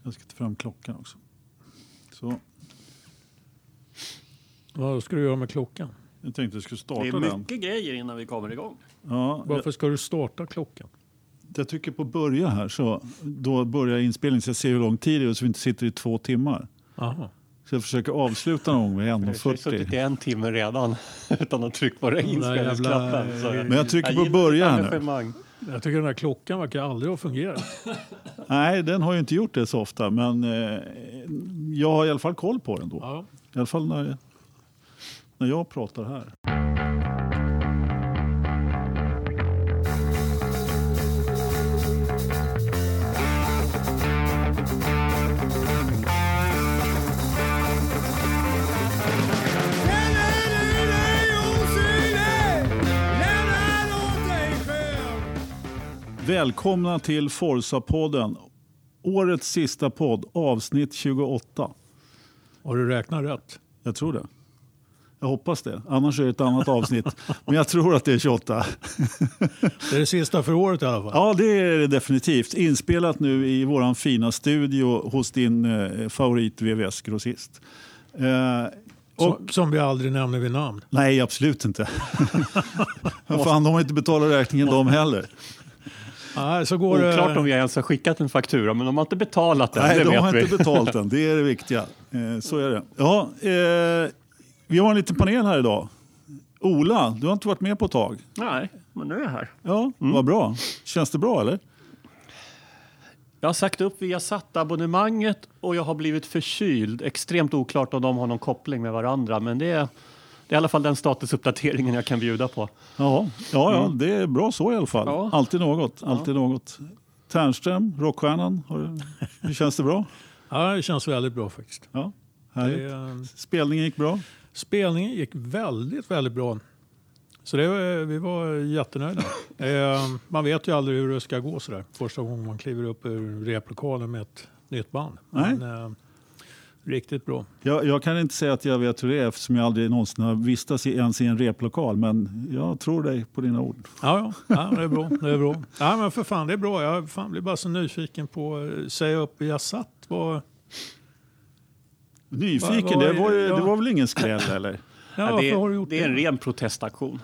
Jag ska ta fram klockan också. Så. Vad ska du göra med klockan? Jag tänkte att jag skulle starta den. Det är mycket grejer innan vi kommer igång. Ja, Varför ska du starta klockan? jag tycker på börja här så då börjar inspelningen så jag ser hur lång tid det är så vi inte sitter i 2 timmar. Aha. Så jag försöker avsluta någon gång vid Jag har suttit 1:40. i 1 timme redan utan att trycka på det inspelningsknappen. Men jag trycker på börja här nu. Jag tycker den här klockan verkar aldrig ha fungerat. Nej, den har ju inte gjort det så ofta. Men jag har i alla fall koll på den då. Ja. I alla fall när jag pratar här. Välkomna till Forza-podden. Årets sista podd, avsnitt 28. Har du räknat rätt? Jag tror det. Jag hoppas det. Annars är det ett annat avsnitt. Men jag tror att det är 28. Det är det sista för året i alla fall. Ja, det är det definitivt. Inspelat nu i våran fina studio hos din favorit VVS-grossist. Som vi aldrig nämner vid namn. Nej, absolut inte. Fan, de har inte betalat räkningen de heller. Nej, så går Oklart om vi ens har skickat en faktura, men de har inte betalat den. Nej, det de vet har vi. inte betalt den. Det är det viktiga. Så är det. Ja, vi har en liten panel här idag. Ola, du har inte varit med på ett tag. Nej, men nu är jag här. Ja, vad bra. Känns det bra eller? Jag har sagt upp via abonnemanget och jag har blivit förkyld. Extremt oklart om de har någon koppling med varandra, men det är i alla fall den statusuppdateringen jag kan bjuda på. Ja, det är bra så i alla fall. Ja. Alltid något. Tärnström, rockstjärnan, hur känns det bra? Ja, det känns väldigt bra faktiskt. Ja, härligt. Spelningen gick bra? Spelningen gick väldigt, väldigt bra. Så vi var jättenöjda. Man vet ju aldrig hur det ska gå sådär. Första gången man kliver upp ur replokalen med ett nytt band. Nej. Men, riktigt bra. Jag kan inte säga att jag vet hur det är eftersom jag aldrig någonsin har vistats ens i en replokal. Men jag tror dig på dina ord. Ja, det är bra. Ja, men för fan, det är bra. Jag blir bara så nyfiken på att säga upp. Jag satt var... Nyfiken? Det var väl ingen skräll eller? Ja, varför har du gjort det är en ren protestaktion.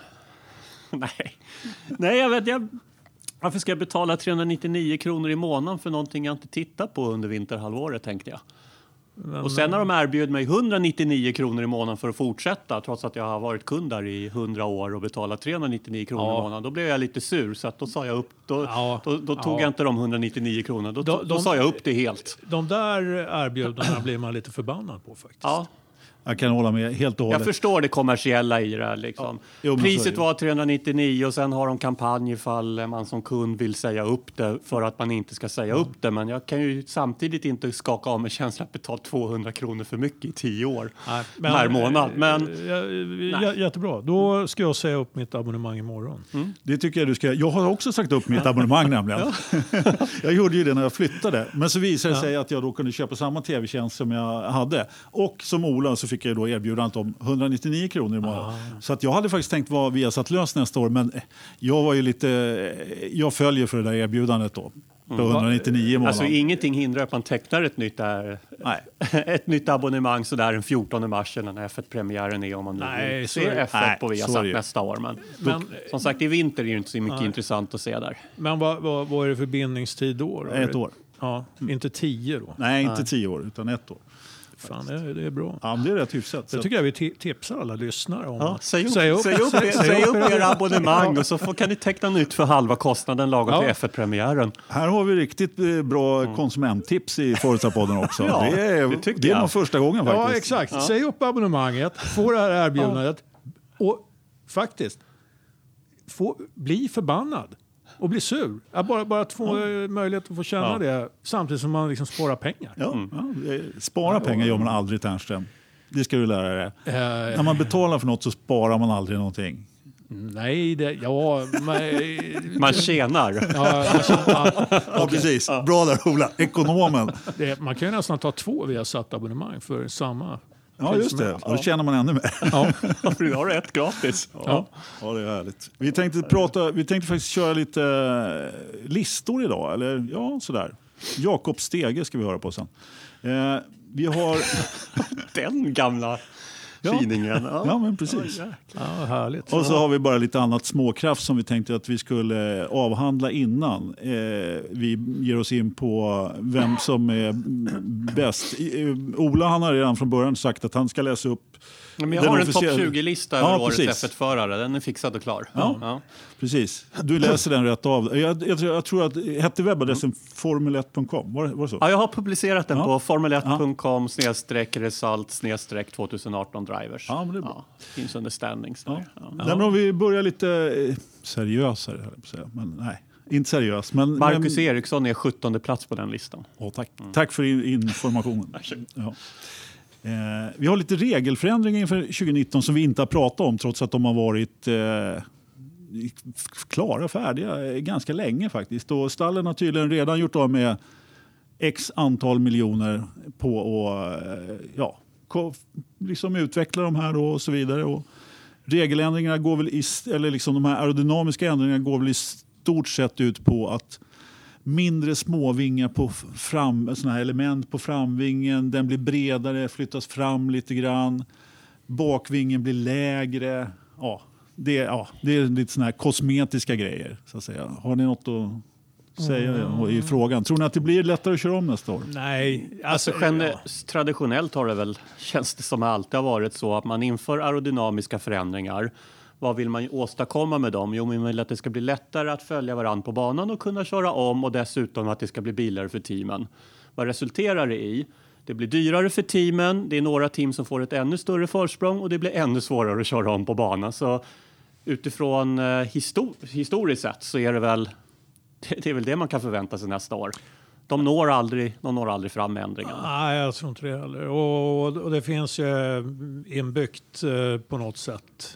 Nej, jag vet. Varför ska jag betala 399 kronor i månaden för någonting jag inte tittar på under vinterhalvåret, tänkte jag. Och sen när de erbjöd mig 199 kronor i månaden för att fortsätta, trots att jag har varit kund där i 100 år och betalat 399 kronor i månaden, då blev jag lite sur. Så att då sa jag upp, då tog jag inte de 199 kronor. Då sa jag upp det helt. De där erbjudandena blir man lite förbannad på faktiskt. Ja. Jag kan hålla med helt och hållet. Jag förstår det kommersiella i det här. Liksom. Jo, priset var 399 och sen har de kampanj ifall man som kund vill säga upp det för att man inte ska säga upp det. Men jag kan ju samtidigt inte skaka av med känslan att betala 200 kronor för mycket i 10 år per månad. Men, jättebra. Då ska jag säga upp mitt abonnemang imorgon. Det tycker jag du ska. Jag har också sagt upp mitt abonnemang nämligen. Jag gjorde ju det när jag flyttade. Men så visade det sig att jag då kunde köpa samma tv-tjänst som jag hade. Och som Ola så fick jag då erbjudandet om 199 kronor i månaden. Så att jag hade faktiskt tänkt vara Viasat lös nästa år. Men jag var ju jag följer för det där erbjudandet då. På 199 i månaden. Alltså ingenting hindrar att man tecknar ett nytt abonnemang så där den 14 mars när F1-premiären är, om man nu vill se F1 på Viasat nästa år. Men som sagt, i vinter är det inte så mycket intressant att se där. Men vad är det för bindningstid då? 1 år. Ja, inte 10 då? Nej, inte 10 år utan 1 år. Fan, det är bra. Ja, det är rätt hyfsat. Det tycker jag vi tipsar alla lyssnare om. Säg upp era abonnemang och så kan ni teckna nytt för halva kostnaden lagom till F1-premiären. Här har vi riktigt bra konsumenttips i Forza-podden också. Det är nog första gången faktiskt. Ja, exakt. Ja. Säg upp abonnemanget, få det här erbjudandet och faktiskt bli förbannad. Och bli sur. Bara att få möjlighet att få känna det samtidigt som man liksom sparar pengar. Spara pengar gör man aldrig, Tärnström. Det ska du lära dig. När man betalar för något så sparar man aldrig någonting. Nej, man tjänar. Ja, precis. Bra där, Ola. Ekonomen. Man kan ju nästan ta 2 Viasat abonnemang för samma. Ja, just det. Och då tjänar man ännu mer. För du har ett gratis. Ja, det är härligt. Vi tänkte faktiskt köra lite listor idag. Eller sådär. Jakob Stege ska vi höra på sen. Vi har... Den gamla tidningen. Ja, men precis. Ja, härligt. Och så har vi bara lite annat småkraft som vi tänkte att vi skulle avhandla innan. Vi ger oss in på vem som är bäst. Ola, han har redan från början sagt att han ska läsa upp. Men jag har en topp 20-lista över årets F1-förare. Den är fixad och klar. Ja. Precis. Du läser den rätt av. Jag tror att hette webbadressen formel1.com. Var det så? Ja, jag har publicerat den på formel1.com/result/2018 drivers. Ja, men det är bra. Finns under standings där. Men om vi börjar lite seriösare, höll jag på att säga. Men nej, inte seriös. Men Marcus Eriksson är 17:e plats på den listan. Tack. Tack för informationen. Ja. Vi har lite regelförändringar inför 2019 som vi inte har pratat om trots att de har varit klara och färdiga ganska länge faktiskt. Och stallen har tydligen redan gjort av med x antal miljoner på att liksom utveckla de här och så vidare. Och regeländringarna går väl de här aerodynamiska ändringarna går väl i stort sett ut på att mindre småvingar på såna här element på framvingen, den blir bredare, flyttas fram lite grann. Bakvingen blir lägre. Det är lite såna här kosmetiska grejer så att säga. Har ni något att säga i frågan? Tror ni att det blir lättare att köra om nästa år? Nej, traditionellt har det väl, känns det som alltid har varit så att man inför aerodynamiska förändringar. Vad vill man åstadkomma med dem? Jo, man vill att det ska bli lättare att följa varandra på banan och kunna köra om och dessutom att det ska bli billigare för teamen. Vad resulterar det i? Det blir dyrare för teamen, det är några team som får ett ännu större försprång och det blir ännu svårare att köra om på banan. Så utifrån historiskt sett så är det väl det man kan förvänta sig nästa år. De når aldrig fram med ändringarna. Nej, jag tror inte det heller. Och det finns ju inbyggt på något sätt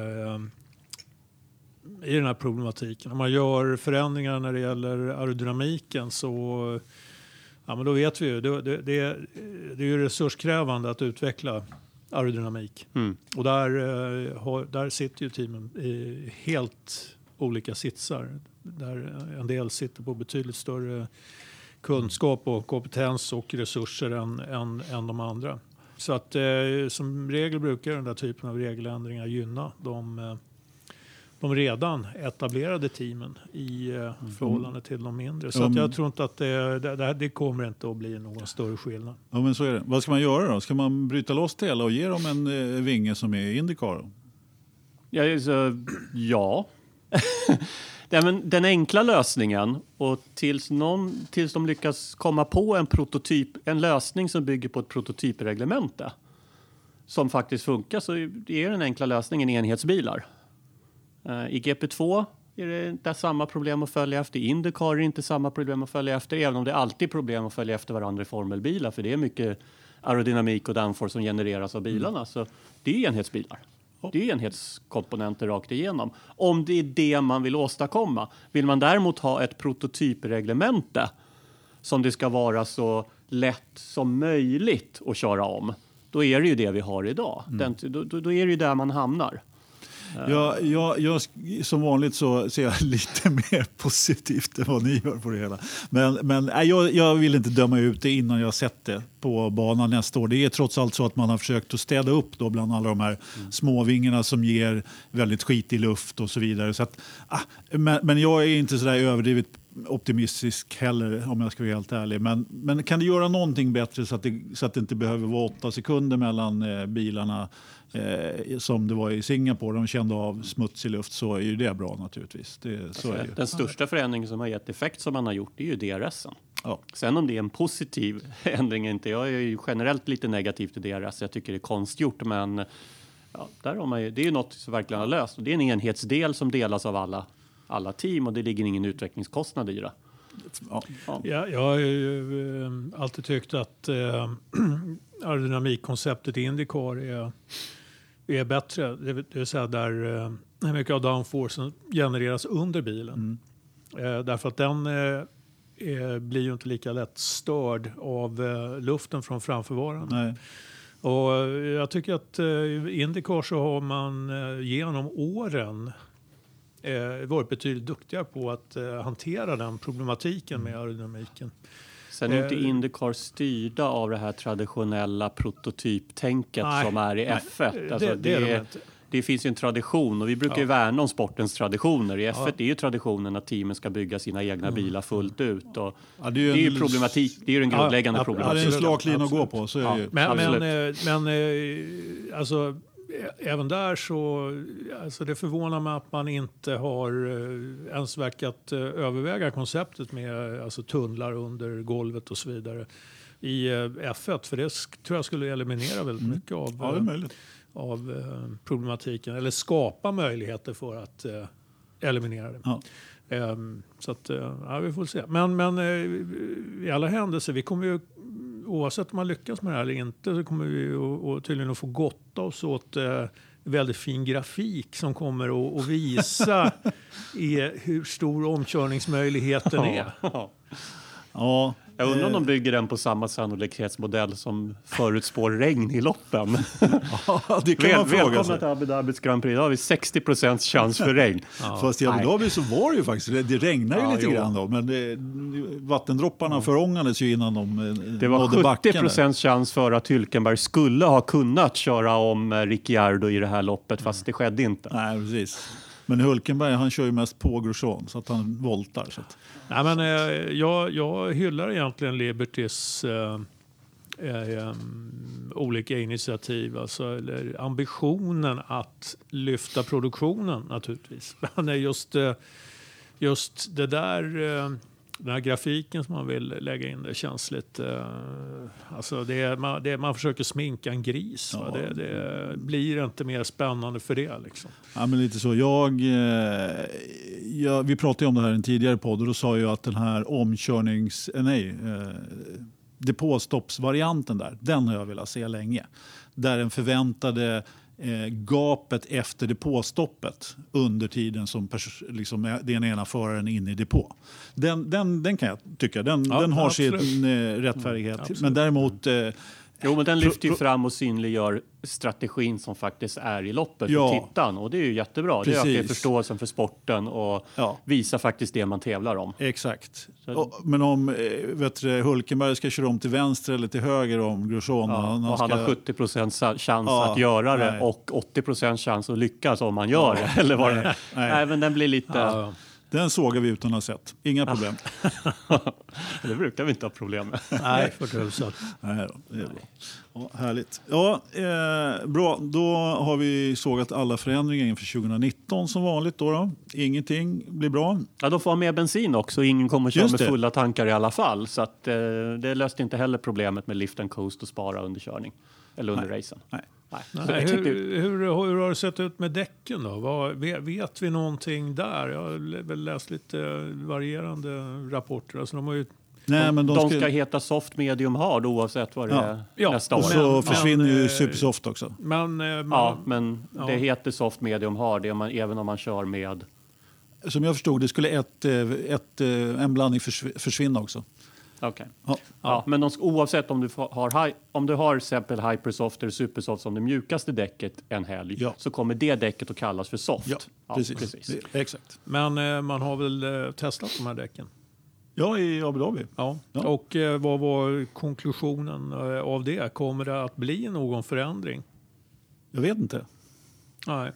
i den här problematiken. Om man gör förändringar när det gäller aerodynamiken så men då vet vi ju. Det är ju resurskrävande att utveckla aerodynamik. Och där sitter ju teamen i helt olika sitsar. Där en del sitter på betydligt större kunskap och kompetens och resurser än de andra. Så att som regel brukar den där typen av regeländringar gynna de redan etablerade teamen i förhållande till de mindre. Så att jag tror inte att det kommer inte att bli någon större skillnad. Ja, men så är det. Vad ska man göra då? Ska man bryta loss det hela och ge dem en vinge som är IndyCar? Ja. Den enkla lösningen och tills de lyckas komma på en lösning som bygger på ett prototypreglemente som faktiskt funkar, så är den enkla lösningen enhetsbilar. I GP2 är det inte samma problem att följa efter. I IndyCar är det inte samma problem att följa efter, även om det alltid är problem att följa efter varandra i formelbilar, för det är mycket aerodynamik och downforce som genereras av bilarna. Så det är enhetsbilar. Det är enhetskomponenter rakt igenom. Om det är det man vill åstadkomma. Vill man däremot ha ett prototypreglemente som det ska vara så lätt som möjligt att köra om, då är det ju det vi har idag. Då är det ju där man hamnar. Jag som vanligt så ser jag lite mer positivt än vad ni gör på det hela. Men jag vill inte döma ut det innan jag har sett det på banan nästa år. Det är trots allt så att man har försökt att städa upp då bland alla de här småvingarna som ger väldigt skitig luft och så vidare. Så att, men jag är inte så där överdrivet optimistisk heller, om jag ska vara helt ärlig. Men kan det göra någonting bättre så att det inte behöver vara 8 sekunder mellan bilarna som det var i Singapore, de kände av smutsig luft, så är ju det bra naturligtvis. Den största förändringen som har gett effekt som man har gjort, det är ju DRSen. Ja. Sen om det är en positiv ändring inte, jag är ju generellt lite negativ till DRS, jag tycker det är konstgjort, men där har det är ju något som verkligen har löst. Det är en enhetsdel som delas av alla team och det ligger ingen utvecklingskostnad i det. Ja, jag har ju alltid tyckt att aerodynamikkonceptet i IndyCar är bättre. Det vill säga där mycket av downforcen genereras under bilen. Därför att den blir ju inte lika lätt störd av luften från framförvararen. Nej. Och jag tycker att i IndyCar så har man genom åren varit betydligt duktigare på att hantera den problematiken med aerodynamiken. Sen är inte Indycar styrda av det här traditionella prototyptänket som är i F1. Alltså det finns ju en tradition och vi brukar ju värna om sportens traditioner. I F1 är ju traditionen att teamen ska bygga sina egna bilar fullt ut. Och det är ju problematik. Det är ju den grundläggande problematik. Det är en slaglin att gå på. Så är det ju. Men alltså, även där så alltså det förvånar mig att man inte har ens verkat överväga konceptet med alltså tunnlar under golvet och så vidare i F1. För det tror jag skulle eliminera väldigt mycket av problematiken eller skapa möjligheter för att eliminera det. Ja. Så att vi får se. Men i alla händelser, vi kommer ju oavsett om man lyckas med det här eller inte så kommer vi tydligen att få gotta oss åt väldigt fin grafik som kommer att visa hur stor omkörningsmöjligheten är. Ja. Jag undrar om de bygger den på samma sannolikhetsmodell som förutspår regn i loppen. Ja, det kan man fråga sig. Välkomna till Abu Dhabis Grand Prix. Då har vi 60% chans för regn. Fast i Abu Dhabi så var det ju faktiskt, det regnar ju lite grann då. Men vattendropparna förångades ju innan de det var 70% chans för att Hülkenberg skulle ha kunnat köra om Ricciardo i det här loppet, fast det skedde inte. Nej, precis. Men Hülkenberg, han kör ju mest på Grosjean så att han voltar. Så att. Nej, men jag hyllar egentligen Libertys olika initiativ. Alltså, eller ambitionen att lyfta produktionen naturligtvis. Men just det där... Den här grafiken som man vill lägga in, det känns lite... Alltså man försöker sminka en gris. Ja. Det blir inte mer spännande för det. Liksom. Ja, men lite så. Vi pratade om det här i en tidigare podd och då sa jag att den här depåstoppsvarianten där, den har jag velat se länge. Där den förväntade gapet efter depåstoppet under tiden som den ena föraren är inne i depå. Den kan jag tycka. Den har sin rättfärdighet. Men däremot... men den lyfter ju fram och synliggör strategin som faktiskt är i loppet för tittaren. Och det är ju jättebra. Precis. Det ökar förståelsen för sporten och visar faktiskt det man tävlar om. Exakt. Men om Hülkenberg ska köra om till vänster eller till höger om Grosjean. Han har 70% chans att göra det och 80% chans att lyckas om man gör det. Eller vad det är. Även den blir lite... Den sågar vi utan att ha sett. Inga problem. Det brukar vi inte ha problem med. Nej, för tusan. Nej då, det är bra. Ja, härligt. Ja, bra. Då har vi sågat alla förändringar inför 2019 som vanligt. Då. Ingenting blir bra. Ja, då får ha med bensin också. Ingen kommer köra med fulla tankar i alla fall. Så att, det löste inte heller problemet med lift and coast och spara under körning. Eller under racen. Nej. Hur har det sett ut med däcken då? Vet vi någonting där? Jag har väl läst lite varierande rapporter. Alltså de har ju... Nej, men de ska heta soft, medium, hard oavsett vad det är nästa år. Och så försvinner ju supersoft också. Men det heter soft, medium, hard även om man kör med... Som jag förstod det skulle en blandning försvinna också. Okej. Ja, men oavsett om du har exempel Hypersoft eller Supersoft som det mjukaste däcket en helg så kommer det däcket att kallas för soft. Ja, precis. Exakt. Men man har väl testat de här däcken? Ja, i Abu Dhabi. Ja. Och vad var konklusionen av det? Kommer det att bli någon förändring? Jag vet inte. Nej.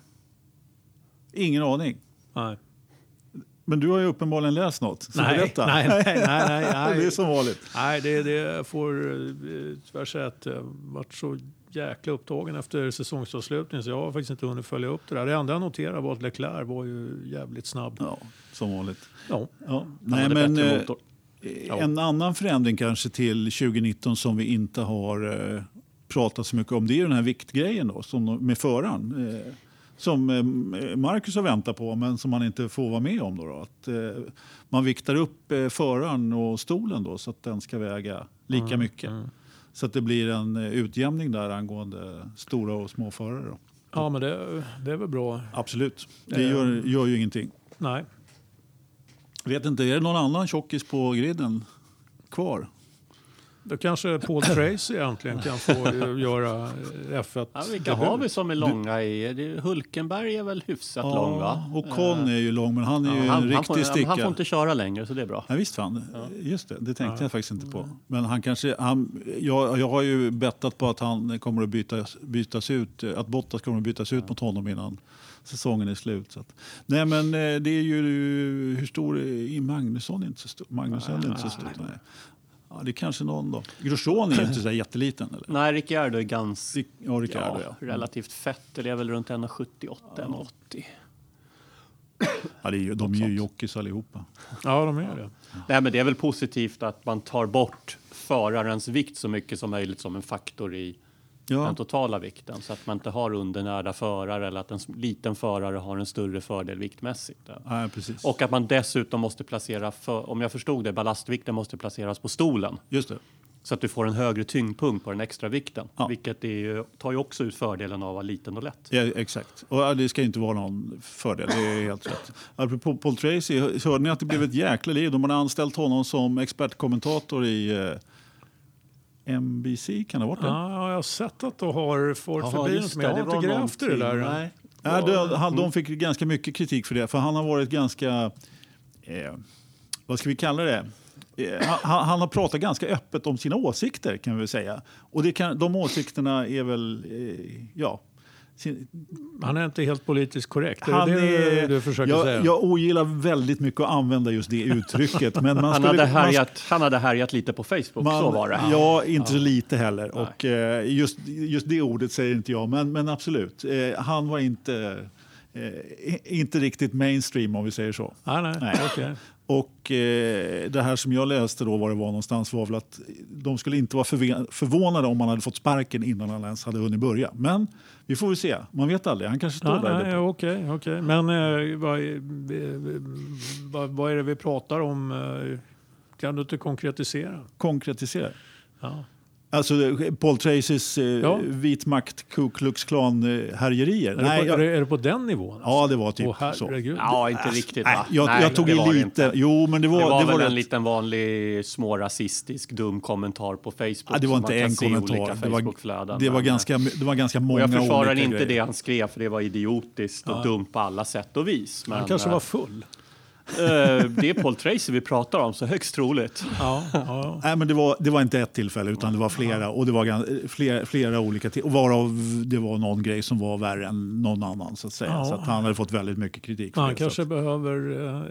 Ingen aning. Nej. Men du har ju uppenbarligen läst något. Nej. Det är som vanligt. Nej, det får tyvärr säga att jag varit så jäkla upptagen efter säsongsavslutningen så jag har faktiskt inte hunnit följa upp det där. Det enda jag noterade var att Leclerc var ju jävligt snabb. Ja, som vanligt. Ja. Nej, men en annan förändring kanske till 2019 som vi inte har pratat så mycket om, det är den här viktgrejen då, med föraren. Som Marcus har väntat på men som man inte får vara med om. Då. Att man viktar upp föraren och stolen då, så att den ska väga lika mycket. Så att det blir en utjämning där angående stora och små förare. Då. Ja, men det är väl bra. Absolut. Det gör ju ingenting. Nej. Vet inte, är det någon annan tjockis på griden kvar? Då kanske Paul Tracy egentligen kan få göra F1. Ja, vilka har vi som är långa i? Hulkenberg är väl hyfsat lång, va? Och Con är ju lång, men han är ju en riktig sticka. Han får inte köra längre, så det är bra. Ja, visst fan. Just det tänkte jag faktiskt inte på. Men han kanske, jag har ju bettat på att han kommer att bytas ut, att Bottas kommer att bytas ut mot honom innan säsongen är slut. Så att, nej, men det är ju, hur stor är Magnusson? Inte så stor. Magnusson är inte så stor. Nej. Ja, det är kanske någon då. Grosjean är ju inte så jätteliten. Eller? Nej, Ricciardo är ganska relativt fett. Det är väl runt 1,78, 1,80. Ja, de är ju jockeys allihopa. Ja, de är det. Nej, men det är väl positivt att man tar bort förarens vikt så mycket som möjligt som en faktor i den totala vikten. Så att man inte har undernärda förare eller att en liten förare har en större fördel viktmässigt. Ja, precis. Och att man dessutom måste placera, om jag förstod det, ballastvikten måste placeras på stolen. Just det. Så att du får en högre tyngdpunkt på den extra vikten. Ja. Vilket tar ju också ut fördelen av att vara liten och lätt. Ja, exakt. Och det ska inte vara någon fördel, det är helt rätt. Apropå Paul Tracy, hörde ni att det blev ett jäkla liv? De hade anställt honom som expertkommentator i NBC, kan det ha varit det? Ja, jag har sett att du har fått förbi något, men jag har inte grävt det där. Nej. De fick ganska mycket kritik för det, för han har varit ganska, vad ska vi kalla det? Han har pratat ganska öppet om sina åsikter, kan vi väl säga. Och de åsikterna är väl, han är inte helt politiskt korrekt. Det du försöker säga. Jag ogillar väldigt mycket att använda just det uttrycket. Men han hade härjat lite på Facebook, så var det. Ja, inte så lite heller. Nej. Och just det ordet säger inte jag, men absolut. Han var inte riktigt mainstream, om vi säger så. Nej. Okay. Och det här som jag läste då, var det var någonstans, var väl att de skulle inte vara förvånade om han hade fått sparken innan han ens hade hunnit börja. Men vi får väl se. Man vet aldrig. Han kanske står där. Okej. Men vad är det vi pratar om? Kan du inte konkretisera? Konkretisera? Ja. Alltså Paul Tracys vitmakt Ku Klux Klan-härjerier. Är det på den nivån? Alltså? Ja, det var typ så. Ja, inte riktigt. Va? Jag tog i lite. Jo, men det var väl en liten vanlig smårasistisk dum kommentar på Facebook. Ja, det var inte en kommentar. Det var ganska många olika. Och jag försvarar inte grejer. Det han skrev, för det var idiotiskt och dumt på alla sätt och vis. Men, han kanske var full. Det är Paul Tracy vi pratar om, så högst troligt. Ja. Nej, men det var inte ett tillfälle, utan det var flera. Och det var flera olika och varav det var någon grej som var värre än någon annan, så att säga. Så att han hade fått väldigt mycket kritik för han det. Kanske behöver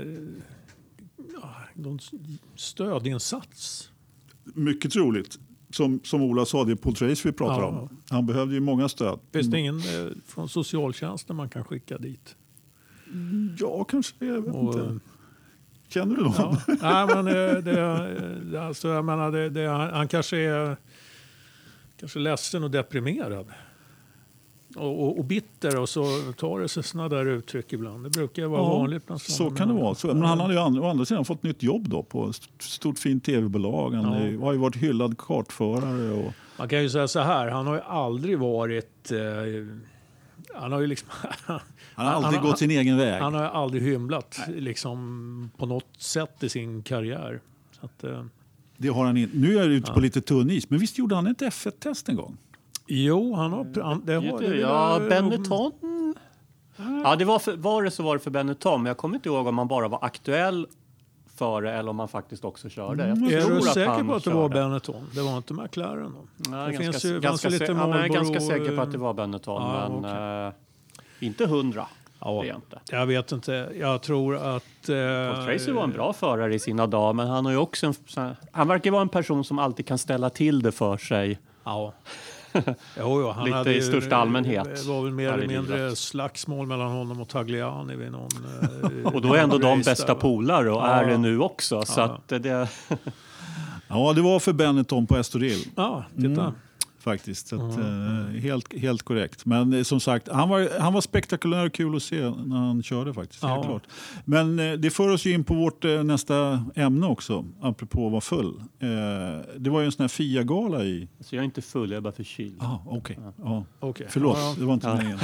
någon stödinsats. Mycket troligt. Som Ola sa, det är Paul Tracy vi pratar om. Han behövde ju många stöd. Finns det ingen från socialtjänsten man kan skicka dit? Ja, kanske. Jag vet inte. Känner du någon? Ja. Nej, men alltså, jag menar, han kanske är ledsen och deprimerad. Och bitter, och så tar det sig såna där uttryck ibland. Det brukar vara vanligt. Så kan det vara. Men han hade ju å andra sidan fått nytt jobb då på ett stort fint tv-bolag. Han har ju varit hyllad kartförare. Och... Man kan ju säga så här, han har ju aldrig varit... Han har ju liksom... Han har alltid gått sin egen väg. Han har aldrig hymlat liksom, på något sätt i sin karriär. Så att, det har han inte. Nu är jag ute på lite tunn is. Men visst gjorde han ett F1-test en gång? Jo, Benetton. Ja, det var det för Benetton. Men jag kommer inte ihåg om han bara var aktuell före eller om han faktiskt också körde. Är du säker på att det var Benetton? Det var inte McLaren? Nej, jag är ganska säker på att det var Benetton. Men inte 100. Ja, jag vet inte. Jag tror att... Paul Tracy var en bra förare i sina dagar, men han har ju också han verkar vara en person som alltid kan ställa till det för sig. Ja. Han lite hade i största allmänhet. Det var väl mer eller mindre slagsmål mellan honom och Tagliani vid någon... och då är ändå de bästa polare och är det nu också. Så att det... Ja, det var för Benetton på Estoril. Ja, titta. Faktiskt. Så att, helt korrekt. Men som sagt, han var spektakulär och kul att se när han körde faktiskt. Helt klart. Men det för oss ju in på vårt nästa ämne också, apropå att vara full. Det var ju en sån här FIA-gala i... Så jag är inte full, jag är bara förkyld. Okej. Förlåt, det var inte meningen.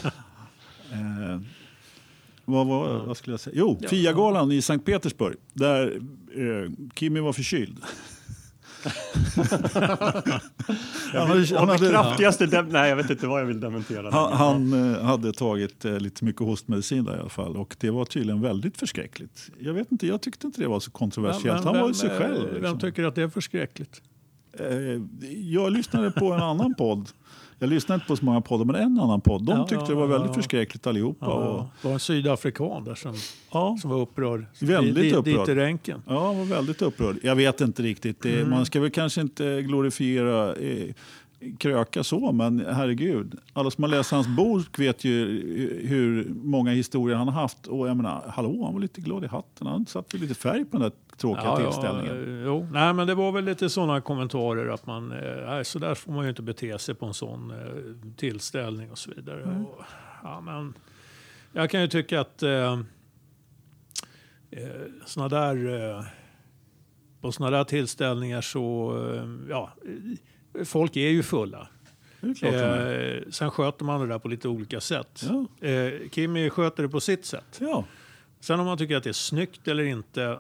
Vad skulle jag säga? Jo, FIA-galan i Sankt Petersburg. Där Kimi var förkyld. Nej, jag vet inte vad jag vill dementera. Han hade tagit lite mycket hostmedicin där i alla fall. Och det var tydligen väldigt förskräckligt. Jag tyckte inte det var så kontroversiellt. Han var ju sig själv. Liksom. Vem tycker att det är förskräckligt? Jag lyssnade på en annan podd. Jag lyssnade inte på så många poddar, men en annan podd. De tyckte det var väldigt förskräckligt allihopa. Det var en sydafrikan där som var upprörd. Väldigt upprörd. Dit i ränken. Ja, var väldigt upprörd. Jag vet inte riktigt. Man ska väl kanske inte glorifiera kröka så, men herregud. Alla som har läst hans bok vet ju hur många historier han har haft. Och jag menar, hallå, han var lite glad i hatten. Han satt ju lite färg på den där tråkiga tillställningen. Jo. Nej, men det var väl lite sådana kommentarer att man, så där får man ju inte bete sig på en sån tillställning och så vidare. Och, men jag kan ju tycka att på såna där tillställningar så, folk är ju fulla. Sen sköter man det där på lite olika sätt. Ja. Kimmy sköter det på sitt sätt. Ja. Sen om man tycker att det är snyggt eller inte,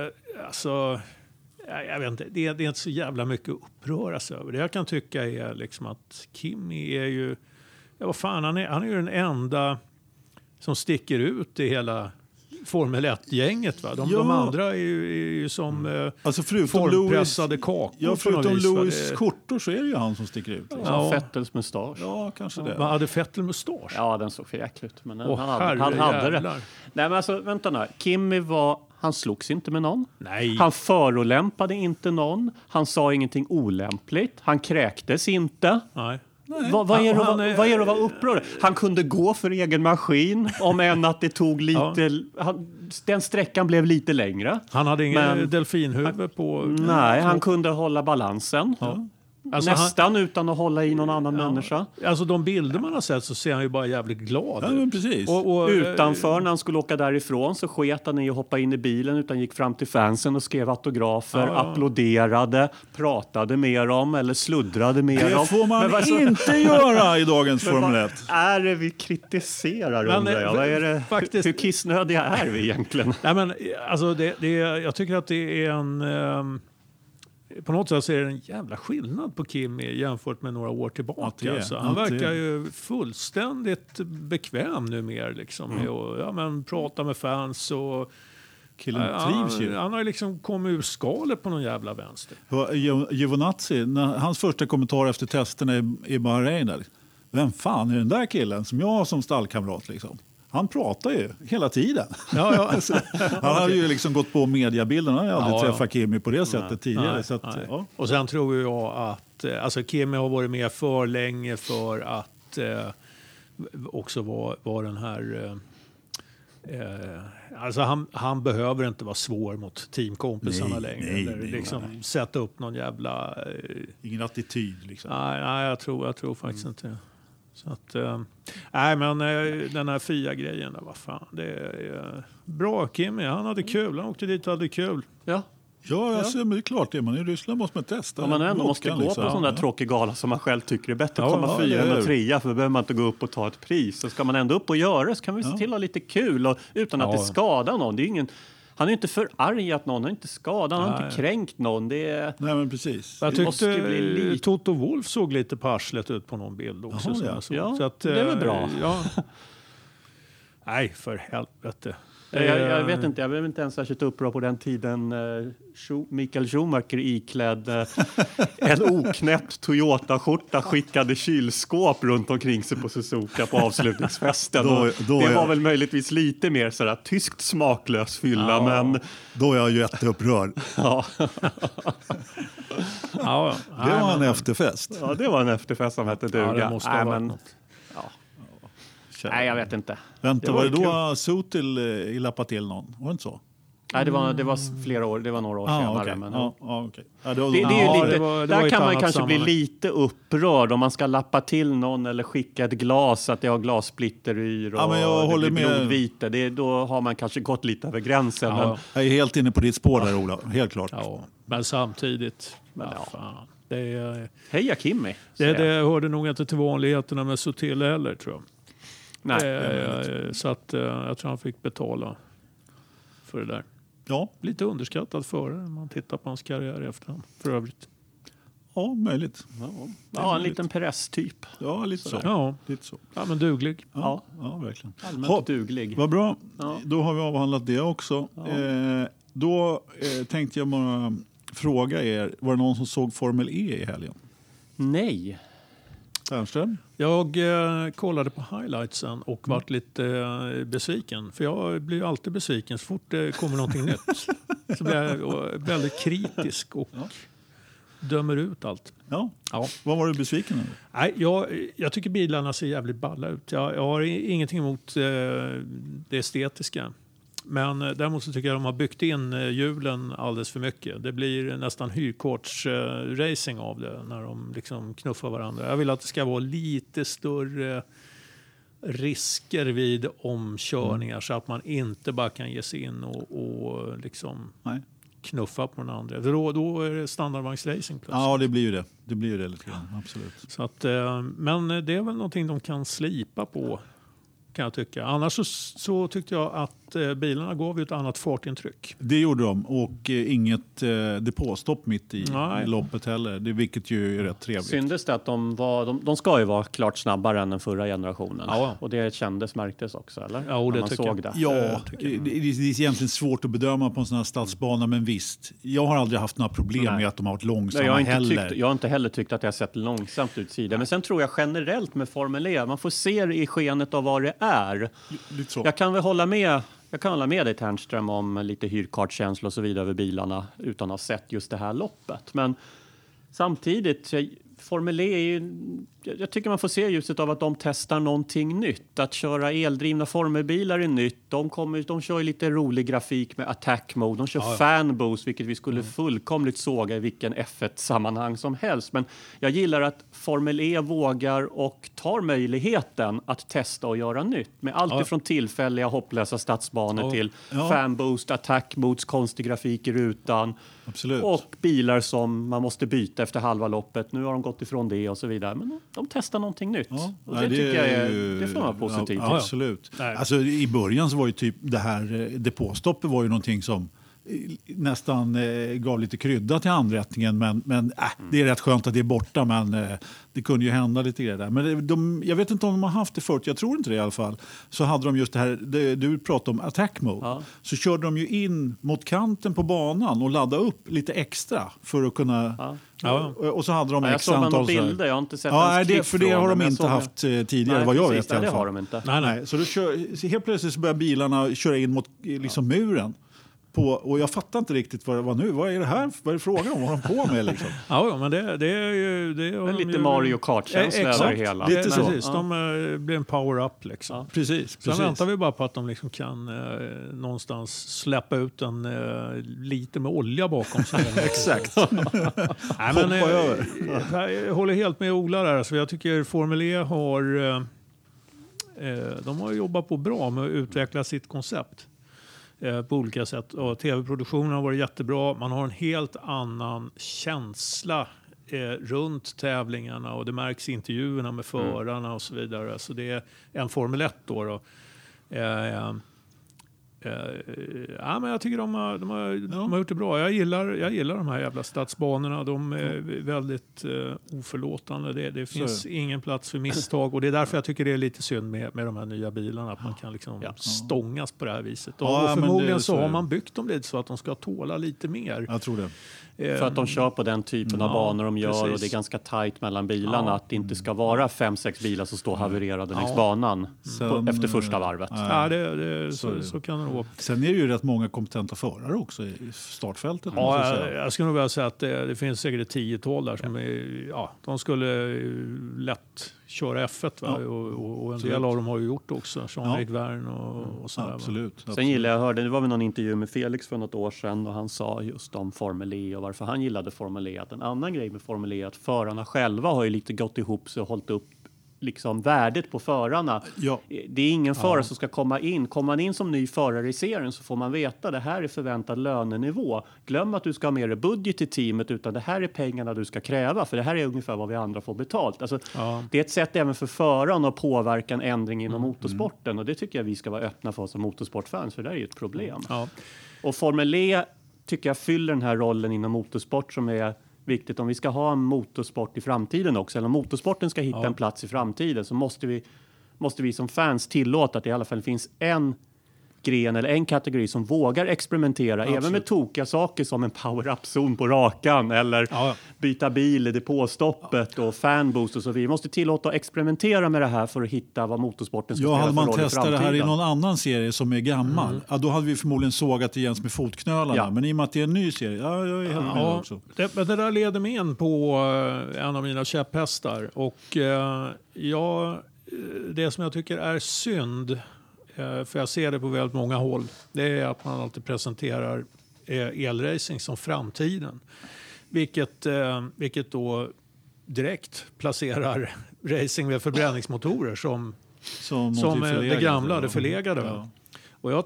jag vet inte, det är inte så jävla mycket att uppröras över. Det jag kan tycka är liksom att Kimmy är ju, han är ju den enda som sticker ut i hela Formel 1-gänget. Va? De andra är ju som formpressade kakor. Ja, förutom Lewis skjortor så är det ju han som sticker ut. Ja. Fettels mustasch. Ja, kanske det. Vad hade Fettel mustasch? Ja, den såg för jäkligt ut. Men han hade det. Nej, men alltså, vänta nu. Kimmy han slogs inte med någon. Nej. Han förolämpade inte någon. Han sa ingenting olämpligt. Han kräktes inte. Nej. Vad är det att vara upprörd? Han kunde gå för egen maskin, om än att det tog lite... Den sträckan blev lite längre. Han hade ingen delfinhuvud på... Nej, han kunde hålla balansen. Ja. Alltså nästan utan att hålla i någon annan människa. Alltså de bilder man har sett så ser han ju bara jävligt glad ut. Men precis. Och utanför när han skulle åka därifrån så sket han i att hoppa in i bilen utan gick fram till fansen och skrev autografer, applåderade, pratade med dem eller sluddrade med dem. Det får man inte göra i dagens Formel 1. Vad är det vi kritiserar, undrar jag? Vad är det, faktiskt, hur kissnödiga är vi egentligen? Nej, men, alltså, jag tycker att det är en... På något sätt så är det en jävla skillnad på Kimmy jämfört med några år tillbaka. Han verkar ju fullständigt bekväm nu mer liksom, med att prata med fans. Och, killen trivs ju. Han har liksom kommit ur skalet på någon jävla vänster. Giovinazzi, hans första kommentar efter testerna i Bahrain. Vem fan är den där killen som jag har som stallkamrat liksom? Han pratar ju hela tiden. Ja. Han hade ju liksom gått på mediabilden. Han hade aldrig träffat Kimmy på det sättet tidigare. Nej, så att, nej. Och sen tror jag att Kimmy har varit med för länge för att också vara den här... alltså han behöver inte vara svår mot teamkompisarna längre. Eller liksom sätta upp någon jävla... ingen attityd liksom. Nej, jag tror faktiskt inte det. Så att, nej men den här FIA-grejen, vad fan, det är bra Kimmy, han hade kul, han åkte dit och hade kul. Ja, alltså, men det är klart det, man i Ryssland måste man testa. Om man ändå måste gå på sån där tråkig gala som man själv tycker är bättre, komma 403, för då behöver man inte gå upp och ta ett pris. Så ska man ändå upp och göra så kan vi se till att ha lite kul och, utan att det skadar någon. Det är ingen... Han är inte förargat någon, han är inte skadat, han har inte kränkt någon. Nej, men precis. Jag tyckte Toto Wolff såg lite på arslet ut på någon bild också. Så att, det är väl bra. Nej, för helvete. Jag vet inte, jag blev inte ens särskilt upprörd på den tiden Michael Schumacher iklädd en oknäppt Toyota-skjorta skickade kylskåp runt omkring sig på Suzuka på avslutningsfesten. Det var väl möjligtvis lite mer sådär tyskt smaklös fylla, men... Då är jag ju jätteupprörd. Det var en efterfest. Ja, det var en efterfest som hette duga. Det måste ha varit något. Nej, jag vet inte. Vänta, var det då Sutil lappat till någon? Var det inte så? Nej, det var flera år. Det var några år senare. Okay. Men, där kan man kanske bli lite upprörd om man ska lappa till någon eller skicka ett glas att det har glassplitteryr och det blir blodvite. Då har man kanske gått lite över gränsen. Ja. Men... Jag är helt inne på ditt spår där, Ola. Helt klart. Ja, men samtidigt... Fan. Heja Kimmy! Det hörde nog inte till vanligheterna med Sutil heller, tror jag. Nej, så att jag tror han fick betala för det där. Ja. Lite underskattad förare när man tittar på hans karriär i efterhand, för övrigt. Ja, möjligt. Ja, en liten Perez-typ. Ja, lite så. Ja. Lite så. Ja, men duglig. Ja, verkligen. Allmänt duglig. Vad bra. Ja. Då har vi avhandlat det också. Då tänkte jag bara fråga er, var det någon som såg Formel E i helgen? Nej. Ternström? Jag kollade på highlightsen och vart lite besviken. För jag blir ju alltid besviken så fort det kommer någonting nytt. Så blir jag väldigt kritisk och dömer ut allt. Ja. Ja. Vad var du besviken över? Nej, jag tycker bilarna ser jävligt balla ut. Jag har ingenting emot det estetiska. Men däremot så tycker jag att de har byggt in hjulen alldeles för mycket. Det blir nästan hyrkortsracing av det när de liksom knuffar varandra. Jag vill att det ska vara lite större risker vid omkörningar så att man inte bara kan ge sig in och liksom knuffa på den andra. Då är det standardvagnsracing plötsligt. Ja, det blir ju det. Det blir ju det lite grann, absolut. Så att, men det är väl någonting de kan slipa på, kan jag tycka. Annars så tyckte jag att bilarna gav ett annat fartintryck. Det gjorde de och inget depåstopp mitt i loppet heller, vilket ju är rätt trevligt. Syndes det att de ska ju vara klart snabbare än den förra generationen. Ja. Och det märktes också, eller? Ja, det man tycker såg jag. det. Ja, det är egentligen svårt att bedöma på en sån här stadsbana, men visst. Jag har aldrig haft några problem med att de har varit långsamma jag har inte heller tyckt att det har sett långsamt ut tidigare. Men sen tror jag generellt med Formel E, man får se det i skenet av vad det är. Lite så. Jag kan hålla med dig, Ternström, om lite hyrkartkänsla och så vidare över bilarna utan att ha sett just det här loppet. Men samtidigt, Formel E är ju, jag tycker man får se ljuset av att de testar någonting nytt. Att köra eldrivna formelbilar är nytt. De kör ju lite rolig grafik med attack mode. De kör fanboost, vilket vi skulle fullkomligt såga i vilken F1-sammanhang som helst. Men jag gillar att Formel E vågar och tar möjligheten att testa och göra nytt. Med allt ifrån tillfälliga hopplösa stadsbanor till fanboost, attack modes, konstig grafik i rutan. Absolut. Och bilar som man måste byta efter halva loppet. Nu har de gått ifrån det och så vidare. Men de testar någonting nytt. Ja, och det tycker jag det får vara positivt. Ja, absolut. Alltså, i början så var ju typ det här depåstoppet var ju någonting som nästan gav lite krydda till anrättningen. Men det är rätt skönt att det är borta. Men det kunde ju hända lite grejer där. Men jag vet inte om de har haft det förut. Jag tror inte det i alla fall. Så hade de just det här, du pratade om attack mode. Ja. Så körde de ju in mot kanten på banan och laddade upp lite extra för att kunna... Ja. Och så hade de jag såg några bilder, jag har inte sett ens klipp för det har de inte haft tidigare, vad jag vet i alla fall. Det har de inte. Nej. Så helt plötsligt så börjar bilarna köra in mot liksom, muren. Och jag fattar inte riktigt vad är det här? Vad är det frågan om? Vad har de på med liksom? Ja, men det är ju... Det är lite Mario Kart-känsla över det hela. Lite så. Precis, de blir en power-up liksom. Ja. Precis. Sen väntar vi bara på att de liksom kan någonstans släppa ut en lite med olja bakom sig. Exakt. Nej, men, jag håller helt med Ola där. Så jag tycker Formel E de har jobbat på bra med att utveckla sitt koncept. På olika sätt. Och tv-produktionen har varit jättebra. Man har en helt annan känsla runt tävlingarna och det märks i intervjuerna med förarna och så vidare. Så det är en Formel 1 då. Men jag tycker de har gjort det bra. Jag gillar de här jävla stadsbanorna. De är väldigt oförlåtande. Det finns ingen plats för misstag. Och det är därför jag tycker det är lite synd med de här nya bilarna. Att man kan liksom stångas på det här viset. Och förmodligen så har man byggt dem lite så att de ska tåla lite mer. Jag tror det. För att de kör på den typen av banor de gör. Precis. Och det är ganska tajt mellan bilarna. Att det inte ska vara 5-6 bilar som står havererade längs banan efter första varvet. Så kan det vara. Sen är det ju rätt många kompetenta förare också i startfältet. Jag skulle nog vilja säga att det finns säkert 10-12 där som de skulle lätt köra F1. Va? Och en del av dem har ju gjort det också. Jean-Erik Verne och sådär. Absolut. Sen gillar jag hörde, det var väl någon intervju med Felix för något år sedan och han sa just om Formel E och varför han gillade Formel E. Att en annan grej med Formel E är att förarna själva har ju lite gått ihop sig och hållit upp liksom värdet på förarna. Ja. Det är ingen förare som ska komma in. Kommer man in som ny förare i serien så får man veta det här är förväntad lönenivå. Glöm att du ska ha mer budget i teamet utan det här är pengarna du ska kräva för det här är ungefär vad vi andra får betalt. Alltså, det är ett sätt även för föraren att påverka en ändring inom motorsporten och det tycker jag vi ska vara öppna för som motorsportfans för det är ju ett problem. Ja. Och Formel E tycker jag fyller den här rollen inom motorsport som är viktigt. Om vi ska ha en motorsport i framtiden också, eller om motorsporten ska hitta en plats i framtiden, så måste vi som fans tillåta att det i alla fall finns en gren eller en kategori som vågar experimentera även med tokiga saker som en power-up-zon på rakan eller byta bil i depåstoppet och fanboost och så vidare. Vi måste tillåta att experimentera med det här för att hitta vad motorsporten ska spela för roll i framtiden. Hade man testat det här i någon annan serie som är gammal, då hade vi förmodligen sågat igen med fotknölarna. Ja. Men i och med att det är en ny serie, jag är helt med också. Det där leder mig in på en av mina käpphästar. Och det som jag tycker är synd, för jag ser det på väldigt många håll, det är att man alltid presenterar elracing som framtiden. Vilket då direkt placerar racing med förbränningsmotorer som det gamla, det förlegade. Ja. Och jag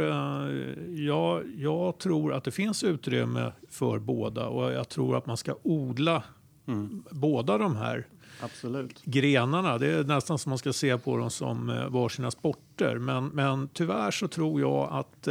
tror att det finns utrymme för båda, och jag tror att man ska odla båda de här grenarna. Det är nästan som man ska se på dem som varsina sporter. Men tyvärr så tror jag att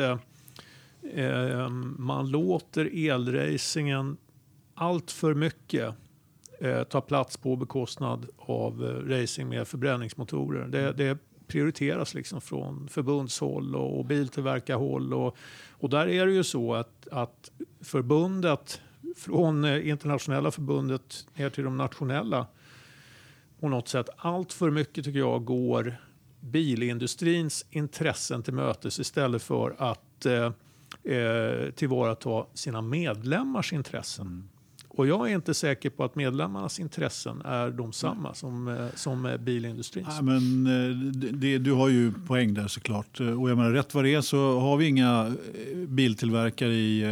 man låter elracingen allt för mycket ta plats på bekostnad av racing med förbränningsmotorer. Det prioriteras liksom från förbundshåll och biltillverkarhåll. Och där är det ju så att förbundet, från internationella förbundet ner till de nationella, på något sätt allt för mycket tycker jag går bilindustrins intressen till mötes istället för att tillvarata sina medlemmars intressen. Och jag är inte säker på att medlemmarnas intressen är de samma som bilindustrins. Ja, men du har ju poäng där såklart. Och jag menar, rätt vad det är så har vi inga biltillverkare i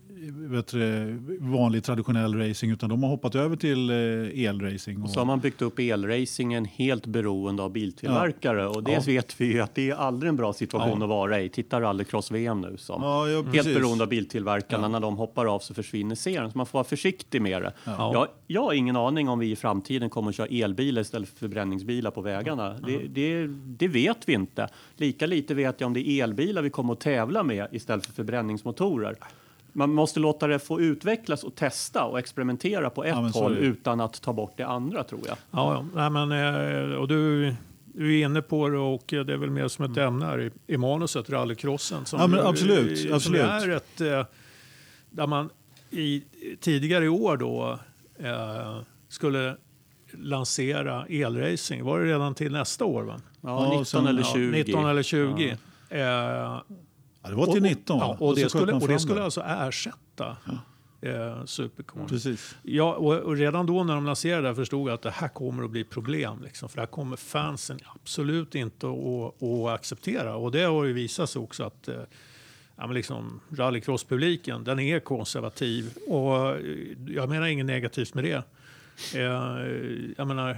vanlig traditionell racing, utan de har hoppat över till elracing. Och så har man byggt upp elracingen helt beroende av biltillverkare. Och det vet vi ju att det är aldrig en bra situation att vara i. Titta rallycross-VM nu som helt beroende av biltillverkarna. När de hoppar av så försvinner serien. Så man får vara försiktig med det. Jag har ingen aning om vi i framtiden kommer att köra elbilar istället för förbränningsbilar på vägarna. Det vet vi inte. Lika lite vet jag om det är elbilar vi kommer att tävla med istället för förbränningsmotorer. Man måste låta det få utvecklas och testa och experimentera på ett håll utan att ta bort det andra, tror jag. Och du är inne på det, och det är väl mer som ett ämne här i manuset, rallycrossen. Som absolut. Som är ett, där man tidigare i år då skulle lansera elracing. Var det redan till nästa år, va? Ja, 19 eller 20. 19 eller 20. Det var till 19. Och det skulle alltså ersätta Supercon. Precis. Ja, och redan då när de lanserade det förstod jag att det här kommer att bli problem. Liksom, för det här kommer fansen absolut inte att acceptera. Och det har ju visat sig också att rallycross-publiken, den är konservativ. Och jag menar inget negativt med det. Jag menar,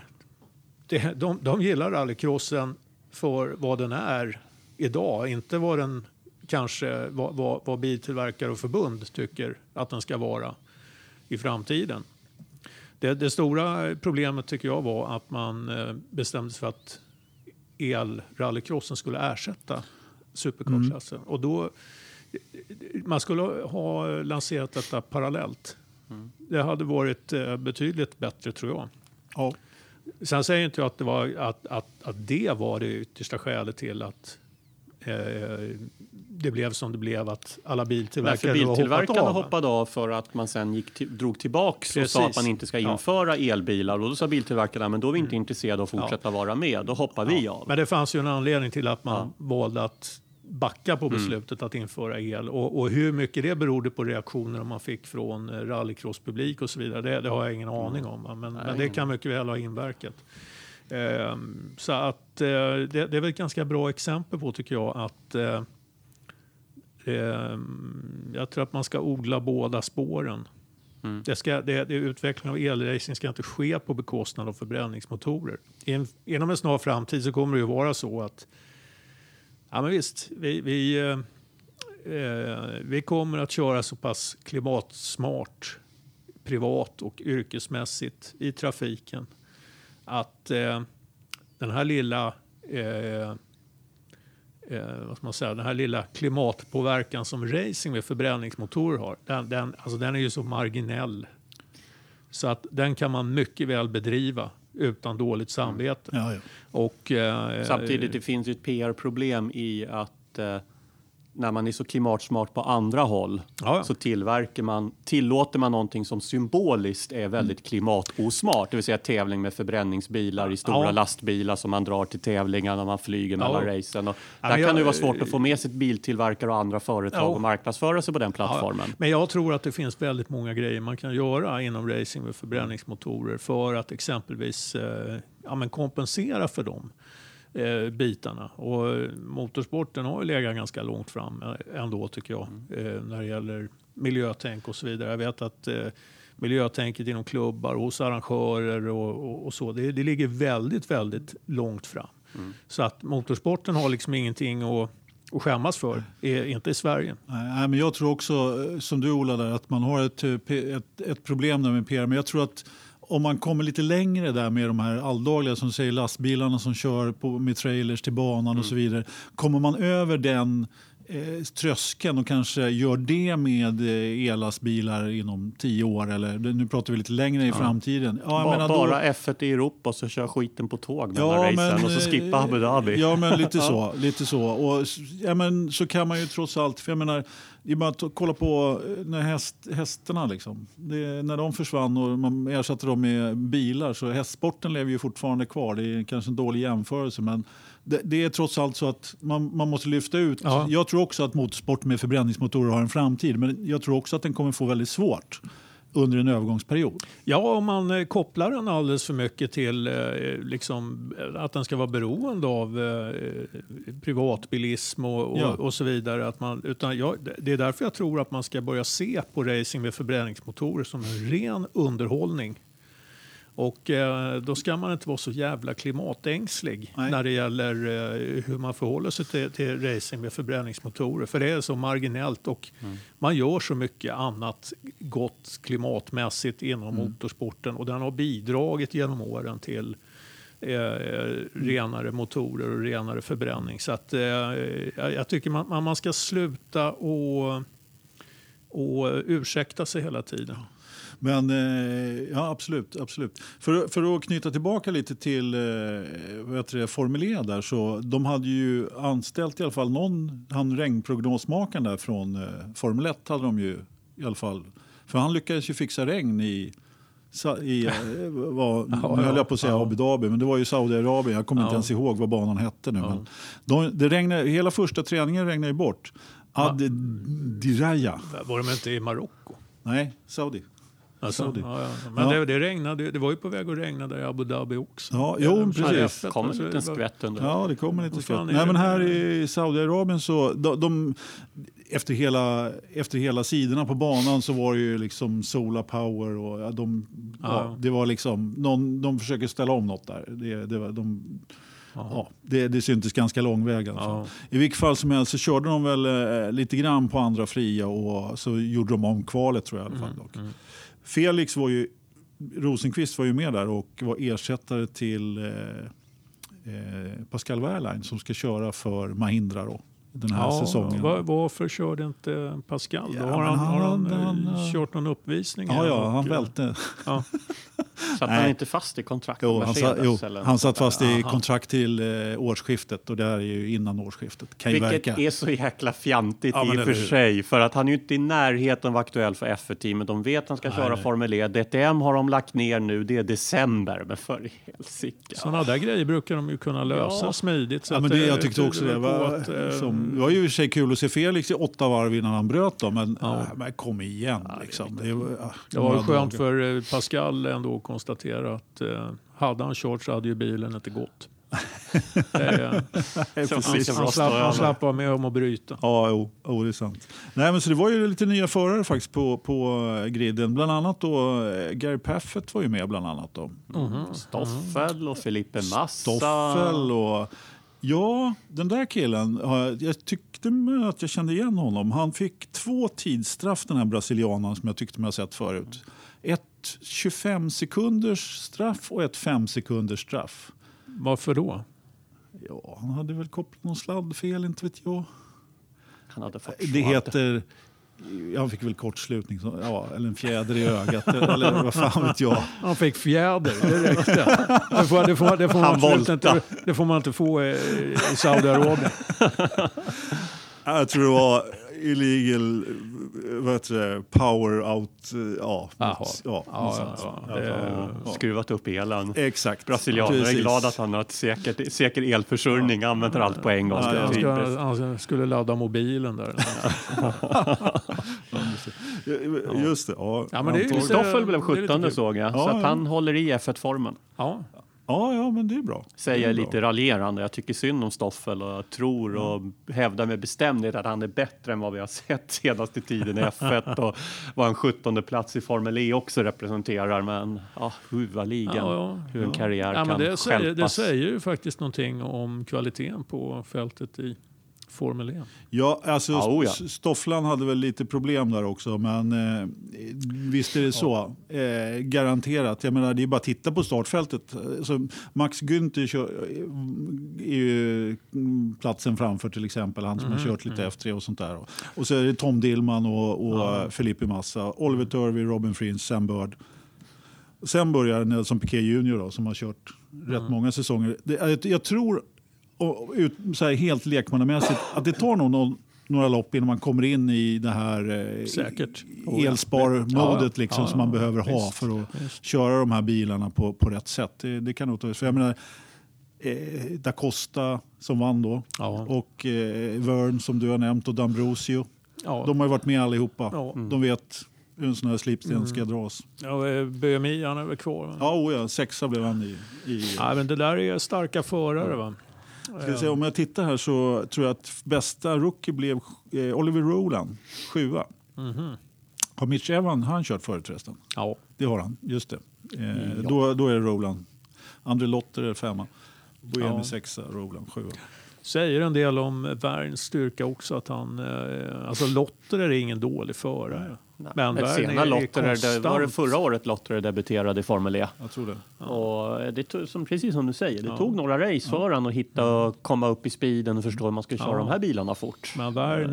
de gillar rallycrossen för vad den är idag, inte vad den kanske vad biltillverkare och förbund tycker att den ska vara i framtiden. Det stora problemet tycker jag var att man bestämde sig för att elrallycrossen skulle ersätta supercrossklassen. Och då man skulle ha lanserat detta parallellt. Det hade varit betydligt bättre, tror jag. Ja. Sen säger inte jag att det var det yttersta skälet till att det blev som det blev, att alla biltillverkarna hoppade av för att man sen drog tillbaka och sa att man inte ska införa elbilar. Och då sa biltillverkarna, men då är vi inte intresserade av att fortsätta vara med. Då hoppar vi av. Men det fanns ju en anledning till att man valde att backa på beslutet att införa el. Och hur mycket det berodde på reaktioner man fick från rallycross-publik och så vidare, det har jag ingen aning om. Men det kan mycket väl ha inverkat. Så att det är väl ett ganska bra exempel på, tycker jag, att jag tror att man ska odla båda spåren. Utvecklingen av elracing ska inte ske på bekostnad av förbränningsmotorer. Inom en snar framtid så kommer det ju vara så att men visst, vi kommer att köra så pass klimatsmart privat och yrkesmässigt i trafiken att den här lilla den här lilla klimatpåverkan som racing med förbränningsmotorer har, den är ju så marginell Så att den kan man mycket väl bedriva utan dåligt samvete. Ja. Och, Samtidigt det finns ju ett PR-problem i att när man är så klimatsmart på andra håll så tillåter man någonting som symboliskt är väldigt klimatosmart. Det vill säga tävling med förbränningsbilar i stora lastbilar som man drar till tävlingar när man flyger mellan racen. Och där kan det vara svårt att få med sitt biltillverkare och andra företag och marknadsföra sig på den plattformen. Men jag tror att det finns väldigt många grejer man kan göra inom racing med förbränningsmotorer för att exempelvis kompensera för dem. Bitarna. Och motorsporten har ju legat ganska långt fram ändå tycker jag när det gäller miljötänk och så vidare. Jag vet att miljötänket inom klubbar hos arrangörer och så, det ligger väldigt, väldigt långt fram. Så att motorsporten har liksom ingenting att skämmas för, inte i Sverige. Nej, men jag tror också, som du Ola, där, att man har ett problem där med PR, men jag tror att om man kommer lite längre där med de här alldagliga som säger lastbilarna som kör med trailers till banan och så vidare. Kommer man över den tröskeln och kanske gör det med ellastbilar inom 10 år eller nu pratar vi lite längre i framtiden. Ja, bara F1 i Europa så kör skiten på tåg mellan racen och så skippa Abu Dhabi. Ja, men lite så. Och så kan man ju trots allt, för jag menar, det är bara att kolla på när hästarna liksom. När de försvann och man ersatte dem med bilar så hästsporten lever ju fortfarande kvar. Det är kanske en dålig jämförelse, men det är trots allt så att man måste lyfta ut. Ja. Jag tror också att motorsport med förbränningsmotorer har en framtid, men jag tror också att den kommer få väldigt svårt under en övergångsperiod. Ja, om man kopplar den alldeles för mycket till att den ska vara beroende av privatbilism och så vidare. Det är därför jag tror att man ska börja se på racing med förbränningsmotorer som en ren underhållning. Och då ska man inte vara så jävla klimatängslig när det gäller hur man förhåller sig till racing med förbränningsmotorer. För det är så marginellt och man gör så mycket annat gott klimatmässigt inom motorsporten. Och den har bidragit genom åren till renare motorer och renare förbränning. Så att, jag tycker man ska sluta och ursäkta sig hela tiden. Men ja, absolut. För att knyta tillbaka lite till Formel E där, så de hade ju anställt i alla fall han regnprognosmakaren där från Formel 1 hade de ju i alla fall. För han lyckades ju fixa regn nu höll jag på att säga Abu Dhabi, men det var ju Saudiarabien. Jag kommer inte ens ihåg vad banan hette nu. Men det regnade, hela första träningen regnade ju bort. Diraya. Var de inte i Marocko? Nej, Saudi. Men det regnade, det var ju på väg att regna där i Abu Dhabi också. Ja, precis. Det kom en liten skvätt under. Ja, det kom en liten skvätt. Nej, men här i Saudiarabien så de efter hela sidorna på banan så var det ju liksom solar power och det var liksom de försöker ställa om något där. Det syntes ganska lång väg. Alltså. I vilket fall som helst så körde de väl lite grann på andra fria och så gjorde de om kvalet tror jag i alla fall. Felix Rosenqvist var ju med där och var ersättare till Pascal Wehrlein som ska köra för Mahindra då, den här säsongen. Varför körde inte Pascal? Då har han kört någon uppvisning? Ja, han välte. Ja. Satt han inte fast i kontrakt med Mercedes? Han satt fast i kontrakt till årsskiftet och det här är ju innan årsskiftet. Vilket är så jäkla fjantigt i och för sig. För att han är ju inte i närheten av aktuell för F1-teamet. De vet att han ska köra Formel E. DTM har de lagt ner nu. Det är december. Men för helsike. Sådana där grejer brukar de ju kunna lösa smidigt. Så men jag tyckte också det var ju i sig kul att se Felix i 8 varv innan han bröt dem. Men kom igen. Liksom. Det var skönt för Pascal ändå att konstatera att hade han kört så hade ju bilen inte gått. Han slapp vara med om att bryta. Ja, det är sant. Nej, men så det var ju lite nya förare faktiskt på griden. Bland annat då Gary Paffett var ju med bland annat då. Stoffel och Felipe Massa. Stoffel och den där killen, jag tyckte att jag kände igen honom. Han fick 2 tidsstraff, den här brasilianen som jag tyckte mig ha sett förut. Ett 25 sekunders straff och ett 5 sekunders straff. Varför då? Han hade väl kopplat någon sladdfel, inte vet jag. Han hade fått det heter Han fick väl kortslutning, eller en fjäder i ögat, eller vad fan vet jag. Han fick fjäder, det räckte. Det får man inte få i Saudiarabien. Jag tror det var illegal power out. Skruvat upp elen. Exakt. Brasilianer är glad att han har ett säker elförsörjning. Använder allt på en gång. Han skulle ladda mobilen där. Just det. Ja, men det är Stoffel blev 17 såg jag. Så att han håller i F1-formen. Ja. Ja, men det är bra. Säger lite raljerande. Jag tycker synd om Stoffel och tror och hävdar med bestämdhet att han är bättre än vad vi har sett senaste tiden i F1 och vad en 17:e plats i Formel E också representerar. Men ligan, hur en karriär kan stjälpas. Det säger ju faktiskt någonting om kvaliteten på fältet i Formel E. Ja, alltså Stofflan hade väl lite problem där också, men visst är det så. Garanterat. Jag menar, det är bara att titta på startfältet. Så Max Günther är ju platsen framför till exempel. Han som har kört lite F3 och sånt där. Och så är det Tom Dillman och Felipe Massa, Oliver Turvey, Robin Friends, Sam Bird. Sen börjar Nelson Piquet Jr. då, som har kört rätt många säsonger. Jag tror så här helt lekmannamässigt att det tar några lopp innan man kommer in i det här elsparmodet liksom, som man behöver ha för att köra de här bilarna på rätt sätt. Det kan nog ta. För jag menar, Da Costa som vann då och Verne som du har nämnt och D'Ambrosio. De har ju varit med allihopa. De vet hur en sån här slipsten ska dras. BMI, han är väl kvar? 6 blev han i ja, men det där är starka förare va? Ska jag säga, om jag tittar här så tror jag att bästa rookie blev Oliver Rowland, 7. Har Mitch Evans han kört förut förresten? Ja. Det har han, just det. Då är det Rowland. André Lotter är 5. Boemi 6, Rowland 7. Säger en del om Verns styrka också att han, alltså Lotter är ingen dålig förare. Men sena Lotter, var det förra året Lotter debuterade i Formel E? Jag tror det. Och det tog, precis som du säger, det tog några race för han att hitta och komma upp i speeden och förstå hur man ska köra de här bilarna fort. Men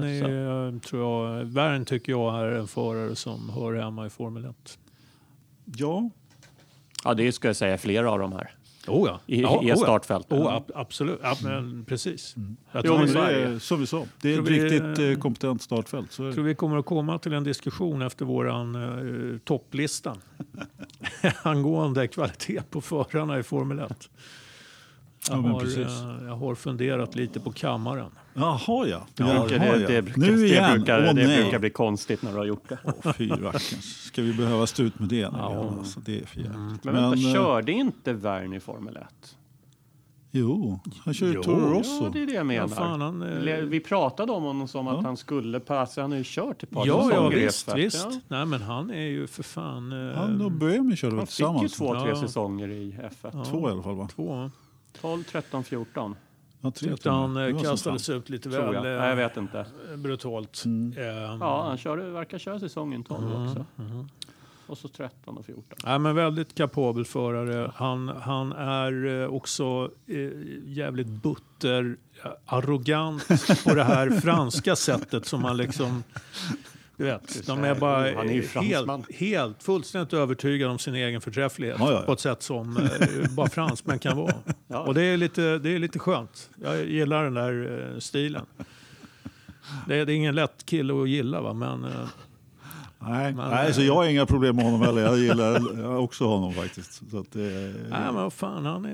Vern tycker jag är en förare som hör hemma i Formel 1. Ja, det ska jag säga flera av de här. I startfält. Absolut. Ja, men precis. Jag tror det är, som vi sa, det är ett riktigt kompetent startfält. Så jag tror vi kommer att komma till en diskussion efter våran topplista angående kvalitet på förarna i Formel 1. Jag har funderat lite på kammaren. Jaha, det brukar bli konstigt när du har gjort det. Fy rackens. Ska vi behöva stå ut med det? Alltså, det är för jävligt. Men körde inte Vern i Formel 1? Jo, han kör ju Toro Rosso. Ja, det är det jag menar. Vi pratade om honom som att han skulle passa. Han har ju kört ett par säsonger i F1. Visst. Nej, men han är ju för fan... Han och Boemi körde väl tillsammans. Han fick ju 2-3 säsonger i F1. 2 i alla fall, va? 2. 12, 13, 14. Han kastades ut lite väl jag vet inte. Brutalt. Han verkar köra säsongen 12 också. Och så 13 och 14. Ja, men väldigt kapabel förare. Han är också jävligt butter, arrogant på det här franska sättet som man liksom... Du vet, de är bara helt fullständigt övertygade om sin egen förträfflighet på ett sätt som bara fransmän kan vara. Och det är lite skönt. Jag gillar den där stilen. Det är ingen lätt kille att gilla, va? Men så jag har inga problem med honom heller. Jag gillar också honom faktiskt. Så att nej, men vad fan, han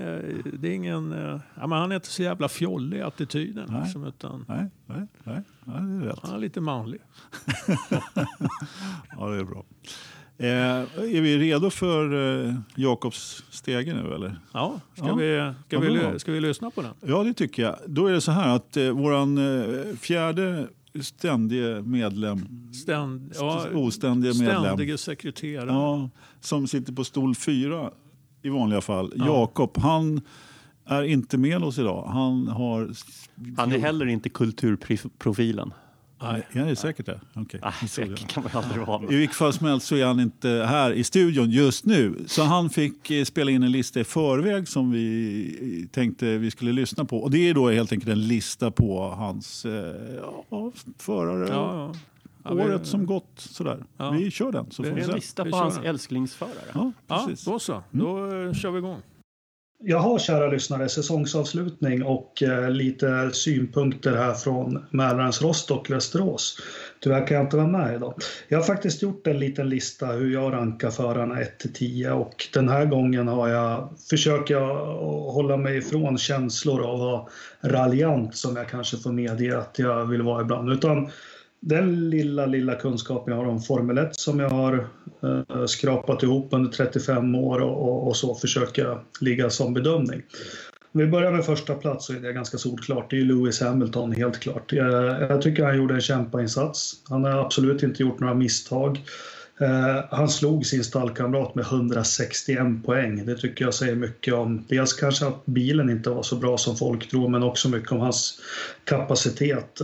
är inte så jävla fjollig i attityden. Nej. Liksom, utan nej, det är rätt. Han är lite manlig. Ja, det är bra. Är vi redo för Jakobs stege nu, eller? Ja, ska vi lyssna på den? Ja, det tycker jag. Då är det så här att våran fjärde ständige medlem, oständige medlem, ständige sekreterare, som sitter på stol 4 i vanliga fall, Jakob, han är inte med oss idag. Han är heller inte kulturprofilen. Nej, är det säkert det? Okay. Säkert kan man aldrig vara med. I vilket fall som helst så är han inte här i studion just nu. Så han fick spela in en lista i förväg som vi tänkte vi skulle lyssna på. Och det är då helt enkelt en lista på hans förare året som gått sådär. Ja. Vi kör den så får Det vi är en se. lista Vi på kör hans den. älsklingsförare. Ja, Ja, precis. då så. Då kör vi igång. Jaha, kära lyssnare, säsongsavslutning och lite synpunkter här från Mälarens Rostock, Västerås. Tyvärr kan jag inte vara med idag. Jag har faktiskt gjort en liten lista hur jag rankar förarna 1-10 och den här gången försöker jag hålla mig ifrån känslor av att vara raljant som jag kanske får medge att jag vill vara ibland. Utan den lilla kunskapen jag har om Formel 1 som jag har skrapat ihop under 35 år och så försöka ligga som bedömning. Om vi börjar med första plats så är det ganska solklart. Det är Lewis Hamilton, helt klart. Jag tycker han gjorde en kämpainsats. Han har absolut inte gjort några misstag. Han slog sin stallkamrat med 161 poäng. Det tycker jag säger mycket om. Dels kanske att bilen inte var så bra som folk tror, men också mycket om hans kapacitet.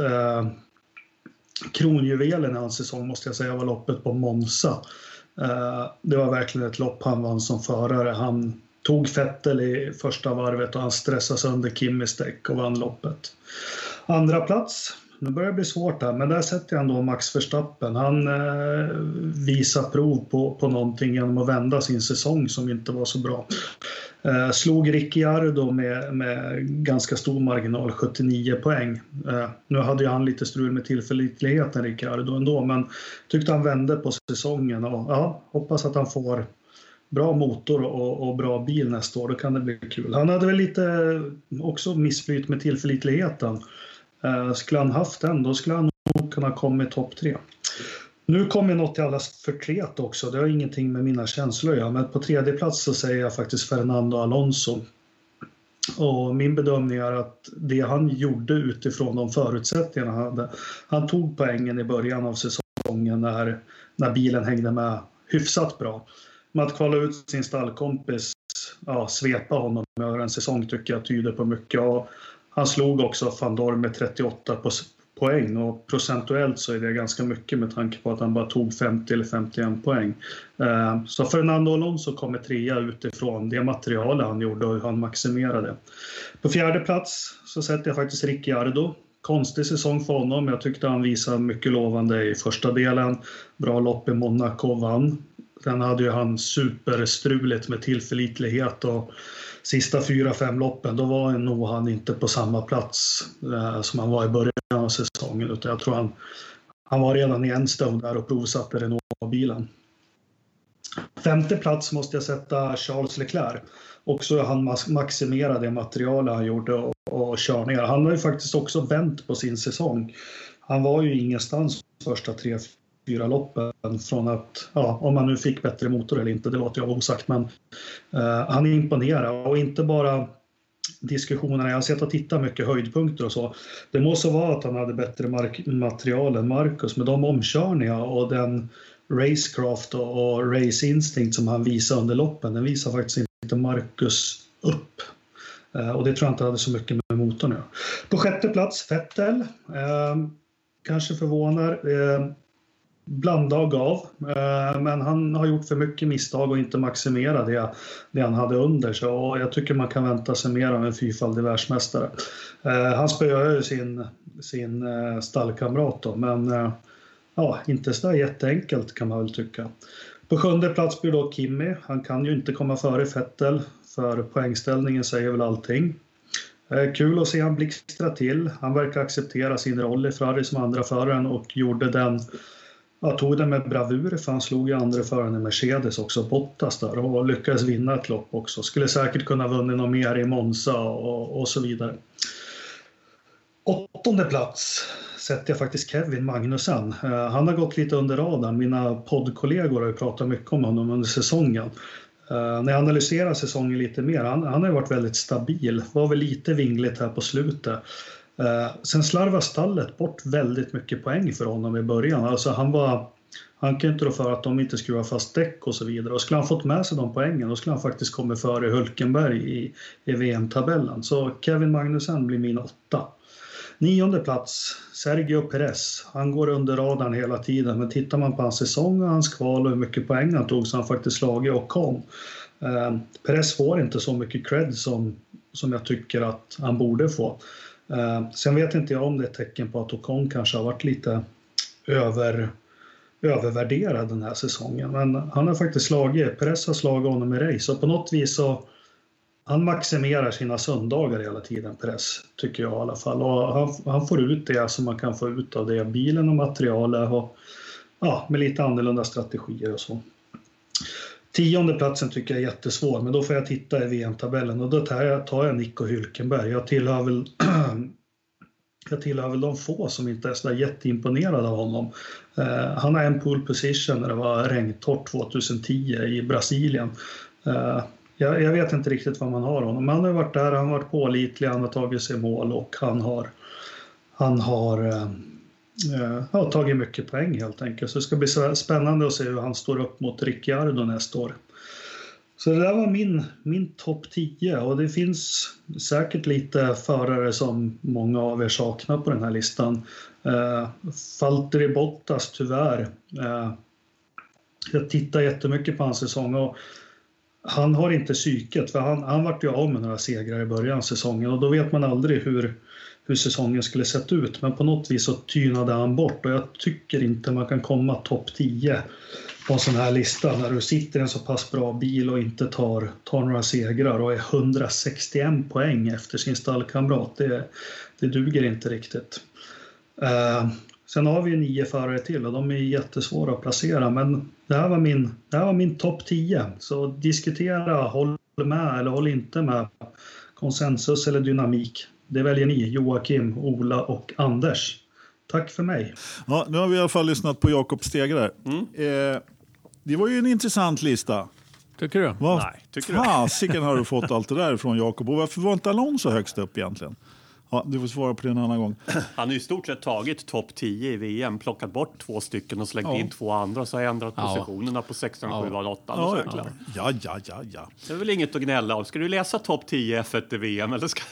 Kronjuvelen i hans säsong måste jag säga var loppet på Monza. Det var verkligen ett lopp han vann som förare. Han tog Vettel i första varvet och han stressade sönder Kimmys däck och vann loppet. Andra plats, nu börjar det bli svårt här, men där sätter jag ändå Max Verstappen. Han visar prov på någonting genom att vända sin säsong som inte var så bra. Slog Ricciardo med ganska stor marginal, 79 poäng. Nu hade ju han lite strul med tillförlitligheten, Ricciardo, ändå, men tyckte han vände på säsongen. Och, ja, hoppas att han får bra motor och bra bil nästa år, då kan det bli kul. Han hade väl lite också missflyt med tillförlitligheten. Skulle han haft den, då skulle han nog kunna komma i topp 3. Nu kommer något till allas förtret också. Det har ingenting med mina känslor att göra. Men på tredje plats så säger jag faktiskt Fernando Alonso. Och min bedömning är att det han gjorde utifrån de förutsättningarna han hade. Han tog poängen i början av säsongen när bilen hängde med hyfsat bra. Men att kvala ut sin stallkompis, svepa honom över en säsong tycker jag tyder på mycket. Och han slog också Van Dorn med 38 poäng och procentuellt så är det ganska mycket med tanke på att han bara tog 50 eller 51 poäng. Så Fernando Alonso kommer 3 utifrån det material han gjorde och hur han maximerade. På fjärde plats så sätter jag faktiskt Ricciardo. Konstig säsong för honom. Jag tyckte han visade mycket lovande i första delen. Bra lopp i Monaco, vann. Sen hade ju han superstruligt med tillförlitlighet och sista 4-5 loppen, då var nog han inte på samma plats som han var i början av säsongen. Utan jag tror han var redan i Enstone där och provsatte Renault-bilen. Femte plats måste jag sätta Charles Leclerc. Också han maximerade det material han gjorde och körningar. Han har ju faktiskt också vänt på sin säsong. Han var ju ingenstans första 3-4 loppen från att, om man nu fick bättre motor eller inte, det låter jag osagt, men han imponerar och inte bara diskussionerna. Jag har sett och tittat mycket höjdpunkter och så. Det måste vara att han hade bättre material än Marcus, med de omkörningar och den racecraft och race instinct som han visar under loppen, den visar faktiskt inte Marcus upp. Och det tror jag inte hade så mycket med motorn nu. På sjätte plats Vettel. Kanske förvånar. Blanda och gav. Men han har gjort för mycket misstag och inte maximerat det han hade under sig. Och jag tycker man kan vänta sig mer av en fyrfaldig världsmästare. Han spöar ju sin stallkamrat då, men inte så där jätteenkelt kan man väl tycka. På sjunde plats blir då Kimi. Han kan ju inte komma före Vettel, för poängställningen säger väl allting. Kul att se han blixtra till. Han verkar acceptera sin roll i Ferrari som andra föraren och gjorde den, tog den med bravur, för han slog ju andra föraren i Mercedes också, Bottas där, och lyckades vinna ett lopp också. Skulle säkert kunna vinna något mer i Monza och så vidare. Åttonde plats sätter jag faktiskt Kevin Magnussen. Han har gått lite under radarn. Mina poddkollegor har ju pratat mycket om honom under säsongen. När jag analyserar säsongen lite mer, han har ju varit väldigt stabil. Var väl lite vingligt här på slutet. Sen slarvar stallet bort väldigt mycket poäng för honom i början. Alltså han kan inte rå för att de inte skruvar fast däck och så vidare. Och skulle han fått med sig de poängen, då skulle han faktiskt komma före Hülkenberg i VM-tabellen. Så Kevin Magnussen blir min 8. Nionde plats, Sergio Perez. Han går under radarn hela tiden, men tittar man på hans säsong och hans kval och hur mycket poäng han tog, så han faktiskt slagit Ocon. Perez får inte så mycket cred som jag tycker att han borde få. Sen vet inte jag om det är ett tecken på att Ocon kanske har varit lite övervärderad den här säsongen. Men han har faktiskt Perez har slagit honom i race, och på något vis så han maximerar sina söndagar hela tiden, Perez, tycker jag i alla fall. Och han får ut det som man kan få ut av det. Bilen och materialet och med lite annorlunda strategier och så. 10:e platsen tycker jag är jättesvår, men då får jag titta i VM-tabellen och då tar jag Nico Hülkenberg. Jag tillhör väl de få som inte är så jätteimponerade av honom. Han har en pole position när det var regntorrt 2010 i Brasilien. Jag vet inte riktigt vad man har honom. Men han har varit där, han har varit pålitlig, han har tagit sig mål och han har tagit mycket poäng helt enkelt. Så det ska bli spännande att se hur han står upp mot Ricciardo nästa år. Så det där var min topp 10, och det finns säkert lite förare som många av er saknar på den här listan. Valtteri Bottas tyvärr. Jag tittar jättemycket på hans säsong och han har inte psyket, för han vart ju av med några segrar i början av säsongen och då vet man aldrig hur säsongen skulle sett ut. Men på något vis så tynade han bort, och jag tycker inte man kan komma topp 10 på en sån här lista när du sitter i en så pass bra bil och inte tar några segrar och är 161 poäng efter sin stallkamrat. Det duger inte riktigt. Sen har vi ju 9 förare till och de är jättesvåra att placera, men det här var min topp 10. Så diskutera, håll med eller håll inte med, konsensus eller dynamik. Det väljer ni, Joakim, Ola och Anders. Tack för mig. Ja, nu har vi i alla fall lyssnat på Jakob Stegare. Det var ju en intressant lista. Tycker du? Nej, tycker du? Fasiken har du fått allt det där från Jakob. Och varför var inte Alonso högst upp egentligen? Ja, du får svara på det en annan gång. Han har ju i stort sett tagit topp 10 i VM, plockat bort 2 stycken och slängt in 2 andra, och så har jag ändrat positionerna på 16, 7 och 8. Ja. Det är väl inget att gnälla av. Ska du läsa topp 10 F1 i VM eller ska...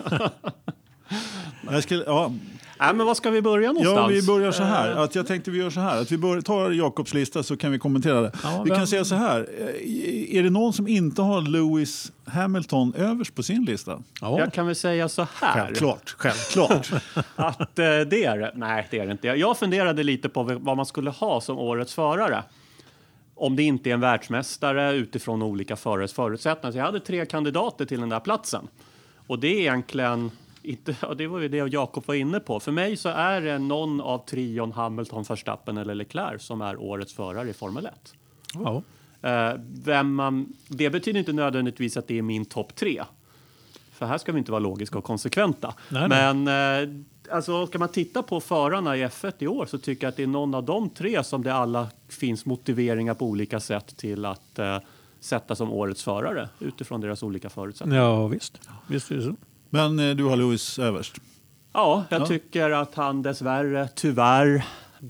Nej, men vad ska vi börja någonstans? Ja, vi börjar så här. Att jag tänkte vi gör så här. Att vi tar Jakobs lista så kan vi kommentera det. Ja, vi kan säga så här. Är det någon som inte har Lewis Hamilton överst på sin lista? Ja. Jag kan väl säga så här. Självklart. Att det är det. Nej, det är det inte. Jag funderade lite på vad man skulle ha som årets förare. Om det inte är en världsmästare utifrån olika förares förutsättningar. Så jag hade 3 kandidater till den där platsen. Och det är egentligen... det var ju det Jakob var inne på. För mig så är det någon av trion Hamilton, Verstappen eller Leclerc som är årets förare i Formel 1. Ja. Det betyder inte nödvändigtvis att det är min topp 3. För här ska vi inte vara logiska och konsekventa. Nej. Men alltså, ska man titta på förarna i F1 i år så tycker jag att det är någon av de 3 som det alla finns motiveringar på olika sätt till att sätta som årets förare utifrån deras olika förutsättningar. Ja, visst är det så. Men du har Lewis överst? Ja, jag tycker att han dessvärre, tyvärr,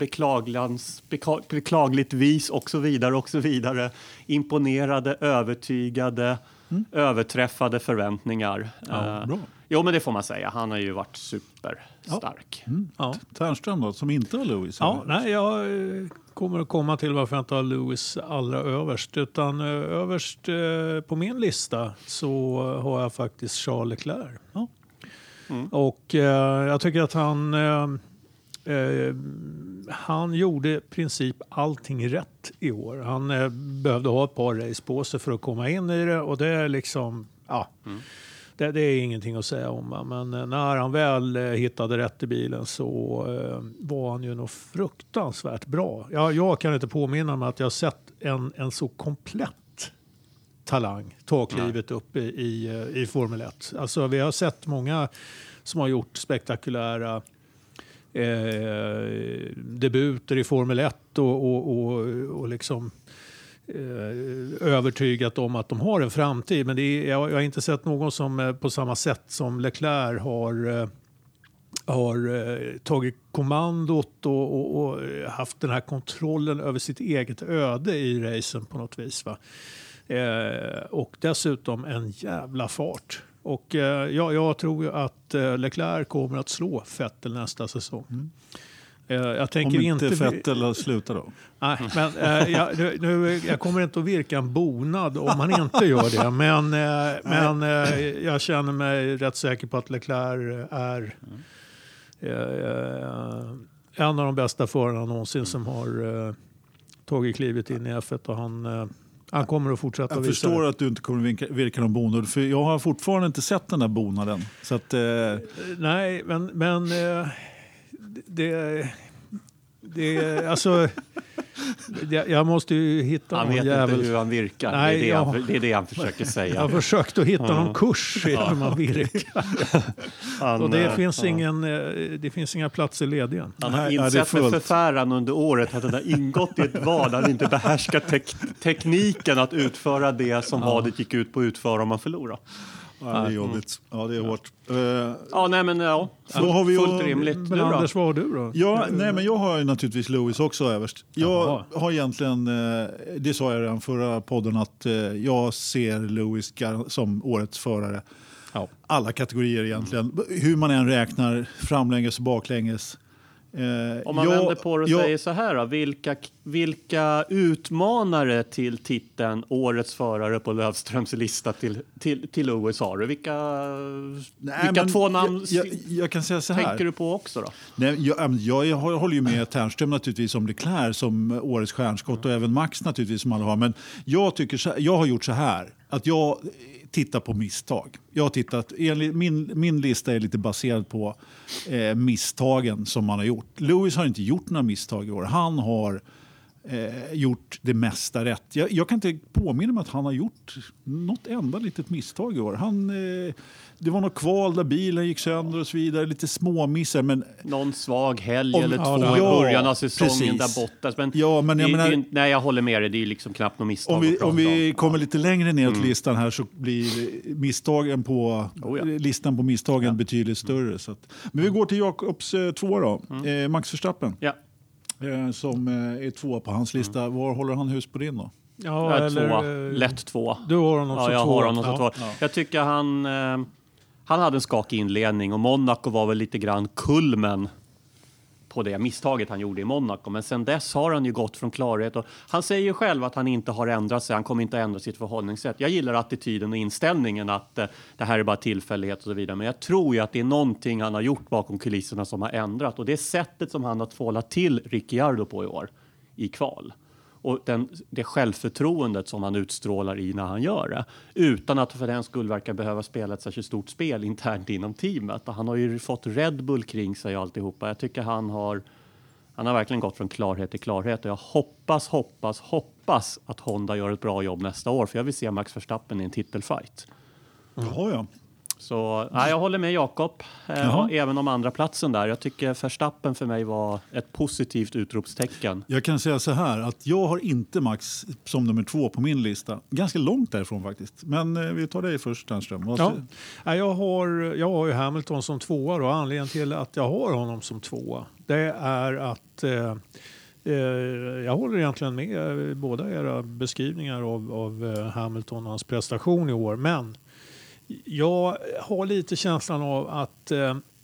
beklagligtvis och så vidare imponerade, övertygade, överträffade förväntningar. Ja, bra. Jo, men det får man säga. Han har ju varit superstark. Tärnström då, som inte har Lewis? Ja, nej, jag kommer att komma till varför jag inte har Lewis allra överst. Utan överst på min lista så har jag faktiskt Charles Leclerc. Ja. Och jag tycker att han gjorde i princip allting rätt i år. Han behövde ha ett par race på sig för att komma in i det, och det är liksom, det är ingenting att säga om. Men när han väl hittade rätt i bilen så var han ju nog fruktansvärt bra. Jag kan inte påminna mig att jag sett en så komplett talang ta klivet upp i Formel 1. Alltså, vi har sett många som har gjort spektakulära debuter i Formel 1 och liksom övertygat om att de har en framtid. Men jag har inte sett någon som på samma sätt som Leclerc har tagit kommandot och haft den här kontrollen över sitt eget öde i racen på något vis. Va? Och dessutom en jävla fart. Och jag tror ju att Leclerc kommer att slå Vettel nästa säsong. Jag tänker om inte Vettel slutar då? Nej, men jag kommer inte att virka en bonad om han inte gör det. Men jag känner mig rätt säker på att Leclerc en av de bästa förarna någonsin som har tagit klivet in i F1 och han kommer att fortsätta jag visa. Jag förstår att du inte kommer virka någon bonad, för jag har fortfarande inte sett den där bonaden. Så att, nej, men alltså jag måste ju hitta han någon vet jävel. inte hur han virkar. Nej, det är det han försöker säga. Jag har försökt att hitta någon kurs i hur man virkar. Och det finns inga platser lediga. Han har insett med förfäran under året att han har ingått i ett val. Han inte behärskar tekniken att utföra det som vadet gick ut på att utföra om man förlorar. Ja, det är jobbigt. Ja, det är hårt. Då har vi fullt rimligt. Men Anders, vad har du då? Ja, nej, men jag har ju naturligtvis Lewis också överst. Jag har egentligen, det sa jag redan förra podden, att jag ser Lewis som årets förare. Ja. Alla kategorier egentligen. Hur man än räknar, framlänges och baklänges. Om man vänder på det och säger så här då, vilka utmanare till titeln årets förare på Löfströms lista till Lewis har du? Vilka två namn jag kan säga så här. Tänker du på också då? Nej, jag håller ju med Ternström naturligtvis om Leclerc som årets stjärnskott och även Max naturligtvis som alla har. Men jag har gjort så här att jag tittar på misstag. Jag har tittat, min lista är lite baserad på misstagen som man har gjort. Lewis har inte gjort några misstag i år. Han har gjort det mesta rätt. Jag kan inte påminna mig att han har gjort något enda litet misstag i år. Det var något kval där bilen gick sönder och så vidare. Lite små missar. Men någon svag helg eller två i början av säsongen där borta. Men nej, jag håller med dig. Det är liksom knappt något misstag. Om vi kommer lite längre ner till listan här så blir misstagen på listan på misstagen betydligt större. Så att, men vi går till Jakobs 2 då. Max Verstappen. Ja. Som är 2 på hans lista. Var håller han hus på din då? Ja, lätt 2. Du har honom som 2. Jag har honom som 2. Ja. Jag tycker han hade en skakig inledning och Monaco var väl lite grann kulmen på det misstaget han gjorde i Monaco. Men sen dess har han ju gått från klarhet. Och han säger ju själv att han inte har ändrat sig. Han kommer inte att ändra sitt förhållningssätt. Jag gillar attityden och inställningen att det här är bara tillfällighet och så vidare. Men jag tror ju att det är någonting han har gjort bakom kulisserna som har ändrat. Och det är sättet som han har tvålat till Ricciardo på i år i kval. Och det självförtroendet som han utstrålar i när han gör det. Utan att för den skull verkar behöva spela ett särskilt stort spel internt inom teamet. Och han har ju fått Red Bull kring sig och alltihopa. Jag tycker han har verkligen gått från klarhet till klarhet. Och jag hoppas att Honda gör ett bra jobb nästa år. För jag vill se Max Verstappen i en titelfight. Jaha, ja. Så jag håller med Jakob, även om andra platsen där. Jag tycker Verstappen för mig var ett positivt utropstecken. Jag kan säga så här att jag har inte Max som nummer 2 på min lista. Ganska långt därifrån faktiskt. Men vi tar dig först, Ternström. Jag har ju Hamilton som 2 och anledningen till att jag har honom som 2 det är att jag håller egentligen med båda era beskrivningar av Hamilton och hans prestation i år. Men jag har lite känslan av att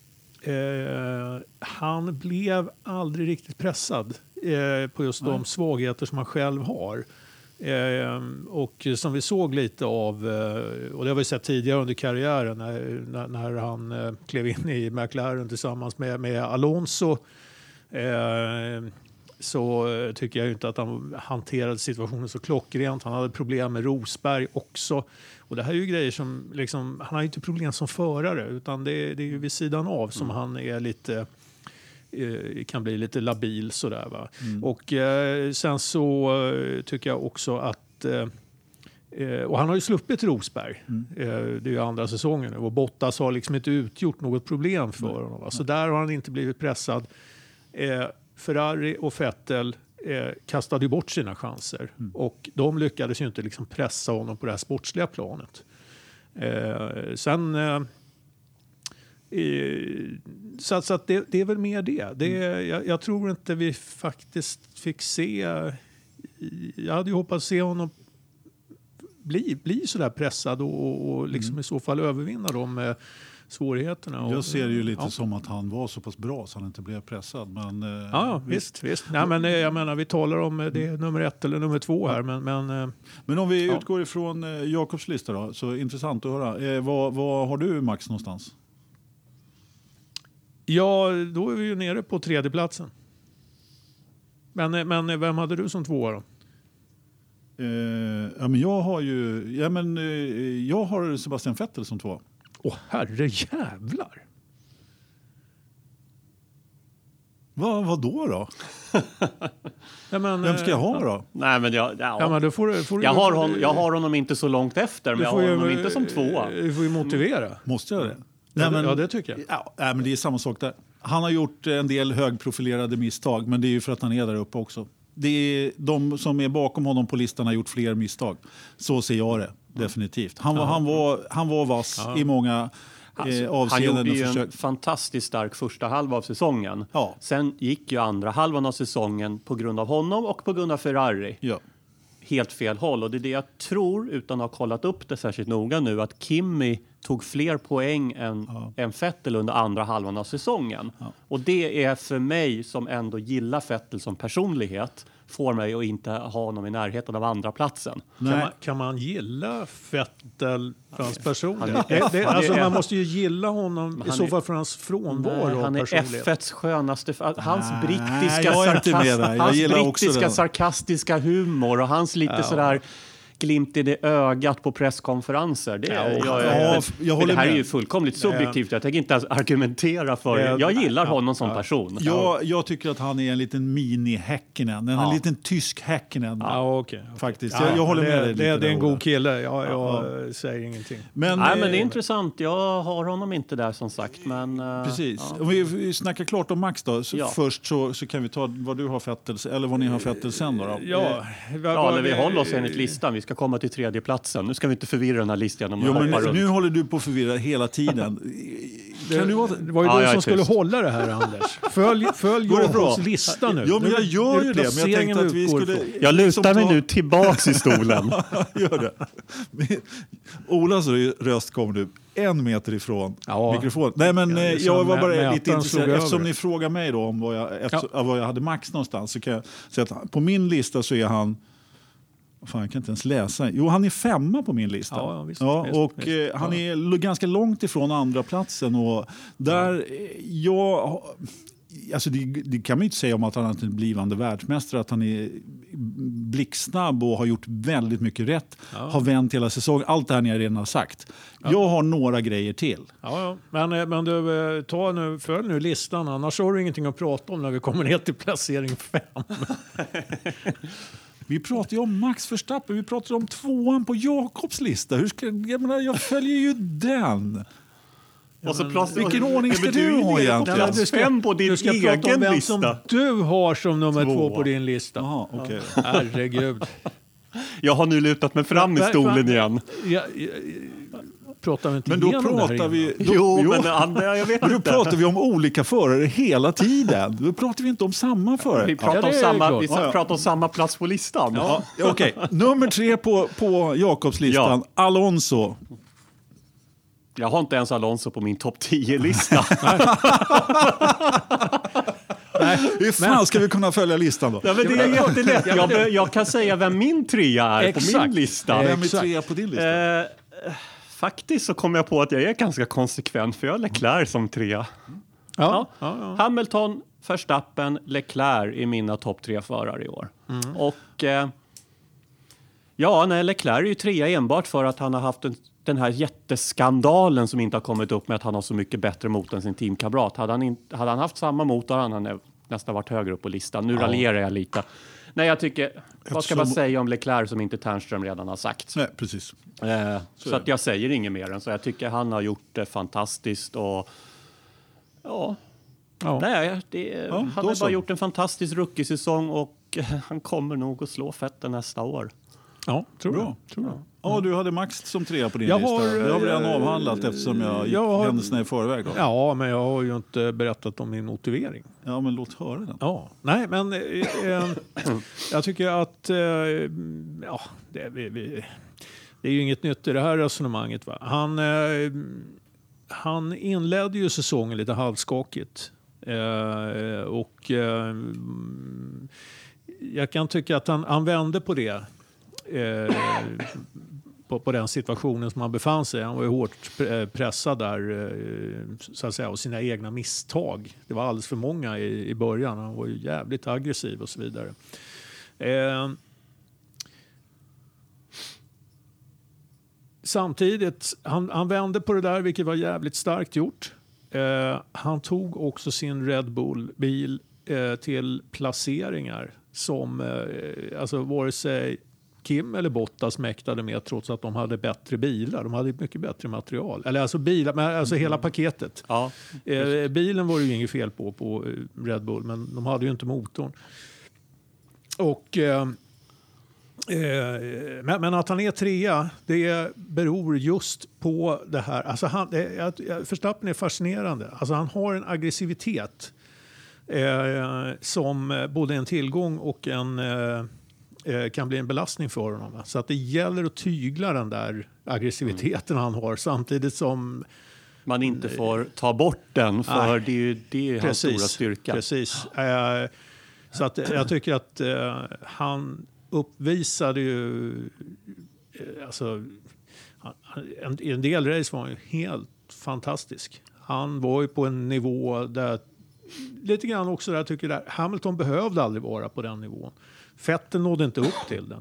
han blev aldrig riktigt pressad på just de svagheter som han själv har. Och som vi såg lite av, och det har vi sett tidigare under karriären när han klev in i McLaren tillsammans med Alonso, så tycker jag inte att han hanterade situationen så klockrent. Han hade problem med Rosberg också. Och det här är ju grejer som liksom, han har ju inte problem som förare utan det är ju vid sidan av som han är lite kan bli lite labil sådär va. Och sen så tycker jag också att och han har ju sluppit Rosberg. Det är ju andra säsongen och Bottas har liksom inte utgjort något problem för honom. Va? Så där har han inte blivit pressad. Ferrari och Vettel kastade ju bort sina chanser. Och de lyckades ju inte liksom pressa honom på det här sportsliga planet. Så att det är väl mer det. Jag tror inte vi faktiskt fick se... Jag hade ju hoppats se honom bli så där pressad och liksom i så fall övervinna de svårigheterna. Jag ser det ju lite som att han var så pass bra så han inte blev pressad. Men, visst. Nej, men jag menar, vi talar om det är nummer 1 eller nummer 2 här. Men om vi utgår ifrån Jakobs lista då, så intressant att höra. Vad har du Max någonstans? Ja, då är vi ju nere på 3:e platsen. Men vem hade du som tvåa då? Jag har Sebastian Vettel som tvåa. Herre jävlar! Vad då? Vem ska jag ha då? Nej, men men då får jag har honom inte så långt efter, men jag har honom inte som tvåa. Du får ju motivera. Måste jag det? Ja, det tycker jag. Men det är samma sak där. Han har gjort en del högprofilerade misstag, men det är ju för att han är där uppe också. Det är de som är bakom honom på listan har gjort fler misstag. Så ser jag det, definitivt. Han var vass i många avseenden. Han gjorde ju en fantastiskt stark första halva av säsongen. Ja. Sen gick ju andra halvan av säsongen på grund av honom och på grund av Ferrari. Ja. Helt fel håll. Och det är det jag tror, utan att ha kollat upp det särskilt noga nu, att Kimi tog fler poäng än Vettel under andra halvan av säsongen. Ja. Och det är för mig, som ändå gillar Vettel som personlighet, får mig att inte ha honom i närheten av andra platsen. Kan man gilla Vettel för hans personlighet? Man måste ju gilla honom i så fall för hans frånvaro. Han är F1s skönaste. Hans brittiska sarkastiska humor och hans lite sådär glimt i det ögat på presskonferenser. Det här är ju fullkomligt subjektivt. Jag tänker inte ens argumentera för det. Jag gillar honom som person. Jag tycker att han är en liten mini-Häkkinen. En liten tysk Häkkinen. Faktiskt. Jag håller med dig. Det är en god kille. Jag säger ingenting. Men det är intressant. Jag har honom inte där som sagt. Men, precis. Om vi snackar klart om Max då. Först så kan vi ta vad du har Vettel, eller vad ni har Vettel sen då. Vi håller oss enligt listan. Vi ska komma till tredje platsen. Nu ska vi inte förvirra den här listan. Nu håller du på att förvirra hela tiden. Det var ju du som skulle hålla det här, Anders. Följ Jakobs lista nu. Ja, men jag gör ju det. Men jag tänkte att vi skulle... Jag lutar mig nu tillbaks i stolen. Gör det. Olas röst kom nu 1 meter ifrån mikrofonen. Nej, men jag var bara lite intresserad. Eftersom ni frågar mig då om vad jag hade Max någonstans, så kan jag säga att på min lista så är han... Fan, jag kan inte ens läsa. Jo, han är 5 på min lista. Visst, han är ganska långt ifrån andra platsen. Och där det kan man ju inte säga om att han är en blivande världsmästare. Att han är blixtsnabb och har gjort väldigt mycket rätt. Har vänt hela säsongen. Allt det här ni har redan sagt. Jag har några grejer till. Men du, följ nu listan. Annars har du ingenting att prata om när vi kommer ner till placering 5. Vi pratar ju om Max Verstappen, vi pratar om 2:an på Jakobs lista. Jag följer ju den. Vilken ordning ska du ha egentligen? Du ska på din prata om vem lista. Som du har som nummer 2 på din lista. Aha, okay. Herregud. Jag har nu lutat mig fram i stolen igen. Pratar vi inte men då pratar vi... Jag vet inte. Då pratar vi om olika förare hela tiden. Då pratar vi inte om samma förare. Vi pratar om samma plats på listan. Okej. Nummer 3 på Jakobs listan. Alonso. Jag har inte ens Alonso på min topp 10-lista. Hur fan ska vi kunna följa listan då? Ja, men det är jättelätt. Jag kan säga vem min 3 är på min lista. Vem är 3 på din lista? Faktiskt så kommer jag på att jag är ganska konsekvent, för jag har Leclerc som 3. Hamilton, Verstappen, Leclerc är mina topp 3-förare i år. Och Leclerc är ju 3 enbart för att han har haft den här jätteskandalen som inte har kommit upp med att han har så mycket bättre motor än sin teamkamrat. Hade han haft samma motor hade han nästan varit högre upp på listan. Nu raljerar jag lite. Nej, jag tycker... Vad ska man säga om Leclerc som inte Ternström redan har sagt? Nej, precis. Så att jag säger inget mer än så. Jag tycker han har gjort det fantastiskt och... Han har bara gjort en fantastisk rookie-säsong och han kommer nog att slå Vettel nästa år. Ja, tror jag. Ja, du hade Max som 3 på din lista. Det har vi redan avhandlat eftersom jag gick händelserna i förväg. Då. Ja, men jag har ju inte berättat om min motivering. Ja, men låt höra den. Ja, nej, men jag tycker att det är ju inget nytt i det här resonemanget. Va? Han inledde ju säsongen lite halvskakigt. Och jag kan tycka att han vände på det på den situationen som han befann sig. Han var ju hårt pressad där så att säga, av sina egna misstag. Det var alldeles för många i början. Han var ju jävligt aggressiv och så vidare. Samtidigt, han vände på det där, vilket var jävligt starkt gjort. Han tog också sin Red Bull-bil till placeringar som alltså vare sig Kim eller Bottas mäktade med, trots att de hade bättre bilar. De hade mycket bättre material. Eller alltså bilar, men alltså hela paketet. Ja. Bilen var det ju inget fel på Red Bull, men de hade ju inte motorn. Och men att han är trea, det beror just på det här. Alltså Verstappen är fascinerande. Alltså han har en aggressivitet som både en tillgång och kan bli en belastning för honom. Så att det gäller att tygla den där aggressiviteten han har, samtidigt som man inte får ta bort den, för det är hans stora styrka. Precis. Så att jag tycker att han uppvisade ju alltså, i en del race var han ju helt fantastisk. Han var ju på en nivå där lite grann också där jag tycker där Hamilton behövde aldrig vara på den nivån. Vettel nådde inte upp till den.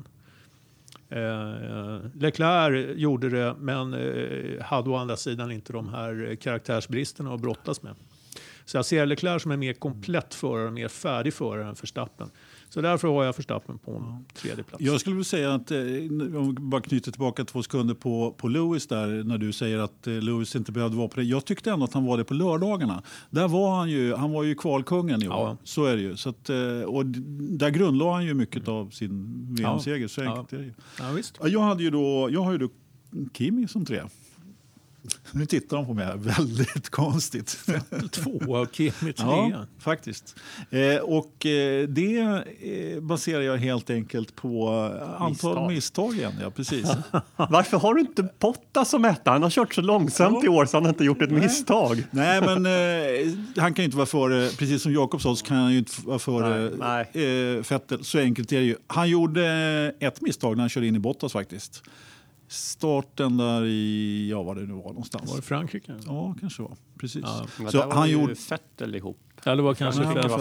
Leclerc gjorde det, men hade å andra sidan inte de här karaktärsbristerna att brottas med. Så jag ser Leclerc som en mer komplett förare, mer färdig förare än Verstappen. Så därför har jag Verstappen på en tredje plats. Jag skulle vilja säga att, om vi bara knyter tillbaka 2 sekunder på Lewis där, när du säger att Lewis inte behövde vara på det. Jag tyckte ändå att han var det på lördagarna. Där var han var ju kvalkungen i år. Ja. Så är det ju. Så att, och där grundlade han ju mycket av sin VM-seger. Så enkelt är det ju. Ja, visst. Jag har ju då Kimi som 3. Nu tittar de på mig väldigt konstigt. 2 och Kimi 3. Ja, faktiskt. Och det baserar jag helt enkelt på antal misstag igen. Ja, precis. Varför har du inte Bottas som etta? Han har kört så långsamt i år så han har inte gjort ett misstag. Nej, men han kan ju inte vara före, precis som Jakob sa, så kan han ju inte vara före Vettel. Så enkelt är det ju. Han gjorde ett misstag när han körde in i Bottas faktiskt. Starten där i, vad det nu var någonstans. Var det Frankrike? Ja, kanske var. Precis. Ja, så han gjorde Vettel ihop. Ja, det var kanske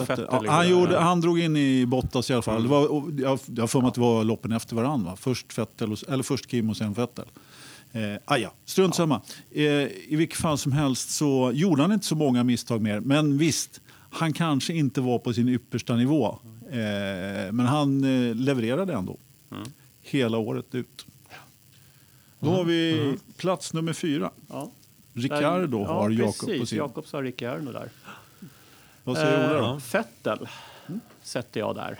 han drog in i Bottas i alla fall. Det var, jag har för mig att det var loppen efter varandra. Först Kim och sen Vettel. Strunt samma. I vilket fall som helst så gjorde han inte så många misstag mer. Men visst, han kanske inte var på sin yppersta nivå. Men han levererade ändå. Hela året ut. Då har vi plats nummer 4. Ja. Ricardo har Jakob på sin. Jakob har Ricardo där. Vad säger Ola då? Vettel sätter jag där.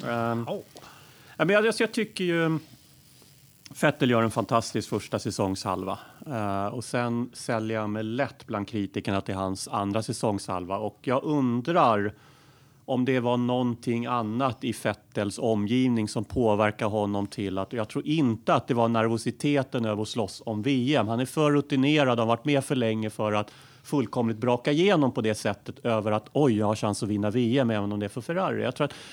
Men jag tycker ju Vettel gör en fantastisk första säsongshalva. Och sen säljer jag mig lätt bland kritikerna till hans andra säsongshalva. Och jag undrar om det var någonting annat i Vettels omgivning som påverkar honom till att... Jag tror inte att det var nervositeten över att slåss om VM. Han är för rutinerad och har varit med för länge för att fullkomligt braka igenom på det sättet över att jag har chans att vinna VM även om det är för Ferrari. Jag tror att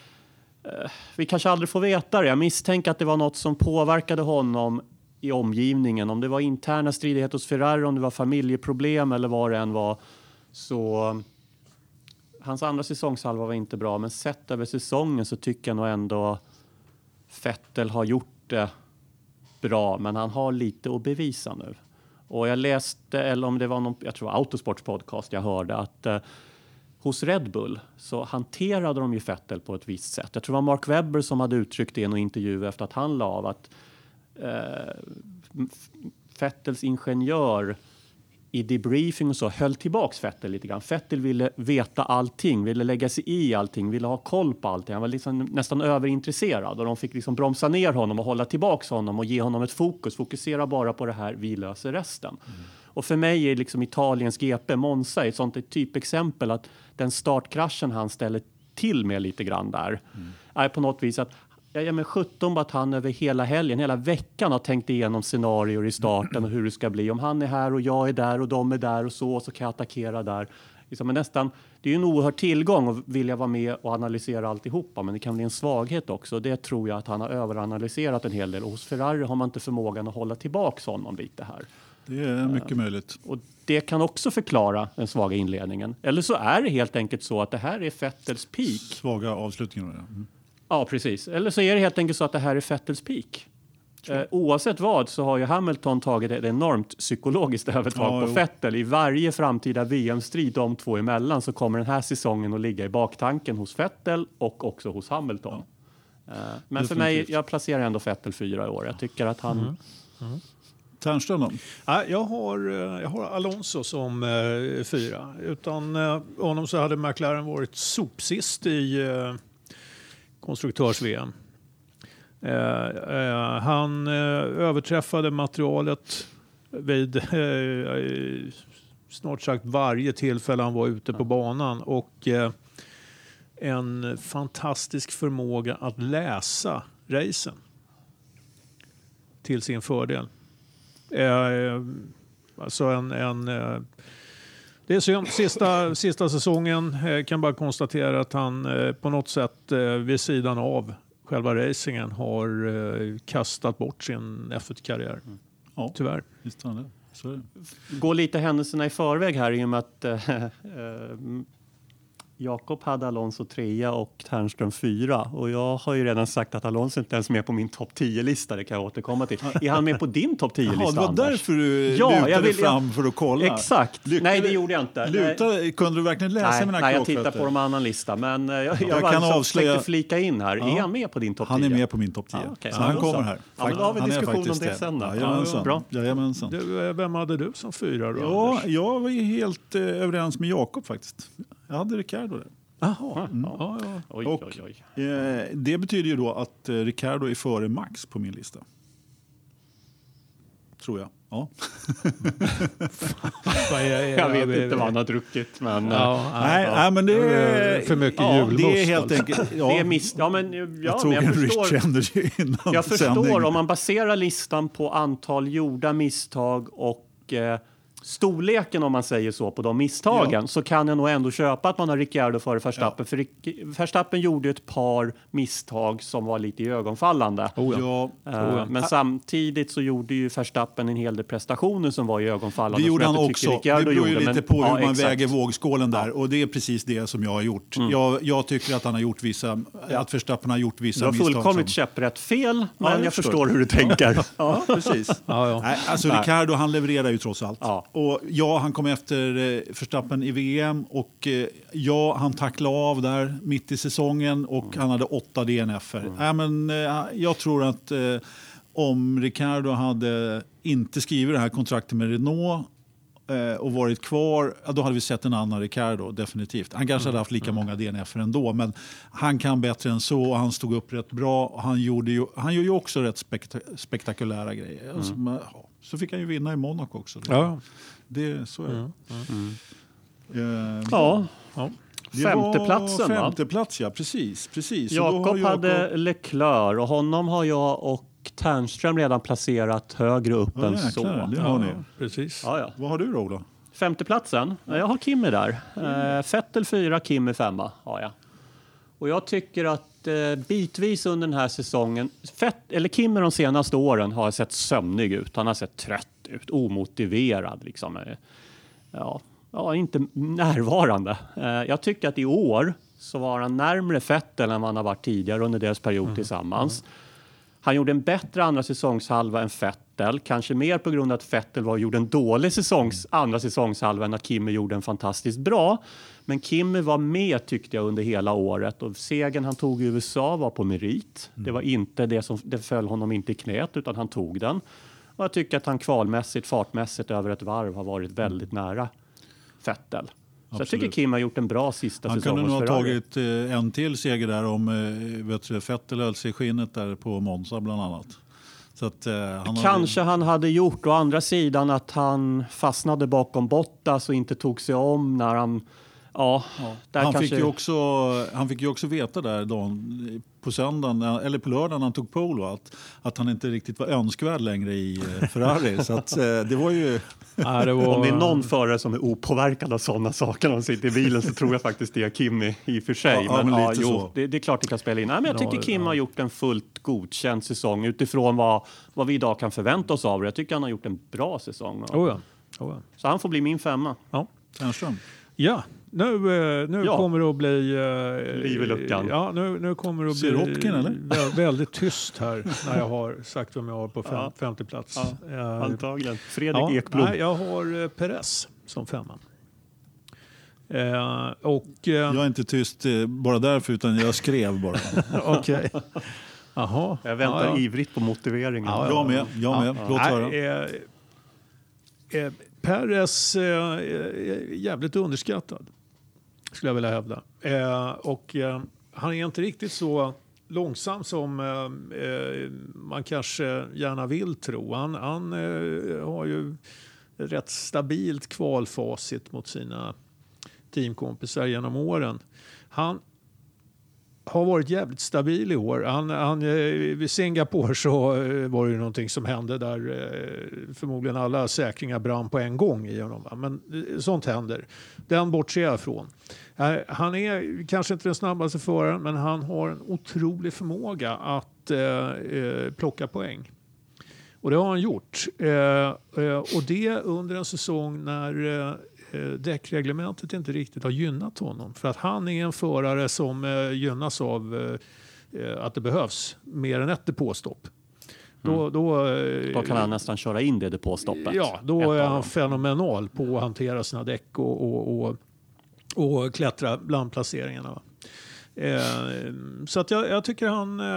vi kanske aldrig får veta det. Jag misstänker att det var något som påverkade honom i omgivningen. Om det var interna stridigheter hos Ferrari, om det var familjeproblem eller vad det än var, så... Hans andra säsongshalva var inte bra, men sett över säsongen så tycker jag nog ändå Vettel har gjort det bra, men han har lite att bevisa nu. Och jag läste, eller om det var jag tror Autosports podcast jag hörde, att hos Red Bull så hanterade de ju Vettel på ett visst sätt. Jag tror det var Mark Webber som hade uttryckt det i en intervju efter att han la av att Vettels ingenjör i debriefing och så höll tillbaks Vettel lite grann. Vettel ville veta allting, ville lägga sig i allting, ville ha koll på allting. Han var liksom nästan överintresserad och de fick liksom bromsa ner honom och hålla tillbaks honom och ge honom ett fokus. Fokusera bara på det här, vi löser resten. Och för mig är liksom Italiens GP, Monza, ett sånt ett typexempel att den startkraschen han ställer till med lite grann där är på något vis att Jag ger mig 17 på att han över hela helgen, hela veckan har tänkt igenom scenarier i starten och hur det ska bli. Om han är här och jag är där och de är där och så kan jag attackera där. Liksom, men nästan, det är ju en oerhörd tillgång att vilja vara med och analysera alltihopa, men det kan bli en svaghet också. Det tror jag att han har överanalyserat en hel del. Och hos Ferrari har man inte förmågan att hålla tillbaka honom lite här. Det är mycket möjligt. Och det kan också förklara den svaga inledningen. Eller så är det helt enkelt så att det här är Vettels peak. Svaga avslutningar. Mm. Ja, precis. Eller så är det helt enkelt så att det här är Vettels peak. Oavsett vad så har ju Hamilton tagit ett enormt psykologiskt övertag på Vettel. I varje framtida VM-strid de två emellan så kommer den här säsongen att ligga i baktanken hos Vettel och också hos Hamilton. Men för mig, jag placerar ändå Vettel 4 i år. Jag tycker att han... Ternström då? Ja, jag har Alonso som 4. Utan honom så hade McLaren varit sopsist i konstruktörs-VM. Han överträffade materialet vid snart sagt varje tillfälle han var ute på banan och en fantastisk förmåga att läsa racen till sin fördel. Alltså det är synd. Sista säsongen kan bara konstatera att han på något sätt vid sidan av själva racingen har kastat bort sin F1-karriär. Ja, tyvärr. Visst, så är det. Gå lite händelserna i förväg här i och med att Jakob hade Alonso 3 och Ternström 4. Och jag har ju redan sagt att Alonso inte ens är med på min topp 10-lista. Det kan jag återkomma till. Är han med på din topp 10-lista, Jaha, det var Anders? därför du lutade fram för att kolla. Exakt. Nej, det gjorde jag inte. Kunde du verkligen läsa mina Nej, jag tittar på de annan lista. Men jag kan avslöja... flika in här. Ja. Är han med på din topp 10? Han är med på min topp 10. Okay. Så han kommer här. Ja, men då har vi diskussion om det sen då. Bra. Jajamensan. Vem hade du som 4 då? Ja, jag var ju helt överens med Jakob faktiskt. Jag hade Ricardo där. Jaha. Oj. Det betyder ju då att Ricardo är före Max på min lista. Tror jag. Ja. Jag vet inte vad han har druckit. Men, nej, men det är för mycket julmust. Det är helt enkelt... Ja, det är jag tog en Rich Energy innan jag förstår, sändning. om man baserar listan på antal gjorda misstag och storleken, om man säger så, på de misstagen, så kan jag nog ändå köpa att man har Ricciardo före Verstappen. För Verstappen gjorde ett par misstag som var lite ögonfallande. Men samtidigt så gjorde ju Verstappen en hel del prestationer som var ögonfallande. Det gjorde han också. Det beror ju lite på hur man väger vågskålen där. Och det är precis det som jag har gjort. Jag tycker att han har gjort att Verstappen har gjort vissa misstag. Du har fullkomligt käpprätt fel, men jag förstår hur du tänker. Ja, precis. Nej, alltså Ricardo, han levererar ju trots allt. Och han kom efter Verstappen i VM och han tacklade av där mitt i säsongen och han hade 8 DNF-er. Men jag tror att om Ricardo hade inte skrivit det här kontraktet med Renault och varit kvar, då hade vi sett en annan Ricardo, definitivt. Han kanske hade haft lika många DNF ändå, men han kan bättre än så och han stod upp rätt bra. Han gjorde ju också rätt spektakulära grejer. Så fick han ju vinna i Monaco också. Så är det. Femteplatsen, femteplats, ja, precis. Jakob hade Leclerc och honom har jag och Ternström redan placerat högre upp än så. Det har ni. Precis. Ja. Vad har du då, Ola? Femteplatsen? Jag har Kimi där. Vettel 4, Kimi 5 har jag. Och jag tycker att bitvis under den här säsongen, Kimi de senaste åren har sett sömnig ut. Han har sett trött ut, omotiverad liksom. Inte närvarande. Jag tycker att i år så var han närmare Vettel än vad han har varit tidigare under deras period tillsammans. Han gjorde en bättre andra säsongshalva än Vettel. Kanske mer på grund av att Vettel gjorde en dålig andra säsongshalva än att Kimi gjorde en fantastiskt bra. Men Kimi var med, tyckte jag, under hela året. Och segern han tog i USA var på merit. Det var inte det föll honom inte i knät, utan han tog den. Och jag tycker att han fartmässigt över ett varv har varit väldigt nära Vettel. Så jag tycker Kim har gjort en bra sista säsong. Han kunde nog ha tagit en till seger där om Vettel höll sig i skinnet där på Monza bland annat. Så att, han hade gjort. Å andra sidan att han fastnade bakom Bottas och inte tog sig om när han Ja, där Han kanske... fick ju också veta där dagen, på söndagen, eller på lördagen han tog polo, att han inte riktigt var önskvärd längre i Ferrari. Så att, det var ju... Om det är någon förare som är opåverkad av sådana saker när de sitter i bilen, så tror jag faktiskt det är Kimi i och för sig. Ja, men lite så. Det är klart det kan spela in. Nej, men jag tycker Kim har gjort en fullt godkänd säsong utifrån vad vi idag kan förvänta oss av det. Jag tycker han har gjort en bra säsong. Så han får bli min 5. Ja. Ternström. Ja, nu kommer det att bli... liv i luckan. Ja, nu kommer det att bli Sirotkin, eller? Väldigt tyst här när jag har sagt vem jag har på femte plats. Antagligen. Fredrik Ekblom. Nej, jag har Perez som 5. Jag är inte tyst bara därför, utan jag skrev bara. Okej. Jaha. Jag väntar ivrigt på motiveringen. Jag med. Låt höra. Perez är jävligt underskattad, skulle jag vilja hävda. Han är inte riktigt så långsam som man kanske gärna vill tro. Han har ju rätt stabilt kvalfacit mot sina teamkompisar genom åren. Han har varit jävligt stabil i år. Vid Singapore så var det ju någonting som hände där förmodligen alla säkringar brann på en gång i honom. Men sånt händer. Den bortser jag ifrån. Han är kanske inte den snabbaste föraren, men han har en otrolig förmåga att plocka poäng. Och det har han gjort. Och det under en säsong när däckreglementet inte riktigt har gynnat honom. För att han är en förare som gynnas av att det behövs mer än ett depåstopp. Då kan han nästan köra in det depåstoppet. Ja, då är han fenomenal på att hantera sina däck och klättra bland placeringarna. Så att jag tycker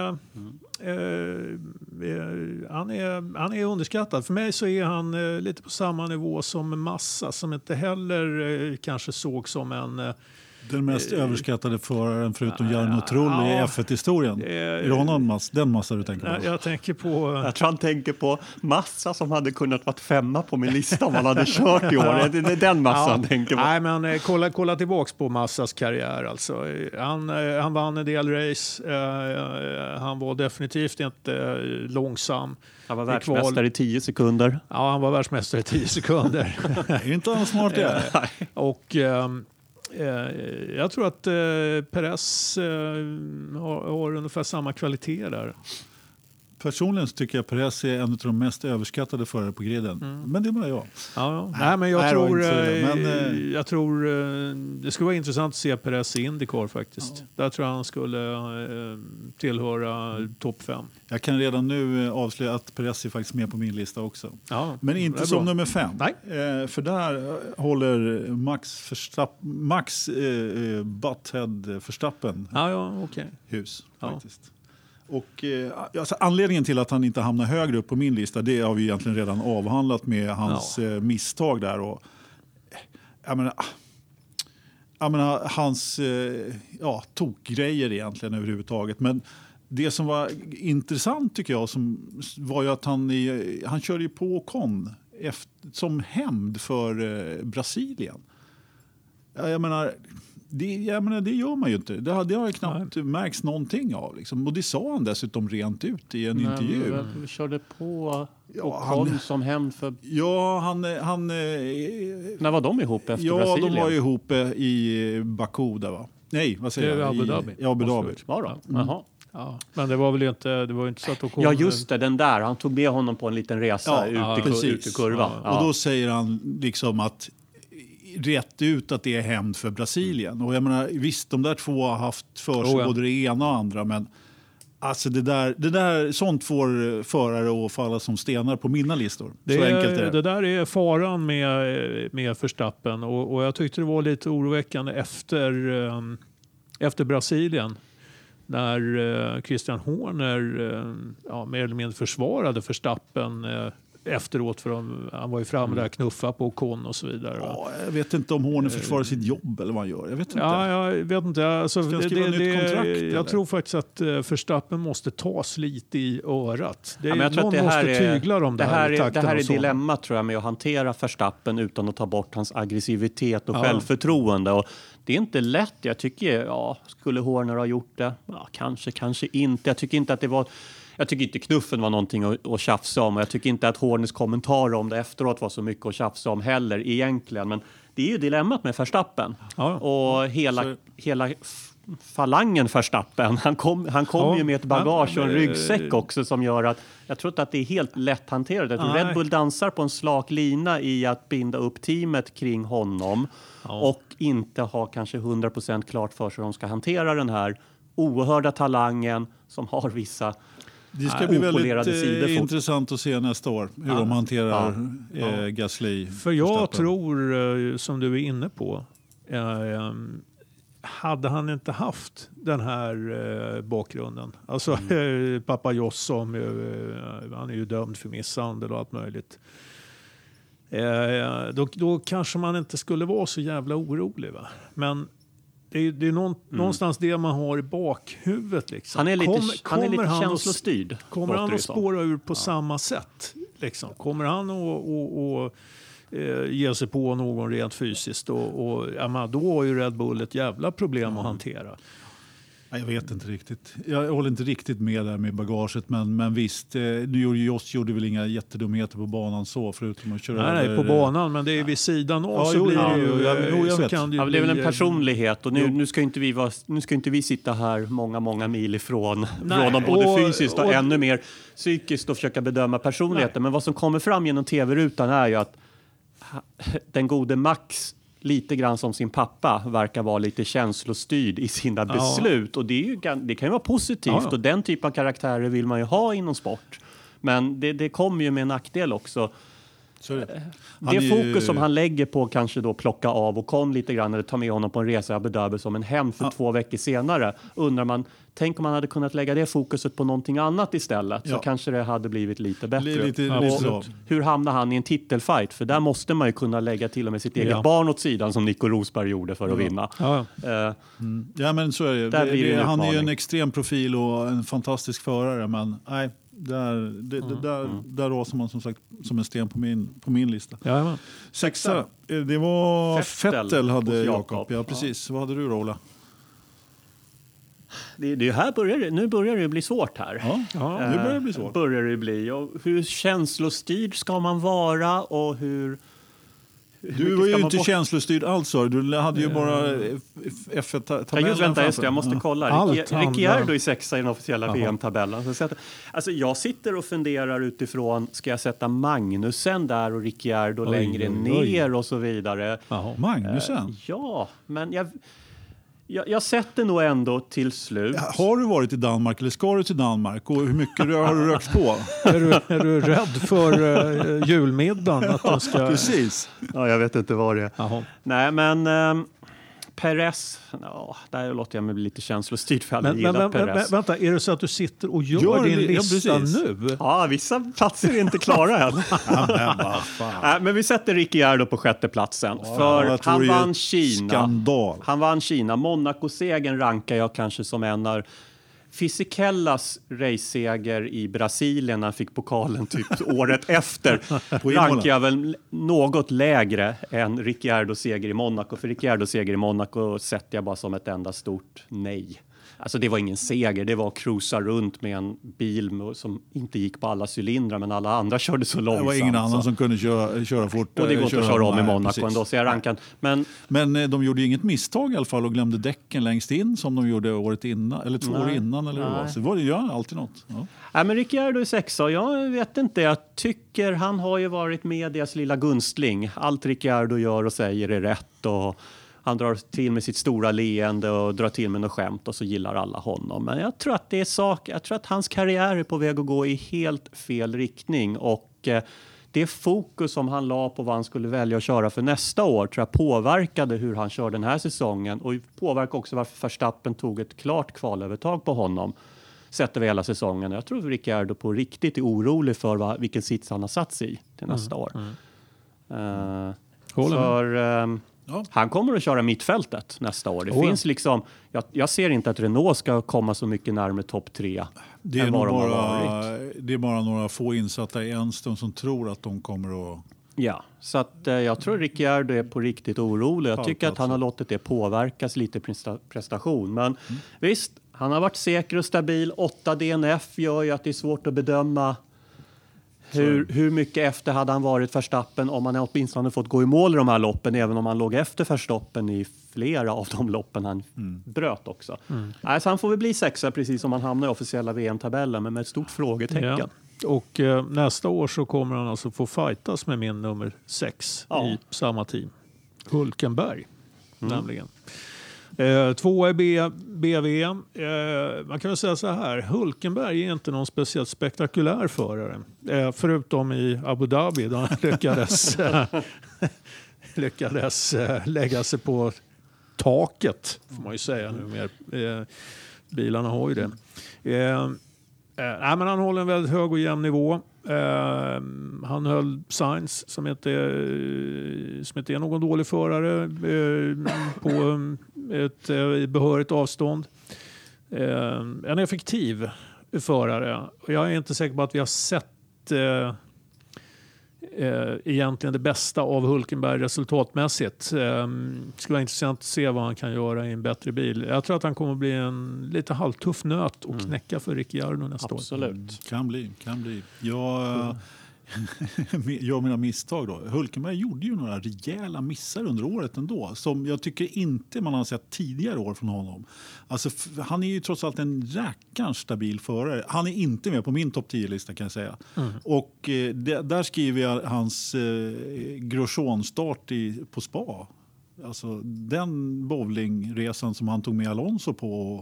han är underskattad. För mig så är han lite på samma nivå som Massa, som inte heller kanske såg som en... Den mest överskattade föraren förutom Jarno Trulli i F1-historien. Är det honom, den Massa du tänker på? Jag tänker på... Jag tror han tänker på Massa som hade kunnat vara 5 på min lista om han hade kört i år. Det är den Massa han tänker på. Nej, men kolla tillbaks på Massas karriär. Alltså. Han vann en del race. Han var definitivt inte långsam. Han var världsmästare i 10 sekunder. Ja, han var världsmästare i 10 sekunder. Är inte han smart det? Och... jag tror att Perez har ungefär samma kvalitet där. Personligen så tycker jag Perez är en av de mest överskattade förare på griden. Men det är bara jag. Nej, men jag tror det skulle vara intressant att se Perez i IndyCar faktiskt. Där tror jag han skulle tillhöra topp 5. Jag kan redan nu avslöja att Perez är faktiskt med på min lista också. Men inte som nummer 5. Nej. För där håller Max Butthead Verstappen hus faktiskt. Och alltså, anledningen till att han inte hamnar högre upp på min lista, det har vi egentligen redan avhandlat med hans misstag där. Och, jag menar, hans tokgrejer egentligen överhuvudtaget. Men det som var intressant tycker jag var ju att han körde ju på Ocon som hämnd för Brasilien. Jag menar, det gör man ju inte. Det har ju knappt märks någonting av. Liksom. Och det sa han dessutom rent ut i en intervju. Vi körde på Ocon som hämnd för... Ja, han... När var de ihop efter Brasilien? Ja, de var ju ihop i Baku där, va? Nej, vad säger jag? Abu Dhabi. I Abu Dhabi. Var då? Jaha. Ja, men det var väl inte så att Ocon... Ja, just det, den där. Han tog med honom på en liten resa ut i kurvan. Ja. Och då säger han liksom att rätt ut att det är hämnd för Brasilien. Och jag menar, visst, de där två har haft för sig både det ena och andra, men alltså det där sånt får förare att falla som stenar på mina listor. Så enkelt är det. Det där är faran med Verstappen, och jag tyckte det var lite oroväckande efter Brasilien när Christian Horner mer eller mindre försvarade Verstappen efteråt för han var ju framme där, knuffa på Ocon och så vidare. Ja, jag vet inte om Horner försvarar sitt jobb eller vad han gör. Jag vet inte. Ja, jag vet inte. Alltså, Ska han skriva nytt kontrakt? Jag tror faktiskt att Verstappen måste tas lite i örat. Ja, jag tror någon att det här måste tygla dem där. Det här är dilemmat tror jag med att hantera Verstappen utan att ta bort hans aggressivitet och självförtroende. Och det är inte lätt. Jag tycker, skulle Horner ha gjort det? Ja, kanske inte. Jag tycker inte knuffen var någonting att tjafsa om. Och jag tycker inte att Horners kommentarer om det efteråt var så mycket att tjafsa om heller egentligen. Men det är ju dilemmat med Verstappen. Ja. Och hela falangen Verstappen. Han kom ju med ett bagage och en ryggsäck också som gör att jag tror inte att det är helt lätt hanterat. Jag tror Red Bull dansar på en slak lina i att binda upp teamet kring honom och inte ha kanske 100% klart för sig hur de ska hantera den här oerhörda talangen som har vissa det ska bli väldigt intressant att se nästa år hur de hanterar Gasly. För jag tror, som du är inne på, hade han inte haft den här bakgrunden. Alltså pappa Joss som han är ju dömd för misshandel och allt möjligt. Då kanske man inte skulle vara så jävla orolig. Va? Men det är någonstans det man har i bakhuvudet. Liksom. Han är lite känslostyrd. Kommer han att spåra ur på samma sätt? Liksom? Kommer han att ge sig på någon rent fysiskt? Då har ju Red Bull ett jävla problem att hantera. Jag vet inte riktigt. Jag håller inte riktigt med där med bagaget. Men visst, Joss gjorde väl inga jättedumheter på banan så förutom att köra Nej, på banan, men det är vid sidan av så blir det ju... Det är väl en personlighet och nu ska inte vi sitta här många mil ifrån dem både fysiskt och ännu mer psykiskt och försöka bedöma personligheten. Men vad som kommer fram genom tv-rutan är ju att den gode Max lite grann som sin pappa verkar vara lite känslostyrd i sina beslut. Och det kan ju vara positivt och den typen av karaktärer vill man ju ha inom sport. Men det kommer ju med en nackdel också. Det fokus som han lägger på kanske då plocka av Ocon lite grann eller ta med honom på en resa jag bedömer som en hem för 2 veckor senare. Undrar man, tänk om man hade kunnat lägga det fokuset på någonting annat istället så kanske det hade blivit lite bättre. Hur hamnar han i en titelfight? För där måste man ju kunna lägga till och med sitt eget barn åt sidan som Nico Rosberg gjorde för att vinna. Ja men så är det. Han är ju en extrem profil och en fantastisk förare men nej. Där rasar man som sagt som en sten på min lista. Ja, 6, det var Vettel hade Jakob. Ja, precis. Vad hade du, Ola? Nu börjar det bli svårt här. Nu börjar det bli svårt. Och hur känslostyrd ska man vara och hur... Du var ju inte känslostyrd alls. Du hade ju bara F1-tabellen. Jag måste kolla. Ricciardo i 6 i den officiella VM-tabellen. Alltså jag sitter och funderar utifrån, ska jag sätta Magnussen där och Ricciardo längre ner och så vidare. Magnussen? Ja, men jag sätter nog ändå till slut. Har du varit i Danmark eller ska du till Danmark? Och hur mycket har du rökt på? Är du rädd för julmiddagen? Att de ska... Precis. Ja, jag vet inte vad det är. Nej, men Perez, där låter jag mig bli lite känslostyrd för jag gillar Perez. Vänta, är det så att du sitter och gör din lista nu? Ja, vissa platser är inte klara än. Men vi sätter Ricciardo på 6:e platsen. För han vann Kina. Skandal. Han vann Kina. Monaco-segern rankar jag kanske som en av Fisichelas raceseger i Brasilien när han fick pokalen typ året efter rankar jag väl något lägre än Ricciardos seger i Monaco. För Ricciardos seger i Monaco sätter jag bara som ett enda stort nej. Alltså det var ingen seger, det var att cruisa runt med en bil som inte gick på alla cylindrar men alla andra körde så långsamt. Det var ingen annan som kunde köra fort. Och det går inte att köra om i Monaco ändå, så jag rankar. Men de gjorde inget misstag i alla fall och glömde däcken längst in som de gjorde året innan, eller 2 år innan. Eller vad det var. Så det gör alltid något. Ja. Nej, men Ricciardo är 6, jag vet inte, jag tycker han har ju varit medias lilla gunstling. Allt Ricciardo gör och säger är rätt och han drar till med sitt stora leende och drar till med något skämt och så gillar alla honom. Men jag tror att jag tror att hans karriär är på väg att gå i helt fel riktning och det fokus som han la på vad han skulle välja att köra för nästa år tror jag påverkade hur han kör den här säsongen och påverkade också varför Verstappen tog ett klart kvalövertag på honom. sett över hela säsongen. Jag tror Ricciardo på riktigt är orolig för vilken sits han har satt sig i till nästa år. Han kommer att köra mittfältet nästa år. Det finns liksom, jag ser inte att Renault ska komma så mycket närmare topp 3 det än vad de har varit. Det är bara några få insatta i en stund som tror att de kommer att... Ja, så att jag tror Ricciardo är på riktigt orolig. Jag tycker att han har låtit det påverkas lite prestation. Men visst, han har varit säker och stabil. 8 DNF gör ju att det är svårt att bedöma hur mycket efter hade han varit Verstappen om han åtminstone fått gå i mål i de här loppen, även om han låg efter Verstappen i flera av de loppen han bröt också. Så han får väl bli 6:a precis som han hamnar i officiella VM-tabellen, men med ett stort frågetecken. Ja. Och nästa år så kommer han alltså få fightas med min nummer 6 i samma team. Hulkenberg, nämligen. 2 i BVM. Man kan väl säga så här. Hulkenberg är inte någon speciellt spektakulär förare. Förutom i Abu Dhabi då han lyckades lägga sig på taket, får man ju säga nu mer. Bilarna har ju det. Men han håller en väldigt hög och jämn nivå. Han höll Sainz som inte är någon dålig förare på ett behörigt avstånd. En effektiv förare. Jag är inte säker på att vi har sett egentligen det bästa av Hulkenberg resultatmässigt. Skulle vara intressant att se vad han kan göra i en bättre bil. Jag tror att han kommer att bli en lite halvtuff nöt och knäcka för Ricciardo nästa år. Absolut. Kan bli. Jag mina misstag då. Hulkenberg gjorde ju några rejäla missar under året ändå, som jag tycker inte man har sett tidigare år från honom. Alltså, han är ju trots allt en räckarns stabil förare. Han är inte med på min topp 10-lista kan jag säga. Och där skriver jag hans Grosjean-start på Spa. Alltså den bowlingresan som han tog med Alonso på.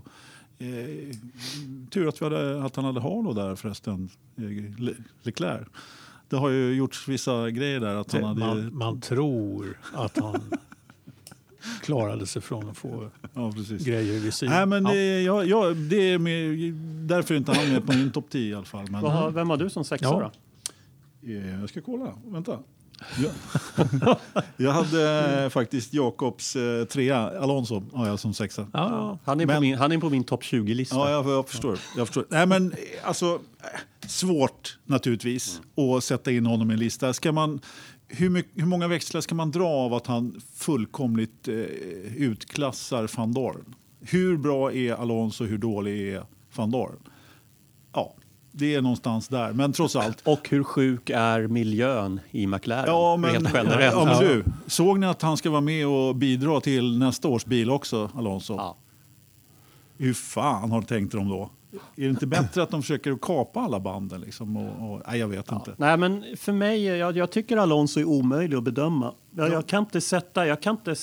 Tur att han hade Halo där förresten, Leclerc. Det har ju gjorts vissa grejer där. Att man tror att han klarade sig från att få grejer vid sidan. Nej, men det är därför är inte han med på min topp 10 i alla fall. Men, vem har du som 6 då? Jag ska kolla. Vänta. Jag hade faktiskt Jakobs 3 Alonso som 6. Han är på min topp 20-lista. Ja, jag förstår. Nej, men alltså svårt naturligtvis att sätta in honom i en lista. Hur många växlar ska man dra av att han fullkomligt utklassar Van Dorn? Hur bra är Alonso, hur dålig är Van Dorn? Ja, det är någonstans där, men trots allt. Och hur sjuk är miljön i McLaren? Ja, men, helt generellt. Ja, men du, såg ni att han ska vara med och bidra till nästa års bil också, Alonso? Ja. Hur fan har du tänkt dem då? Är det inte bättre att de försöker kapa alla banden? Liksom, nej, jag vet inte. Nej, men för mig, jag tycker Alonso är omöjlig att bedöma. Jag kan inte sätta...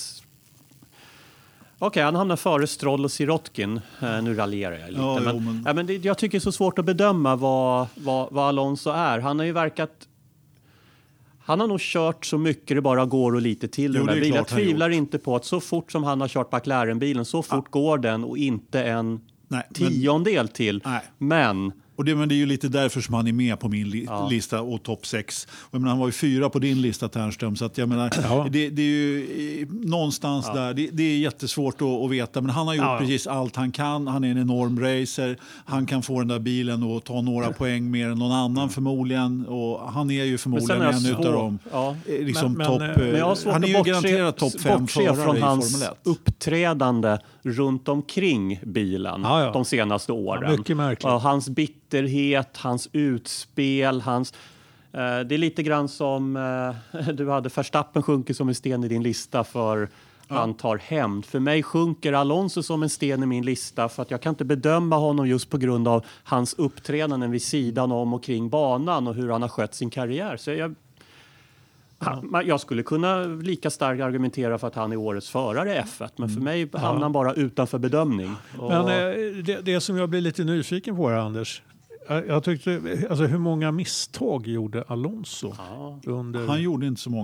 Okej, han hamnar före Stroll och Sirotkin. Nu raljerar jag lite. Men jag tycker det är så svårt att bedöma vad Alonso är. Han har ju verkat... Han har nog kört så mycket det bara går och lite till. Jag tvivlar inte på att så fort som han har kört McLaren-bilen, så fort går den och inte en tiondel till. Nej. Men Och det är ju lite därför som han är med på min lista och topp 6. Och jag menar, han var ju 4 på din lista, Ternström. Så att jag menar, det är ju någonstans där. Det är jättesvårt att veta. Men han har gjort precis allt han kan. Han är en enorm racer. Han kan få den där bilen och ta några poäng mer än någon annan förmodligen. Och han är ju förmodligen en utav dem. Liksom han är ju garanterat topp 5 förare från i hans Formel 1. Uppträdande runt omkring bilen de senaste åren. Mycket märkligt. Hans bitterhet, hans utspel, det är lite grann som du hade Verstappen sjunker som en sten i din lista för han tar hämnd. För mig sjunker Alonso som en sten i min lista för att jag kan inte bedöma honom just på grund av hans uppträdanden vid sidan om och kring banan och hur han har skött sin karriär. Så jag skulle kunna lika starkt argumentera för att han är årets förare i F1, men för mig hamnar han bara utanför bedömning. Men det som jag blir lite nyfiken på här, Anders, jag tyckte, alltså, hur många misstag gjorde Alonso? Han gjorde inte så många, nej.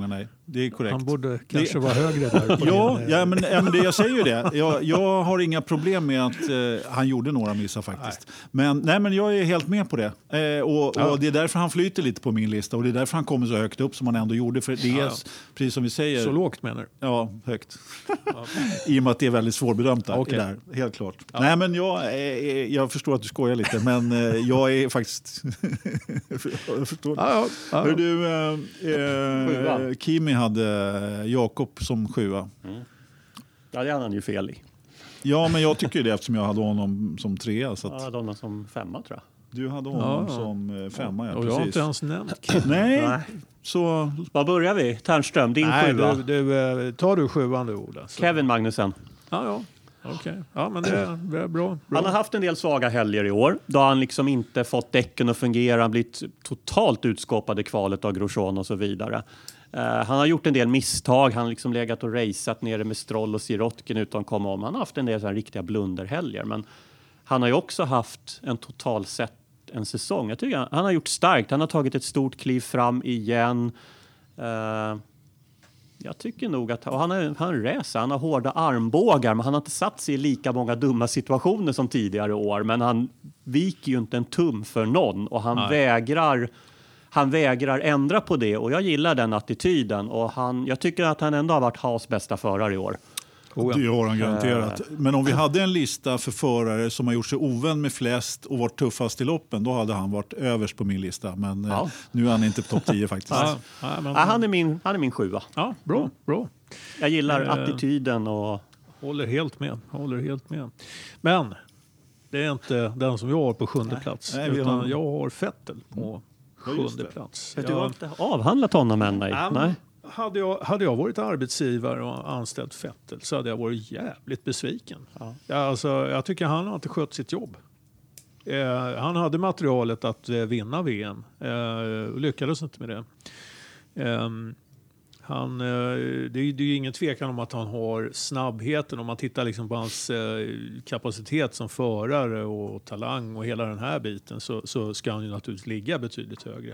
Det är korrekt. Han borde kanske vara högre där. Men jag säger ju det. Jag har inga problem med att han gjorde några missar faktiskt. Men jag är helt med på det. Och det är därför han flyter lite på min lista. Och det är därför han kommer så högt upp som han ändå gjorde. För det är, precis som vi säger... Så lågt menar du? Ja, högt. I och med att det är väldigt svårbedömt där. Okay. Där helt klart. Ja. Nej, men jag förstår att du skojar lite. Men jag är faktiskt... jag förstår. Hör du, Kimi hade Jakob som 7:a. Ja, det hade han ju fel i. Ja, men jag tycker det eftersom jag hade honom som 3:a. Så att... Jag hade honom som 5:a, tror jag. Du hade honom som 5:a, ja. Och jag har inte ens nämnt. Nej. Så... Var börjar vi? Tärnström, din 7:a. Tar du 7:an du, Ola? Så. Kevin Magnussen. Ja. Okej. Ja, men det är bra. Han har haft en del svaga helger i år. Då har han liksom inte fått däcken att fungera. Han blivit totalt utskåpad i kvalet av Grosjean och så vidare. Han har gjort en del misstag. Han har liksom legat och raceat nere med Stroll och Sirotkin utan att komma om. Han har haft en del så här riktiga blunderhelger. Men han har ju också haft en total sett en säsong. Jag tycker han har gjort starkt. Han har tagit ett stort kliv fram igen. Jag tycker nog att han reser. Han har hårda armbågar, men han har inte satt sig i lika många dumma situationer som tidigare år. Men han viker ju inte en tum för någon och han vägrar ändra på det. Och jag gillar den attityden. Och jag tycker att han ändå har varit Haas bästa förare i år. Det har han garanterat. Men om vi hade en lista för förare som har gjort sig ovän med flest och varit tuffast i loppen, då hade han varit överst på min lista. Men nu är han inte på topp 10 faktiskt. Han är min 7:a. Ja, bra. Jag gillar attityden och... Håller helt med. Men det är inte den som jag har på 7:e plats. Utan jag har Vettel på 7:e plats. Du har inte avhandlat honom än? Nej. Hade jag varit arbetsgivare och anställt Vettel så hade jag varit jävligt besviken. Jag tycker han har inte skött sitt jobb. Han hade materialet att vinna VM och lyckades inte med det. Det är ju ingen tvekan om att han har snabbheten. Om man tittar liksom på hans kapacitet som förare och talang och hela den här biten så ska han ju naturligtvis ligga betydligt högre.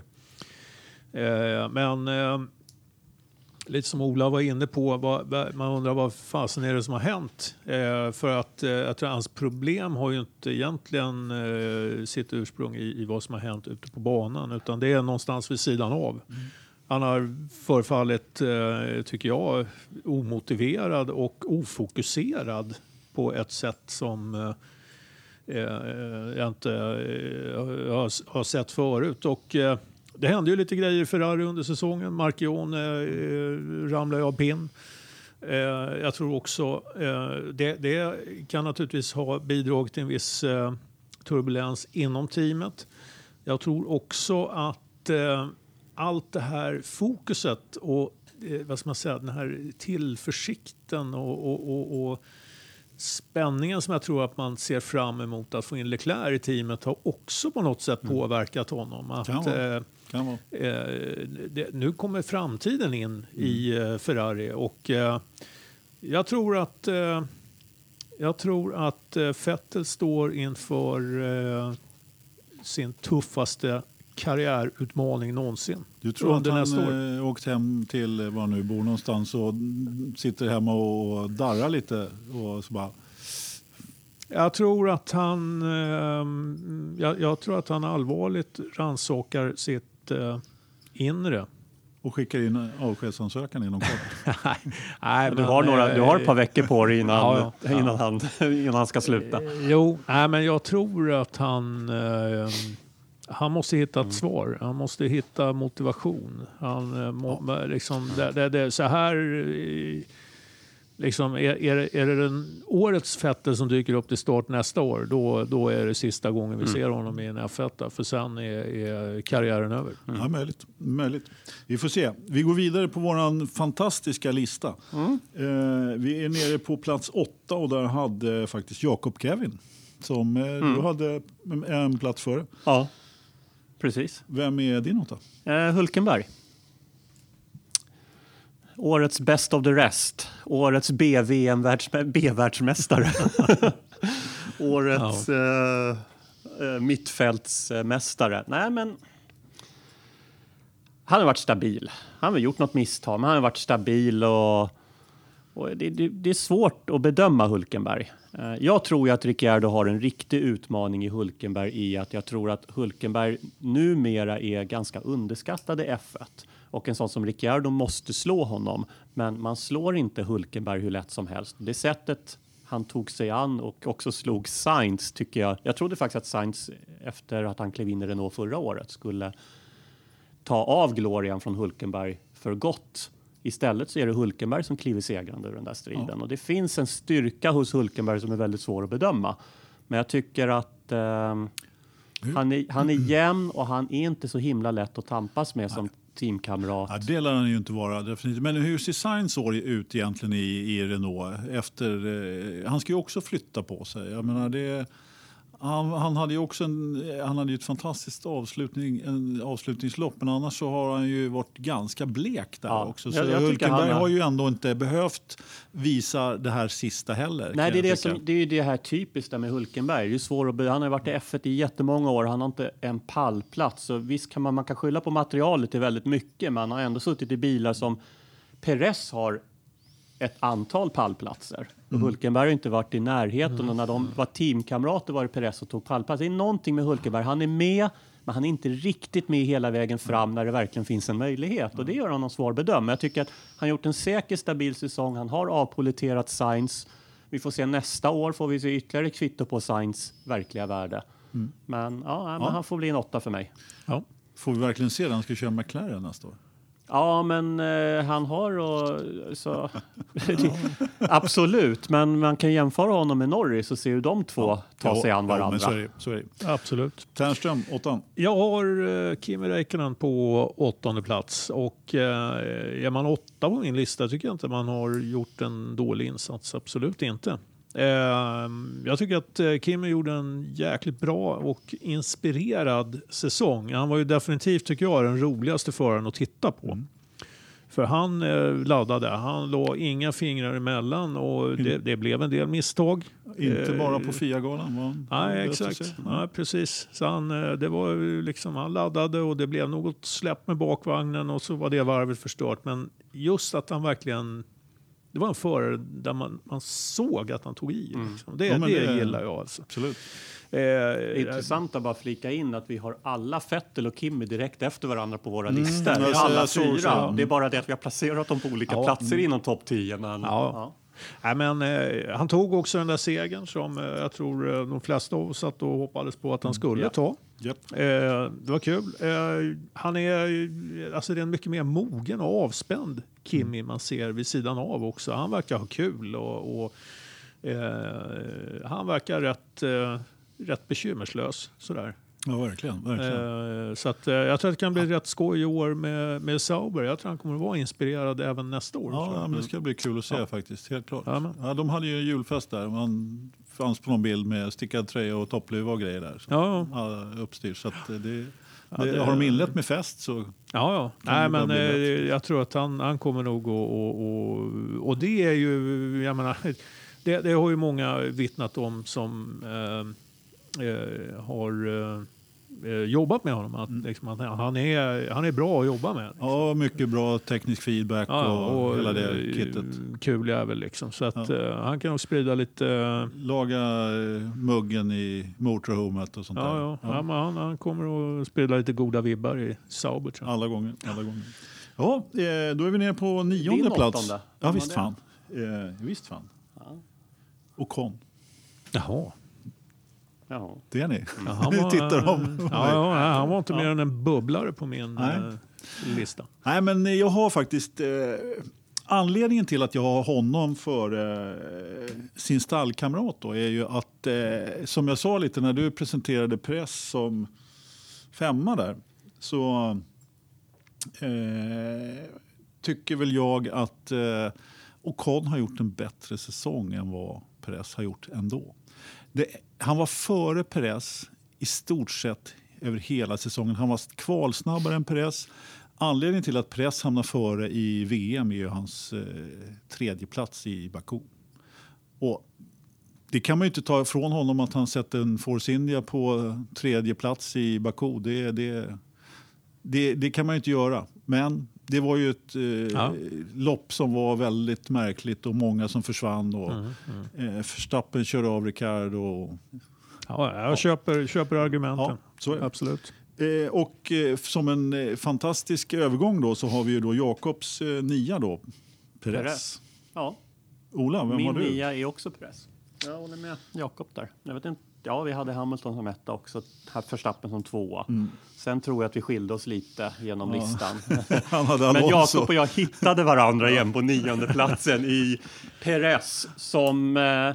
Men lite som Ola var inne på, man undrar vad fasen är det som har hänt. För att jag tror hans problem har ju inte egentligen sitt ursprung i vad som har hänt ute på banan, utan det är någonstans vid sidan av. Han har förfallit, tycker jag, omotiverad och ofokuserad på ett sätt som jag inte har sett förut. Och det hände ju lite grejer i Ferrari under säsongen. Marchione ramlade av pinn. Jag tror också det kan naturligtvis ha bidragit till en viss turbulens inom teamet. Jag tror också att allt det här fokuset och vad ska man säga, den här tillförsikten och spänningen som jag tror att man ser fram emot att få in Leclerc i teamet har också på något sätt påverkat honom. Att, nu kommer framtiden in i Ferrari och jag tror att Vettel står inför sin tuffaste karriärutmaning någonsin. Du tror att han åkt hem till var nu bor någonstans och sitter hemma och darrar lite och så bara... Jag tror att han allvarligt rannsakar sitt inre. Och skickar in avskedsansökan inom kort. Nej, du har ett par veckor på dig innan han ska sluta. Men jag tror att han måste hitta ett svar. Han måste hitta motivation. Så här... Liksom, är det årets Vettel som dyker upp till start nästa år, då är det sista gången vi ser honom i en F1. För sen är karriären över. Ja, möjligt. Vi får se. Vi går vidare på våran fantastiska lista. Vi är nere på plats 8 och där hade faktiskt Jakob Kevin som du hade en plats före. Ja, precis. Vem är din 8? Hulkenberg. Årets best of the rest. Årets B-världsmästare. Årets mittfältsmästare. Nej, men Han har varit stabil. Han har gjort något misstag, men han har varit stabil och det är svårt att bedöma Hulkenberg. Jag tror ju att Ricciardo har en riktig utmaning i Hulkenberg i att jag tror att Hulkenberg numera är ganska underskattad i F1. Och en sån som Ricciardo måste slå honom. Men man slår inte Hulkenberg hur lätt som helst. Det sättet han tog sig an och också slog Sainz tycker jag. Jag trodde faktiskt att Sainz efter att han klev in i Renault förra året skulle ta av glorian från Hulkenberg för gott. Istället så är det Hulkenberg som kliver segrande ur den där striden. Ja. Och det finns en styrka hos Hulkenberg som är väldigt svår att bedöma. Men jag tycker att han är jämn och han är inte så himla lätt att tampas med som teamkamrat. Ja, det lär han ju inte vara, definitivt. Men hur ser Sainz år ut egentligen i Renault? Han ska ju också flytta på sig. Jag menar, han hade ju också han hade ju ett fantastiskt avslutningslopp, men annars så har han ju varit ganska blek där också. Så Hulkenberg har ju ändå inte behövt visa det här sista heller. Nej, det är ju det här typiskt med Hulkenberg. Det är svårt han har ju varit i F1 i jättemånga år. Han har inte en pallplats. Så visst kan man kan skylla på materialet till väldigt mycket, men han har ändå suttit i bilar som Perez har ett antal pallplatser. Hulkenberg har inte varit i närheten och när de var teamkamrater var det Perez och tog pallplats. Det är någonting med Hulkenberg. Han är med, men han är inte riktigt med hela vägen fram när det verkligen finns en möjlighet. Och det gör honom svår bedöm. Jag tycker att han gjort en säker, stabil säsong. Han har avpoliterat Sainz. Vi får se nästa år, får vi se ytterligare kvitto på Sainz verkliga värde. Men han får bli en 8 för mig. Ja. Får vi verkligen se att han ska köra McLaren nästa år? Ja, men han har så absolut, men man kan jämföra honom med Norris och se hur de två tar sig an varandra. Men så är det. Absolut. Ternström, 8. Jag har Kimi Räikkönen på 8:e plats och är man 8 på min lista tycker jag inte man har gjort en dålig insats, absolut inte. Jag tycker att Kimi gjorde en jäkligt bra och inspirerad säsong. Han var ju definitivt, tycker jag, den roligaste föraren att titta på. För han laddade, han låg inga fingrar emellan och det blev en del misstag. Inte bara på FIA-galan. Nej, exakt. Ja, precis. Så det var liksom, han laddade och det blev något släpp med bakvagnen och så var det varvet förstört. Men just att han verkligen... Det var en förare där man såg att han tog i. Liksom. Det gillar jag alltså. Absolut. Intressant att bara flika in att vi har alla Vettel och Kimi direkt efter varandra på våra listor. Alla 4. Det är bara det att vi har placerat dem på olika platser inom topp 10. Men, Nej, men han tog också den där segern som jag tror de flesta av oss satt och hoppades på att han skulle ta. Yep. Det var kul. Han är alltså det är en mycket mer mogen och avspänd Kimi man ser vid sidan av också. Han verkar ha kul och han verkar rätt bekymmerslös sådär. Ja, verkligen. Så att, jag tror att det kan bli rätt skoj i år med Sauber. Jag tror han kommer att vara inspirerad även nästa år. Ja, men det ska bli kul att se faktiskt, helt klart. Ja, de hade ju en julfest där. Man fanns på någon bild med stickad tröja och toppluva och grejer där. Uppstyrt. Så att har de inlett med fest så... Ja. Nej, men jag tror att han kommer nog och det är ju, jag menar, det har ju många vittnat om som har jobbat med honom. Att, liksom, att han är bra att jobba med. Liksom. Ja, mycket bra teknisk feedback och hela det kittet. Kul jävel liksom. Så att han kan nog sprida lite... Laga muggen i motorhomet och sånt där. Ja, men han kommer att sprida lite goda vibbar i Sauber. Alla gånger. Ja, då är vi nere på 9:e plats. Ja, visst fan. Och Con. Jaha. Det är ni. Nu tittar de. Han var inte mer än en bubblare på min lista. Nej, men jag har faktiskt... anledningen till att jag har honom för sin stallkamrat då är ju att, som jag sa lite när du presenterade Press som 5:a där, så tycker väl jag att Ocon har gjort en bättre säsong än vad Perez har gjort ändå. Han var före Perez i stort sett över hela säsongen. Han var kvalsnabbare än Perez. Anledningen till att Perez hamnar före i VM är ju hans 3:e plats i Baku. Och det kan man ju inte ta ifrån honom att han sätter en Force India på 3:e plats i Baku. Det kan man ju inte göra. Men det var ju ett lopp som var väldigt märkligt och många som försvann. Och, Verstappen körde av Ricardo. Jag köper argumenten. Ja, så är det. Absolut. Och som en fantastisk övergång då så har vi ju då Jakobs 9 då, Perez. Ja. Ola, vem Min har du? 9 är också Perez. Jag håller med Jakob där. Jag vet inte. Ja, vi hade Hamilton som 1 också, Verstappen som 2. Sen tror jag att vi skilde oss lite genom listan. Han hade Alonso. Men Jakob och jag hittade varandra igen på 9:e platsen i Perez som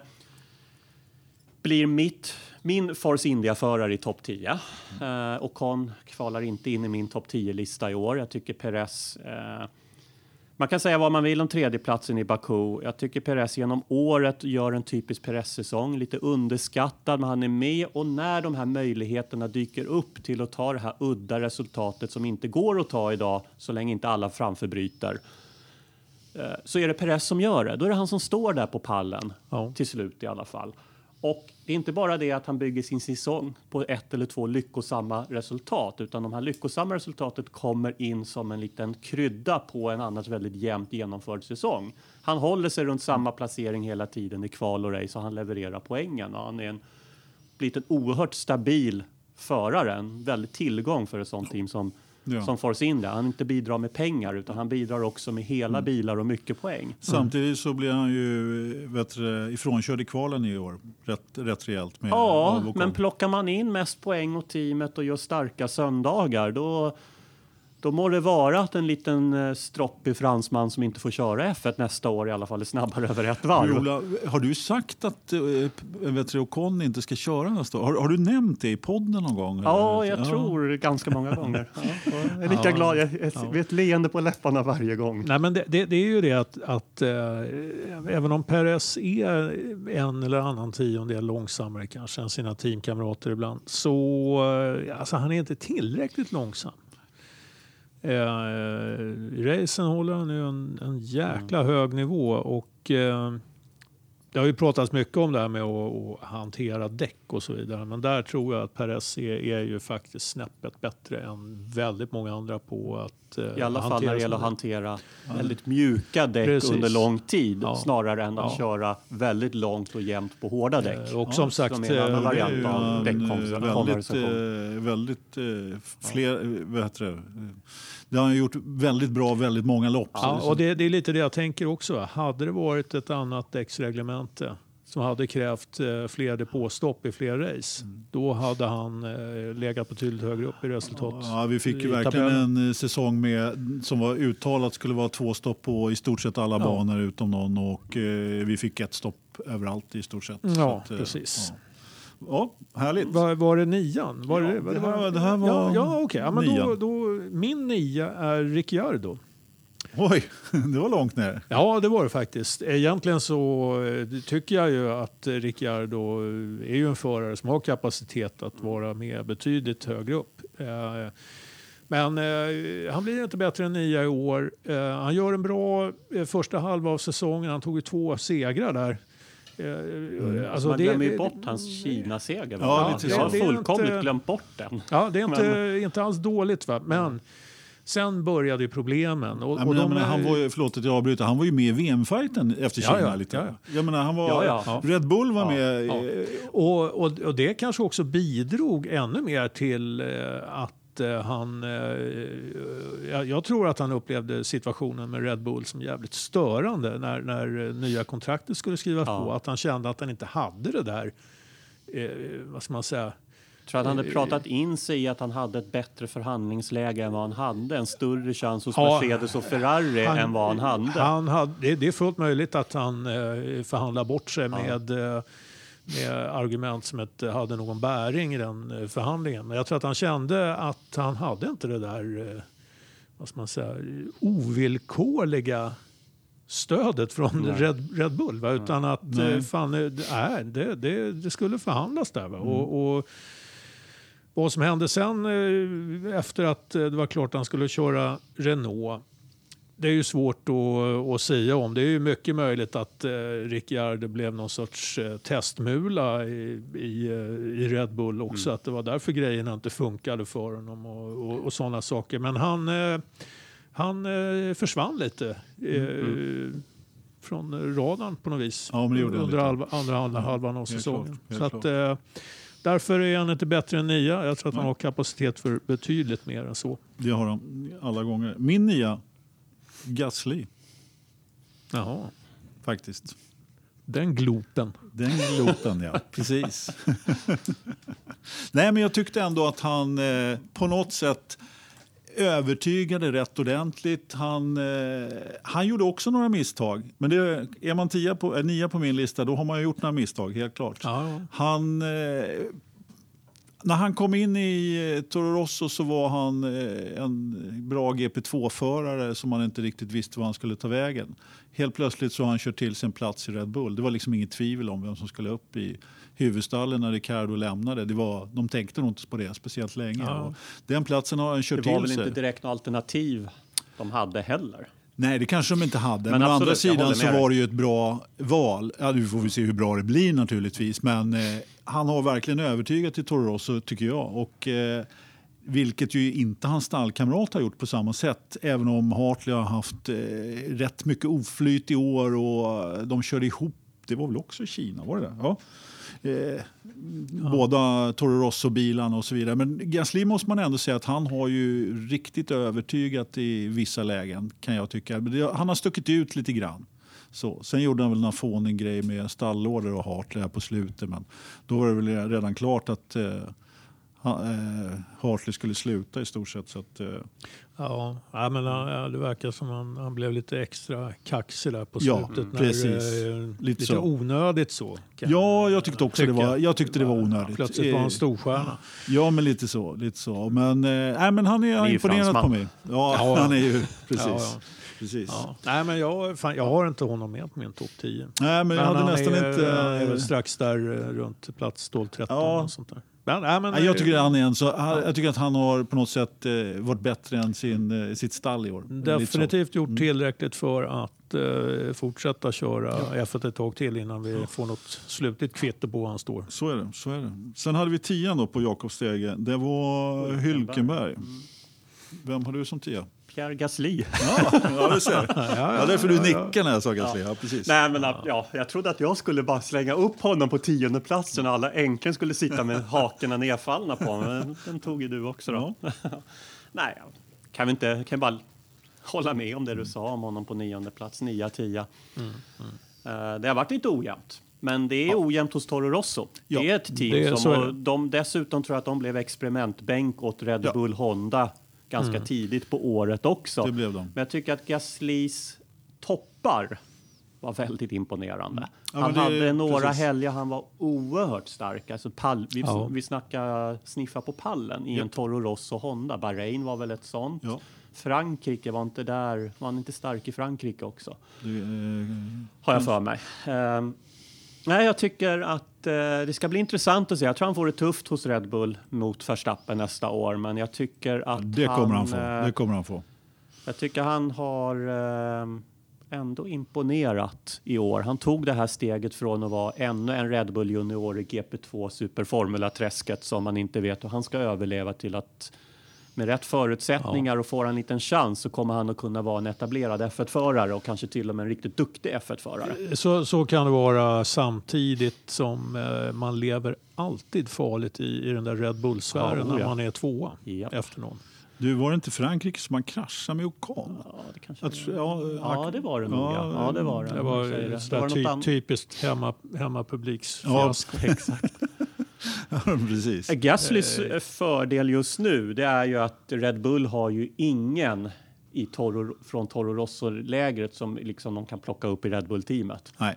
blir min Force India-förare i topp 10. Ocon kvalar inte in i min topp 10-lista i år. Jag tycker Perez... man kan säga vad man vill om 3:e platsen i Baku. Jag tycker Perez genom året gör en typisk Perez-säsong. Lite underskattad, men han är med. Och när de här möjligheterna dyker upp till att ta det här udda resultatet som inte går att ta idag, så länge inte alla framförbryter, så är det Perez som gör det. Då är det han som står där på pallen, till slut i alla fall. Och det är inte bara det att han bygger sin säsong på 1 eller 2 lyckosamma resultat, utan de här lyckosamma resultatet kommer in som en liten krydda på en annars väldigt jämnt genomförd säsong. Han håller sig runt samma placering hela tiden i kval och race och han levererar poängen. Och han är blivit en oerhört stabil förare, en väldigt tillgång för ett sånt team som Force India. Han inte bidrar med pengar utan han bidrar också med hela bilar och mycket poäng. Samtidigt så blir han ju ifrånkörd i kvalen i år. Rätt rejält. Med men plockar man in mest poäng åt teamet och gör starka söndagar, då må det vara att en liten stroppig fransman som inte får köra F1 nästa år i alla fall är snabbare över ett varv. Ola, har du sagt att Ocon inte ska köra nästa år? Har du nämnt det i podden någon gång? Ja, jag tror ganska många gånger. Jag är lika glad. Jag vet ett leende på läpparna varje gång. Nej, men det är ju det att även om Perez är en eller annan tiondel långsammare kanske än sina teamkamrater ibland, så alltså, han är inte tillräckligt långsam. I racen håller han nu en jäkla hög nivå och det har ju pratats mycket om det här med att hantera däck och så vidare, men där tror jag att Perez är ju faktiskt snäppet bättre än väldigt många andra på att i alla fall när det gäller att hantera väldigt mjuka däck under lång tid snarare än att köra väldigt långt och jämnt på hårda däck. Och som sagt, som är en annan variant av det har han gjort väldigt bra, väldigt många lopp. Ja, och det är lite det jag tänker också. Hade det varit ett annat däcksreglemente som hade krävt fler depåstopp i fler race, då hade han legat betydligt högre upp i resultat. Ja, vi fick ju verkligen en säsong som var uttalat skulle vara 2 stopp på i stort sett alla banor utom någon, och vi fick 1 stopp överallt i stort sett. Ja, så att, precis. Ja, härligt. Var det 9? Det här var okej. Ja, men då, min 9 är Ricciardo. Oj, det var långt ner. Ja, det var det faktiskt. Egentligen så tycker jag ju att Ricciardo är ju en förare som har kapacitet att vara med betydligt högre upp. Men han blir inte bättre än 9 i år. Han gör en bra första halva av säsongen. Han tog ju 2 segrar där. Alltså man glömmer ju bort hans Kina-seger. Ja, jag har fullkomligt glömt bort den. Ja, det är inte alls dåligt, va? Men sen började ju problemen. Han var ju, förlåt att jag avbryter, han var ju med i VM-fighten efter Kina lite. Ja. Jag menar, han var Red Bull var med. Ja. Och det kanske också bidrog ännu mer till att han... jag tror att han upplevde situationen med Red Bull som jävligt störande när nya kontraktet skulle skrivas på. Att han kände att han inte hade det där, vad ska man säga... Jag tror att han hade pratat in sig i att han hade ett bättre förhandlingsläge än vad han hade. En större chans hos Mercedes och Ferrari än vad han hade. Det är fullt möjligt att han förhandlar bort sig med argument som inte hade någon bäring i den förhandlingen. Men jag tror att han kände att han hade inte det där, vad ska man säga, ovillkorliga stödet från Red Bull, va? Utan att det skulle förhandlas där. Va? Och vad som hände sen efter att det var klart att han skulle köra Renault, det är ju svårt att säga om. Det är ju mycket möjligt att Ricciardo blev någon sorts testmula i Red Bull också. Att det var därför grejerna inte funkade för honom och sådana saker. Men Han försvann lite från radarn på något vis under andra halvan av säsongen. Så att, därför är han inte bättre än 9. Jag tror att han har kapacitet för betydligt mer än så. Det har han alla gånger. Min 9, Gasly. Jaha. Faktiskt. Den glopen, ja. Precis. Nej, men jag tyckte ändå att han på något sätt övertygade rätt ordentligt. Han gjorde också några misstag. Men det, är man 9 på min lista, då har man ju gjort några misstag, helt klart. Ja. När han kom in i Toro Rosso så var han en bra GP2-förare som man inte riktigt visste vad han skulle ta vägen. Helt plötsligt så har han kört till sin plats i Red Bull. Det var liksom inget tvivel om vem som skulle upp i huvudstallen när Ricciardo lämnade. De tänkte nog inte på det speciellt länge. Ja. Den platsen har han kört till sig. Det var väl inte direkt något alternativ de hade heller. Nej, det kanske de inte hade. Men absolut, å andra sidan så var det ju ett bra val. Ja, nu får vi se hur bra det blir naturligtvis. Men han har verkligen övertygat i Toro Rosso, tycker jag. Och vilket ju inte hans stallkamrat har gjort på samma sätt. Även om Hartley har haft rätt mycket oflyt i år och de körde ihop. Det var väl också i Kina, var det där? Ja. Båda Toro Rosso-bilarna och så vidare. Men Gasly måste man ändå säga att han har ju riktigt övertygat i vissa lägen, kan jag tycka. Han har stuckit ut lite grann. Så. Sen gjorde han väl en fånig grej med stallorder och Hartley på slutet. Men då var det väl redan klart att Hartley skulle sluta i stort sett. Så att, Ja, men det verkar som han blev lite extra kaxig där på slutet. Precis. Lite så. Onödigt så. Ja, jag tyckte också det var onödigt. Plötsligt var han storstjärna. Ja, men lite så. Men han är imponerad på mig. Ja, han är ju precis. Precis. Ja. Nej, men jag har inte honom med på min topp 10. Nej, men jag hade nästan inte... är väl strax där runt plats 12-13 och sånt där. Jag tycker att han har på något sätt varit bättre än sitt stall i år. Definitivt gjort tillräckligt för att fortsätta köra F1 ett tag till innan vi får något slutligt kvitto på var han står. Så är det. Sen hade vi 10 då på Jakob Stege. Det var Hülkenberg. Vem har du som 10? Pierre Gasly. Ja, du ser. Ja, därför du nickar när jag sa Gasly. Ja, precis. Nej, men jag trodde att jag skulle bara slänga upp honom på 10:e platsen och alla äntligen skulle sitta med hakorna nedfallna på honom. Men den tog ju du också då. Nej, kan bara hålla med om det du sa om honom på 9:e plats, 9-10. Det har varit lite ojämnt. Men det är ojämnt hos Toro Rosso. Det är ett team som dessutom tror jag att de blev experimentbänk åt Red Bull Honda ganska tidigt på året också. Det blev de. Men jag tycker att Gaslys toppar var väldigt imponerande. Han hade några helger han var oerhört stark. Alltså vi snackar sniffa på pallen i en Toro Rosso Honda. Bahrain var väl ett sånt. Ja. Frankrike var inte där. Var han inte stark i Frankrike också? Har jag för mig. Nej, jag tycker att det ska bli intressant att se. Jag tror han får det tufft hos Red Bull mot Verstappen nästa år. Men jag tycker att det kommer han få. Jag tycker han har ändå imponerat i år. Han tog det här steget från att vara ännu en Red Bull junior i GP2 Superformula-träsket som man inte vet hur han ska överleva till att med rätt förutsättningar och får en liten chans så kommer han att kunna vara en etablerad F1-förare och kanske till och med en riktigt duktig F1-förare. Så kan det vara samtidigt som man lever alltid farligt i den där Red Bull-sfären när man är 2 efter någon. Du, var det inte Frankrike som man kraschade med Ocon? Ja, det kanske det var det nog. Ja, det var det. Det var typiskt hemmapubliksfiasko. Ja, exakt. Precis. Gaslys fördel just nu det är ju att Red Bull har ju ingen från Toro Rosso-lägret som liksom de kan plocka upp i Red Bull-teamet. Nej.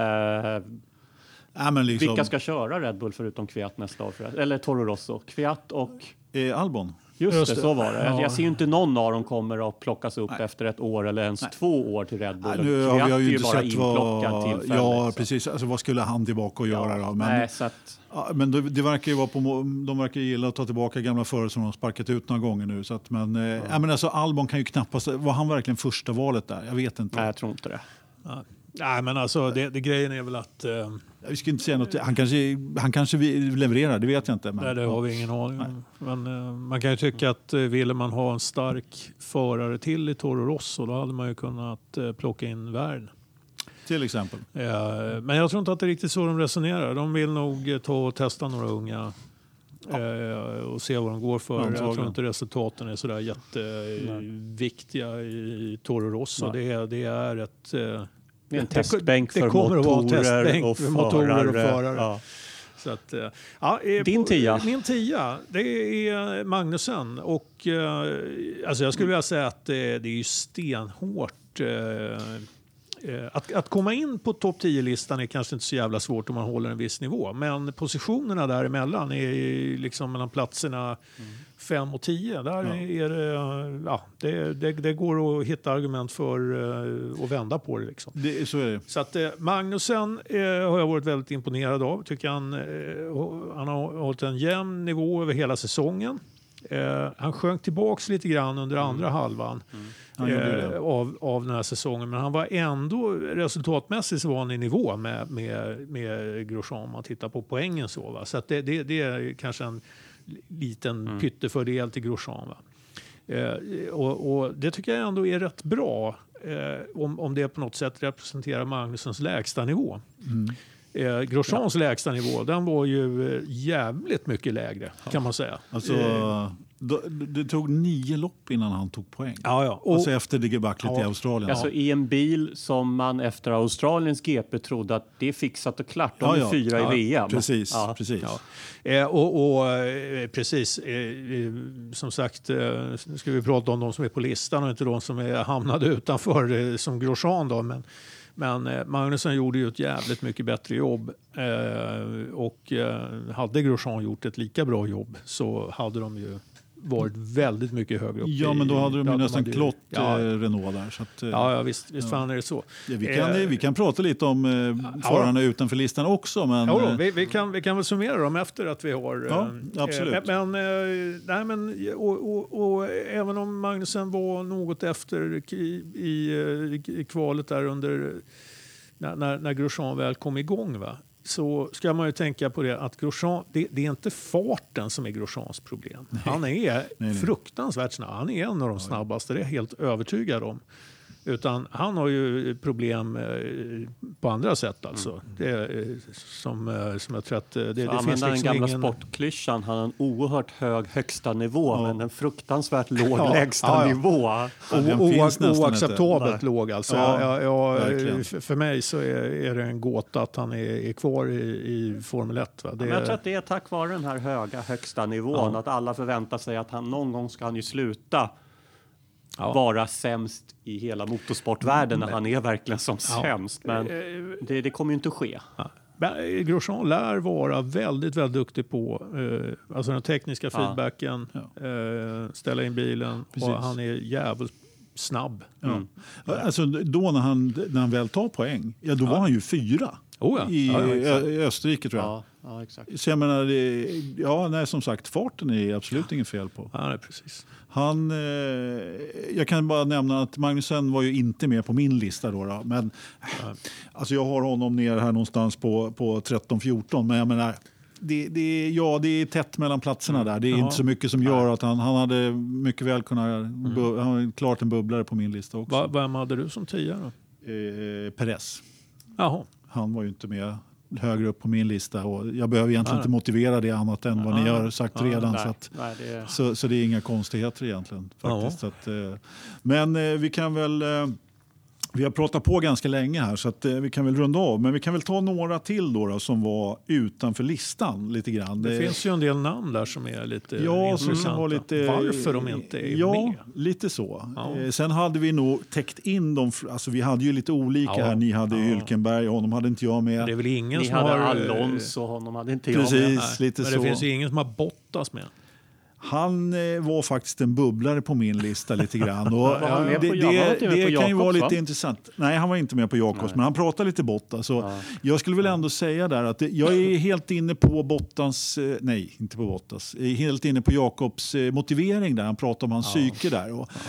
Vilka ska köra Red Bull förutom Kviat nästa år? Eller Toro Rosso? Kviat och... Albon. Just det, så var det. Jag ser ju inte någon av dem kommer att plockas upp efter ett år eller ens 2 år till Red Bull. Nu har vi ju inte sett Ja, precis. Alltså, vad skulle han tillbaka och göra då? Men, men det verkar ju vara de verkar gilla att ta tillbaka gamla förare som de har sparkat ut några gånger nu. Så att, men alltså, Albon kan ju knappast... Var han verkligen första valet där? Jag vet inte. Nej, jag tror inte det. Nej, men alltså det grejen är väl att... Vi ska inte säga något. Han kanske levererar, det vet jag inte. Men, nej, det har vi ingen aning om. Men man kan ju tycka att ville man ha en stark förare till i Toro Rosso, då hade man ju kunnat plocka in Värn. Till exempel. Men jag tror inte att det är riktigt så de resonerar. De vill nog ta och testa några unga och se vad de går för. Jag tror inte resultaten är sådär jätteviktiga i Toro Rosso. Det är ett... Det är en testbänk för motorer och förare. Ja. Så att, Din 10? Min 10, det är Magnussen. Och, alltså jag skulle vilja säga att det är ju stenhårt. Att komma in på topp 10-listan är kanske inte så jävla svårt om man håller en viss nivå. Men positionerna däremellan är liksom mellan platserna 5 och 10. Där är det går att hitta argument för att vända på det. Liksom. Så är det. Så att Magnussen har jag varit väldigt imponerad av. Tycker han har hållit en jämn nivå över hela säsongen. Han sjönk tillbaks lite grann under andra halvan av den här säsongen. Men han var ändå resultatmässigt så var han i nivå med Grosjean om man tittar på poängen. Så att det är kanske en liten pyttefördel till Grosjean. Och det tycker jag ändå är rätt bra om det på något sätt representerar Magnussens lägsta nivå. Grosjeans lägsta nivå, den var ju jävligt mycket lägre kan man säga. Alltså, det tog 9 lopp innan han tog poäng. Och alltså efter det debaclet i Australien. Alltså i en bil som man efter Australiens GP trodde att det är fixat och klart. De är 4 i VM. Precis. Precis. Som sagt, nu ska vi prata om de som är på listan och inte de som är hamnade utanför som Grosjean då. Men Magnussen gjorde ju ett jävligt mycket bättre jobb och hade Grosjean gjort ett lika bra jobb så hade de ju varit väldigt mycket högre upp. Ja, men då hade de ju nästan klott Renault där. Så att, visst fan är det så. Ja, vi kan prata lite om förarna utanför listan också. Men, vi kan väl summera dem efter att vi har... absolut. Och även om Magnussen var något efter i kvalet där under när Grosjean väl kom igång, va? Så ska man ju tänka på det att Grosjean, det är inte farten som är Grosjeans problem. Han är fruktansvärt snabb. Han är en av de snabbaste, det är jag helt övertygad om. Utan han har ju problem på andra sätt alltså. Det är, som jag tror att det finns liksom den gamla sportklyschan, han har en oerhört hög högsta nivå men en fruktansvärt låg lägsta nivå. Oacceptabelt låg alltså. För mig så är det en gåta att han är kvar i Formel 1. Va? Jag tror att det är tack vare den här högsta nivån att alla förväntar sig att han någon gång ska han ju sluta vara sämst i hela motorsportvärlden när han är verkligen som sämst. Men det kommer ju inte att ske. Grosjean lär vara väldigt, väldigt duktig på alltså den tekniska feedbacken, ställa in bilen. Och han är jävligt snabb. Alltså då när han väl tar poäng, då var han ju 4 i Österrike tror jag. Ja, exakt. Så jag menar, som sagt, farten är absolut ingen fel på. Ja, precis. Jag kan bara nämna att Magnussen var ju inte med på min lista då. Men alltså jag har honom ner här någonstans på 13-14. Men jag menar, det är tätt mellan platserna där. Det är inte så mycket som gör att han hade mycket väl kunnat... Han har klart en bubblare på min lista också. Vem hade du som 10 då? Perez. Jaha. Han var ju inte med högre upp på min lista och jag behöver egentligen inte motivera det annat än vad ni har sagt redan. Så det är inga konstigheter egentligen faktiskt. Men vi kan väl... Vi har pratat på ganska länge här så att vi kan väl runda av. Men vi kan väl ta några till då som var utanför listan lite grann. Det finns ju en del namn där som är lite intressanta. Varför de inte är med? Ja, lite så. Sen hade vi nog täckt in dem. Alltså vi hade ju lite olika här. Ni hade Hülkenberg, honom hade inte jag med. Det är väl ingen Ni som hade har... Alonso, honom hade inte jag med. Precis, lite men så. det finns ju ingen som har Bottas med. Han var faktiskt en bubblare på min lista lite grann. Och det kan ju vara lite intressant. Nej, han var inte med på Jakobs, men han pratade lite Bottas. Så jag skulle väl ändå säga där att jag är helt inne på Bottas, nej, inte på Bottas. Jag är helt inne på Jakobs motivering där. Han pratar om hans psyke där. Och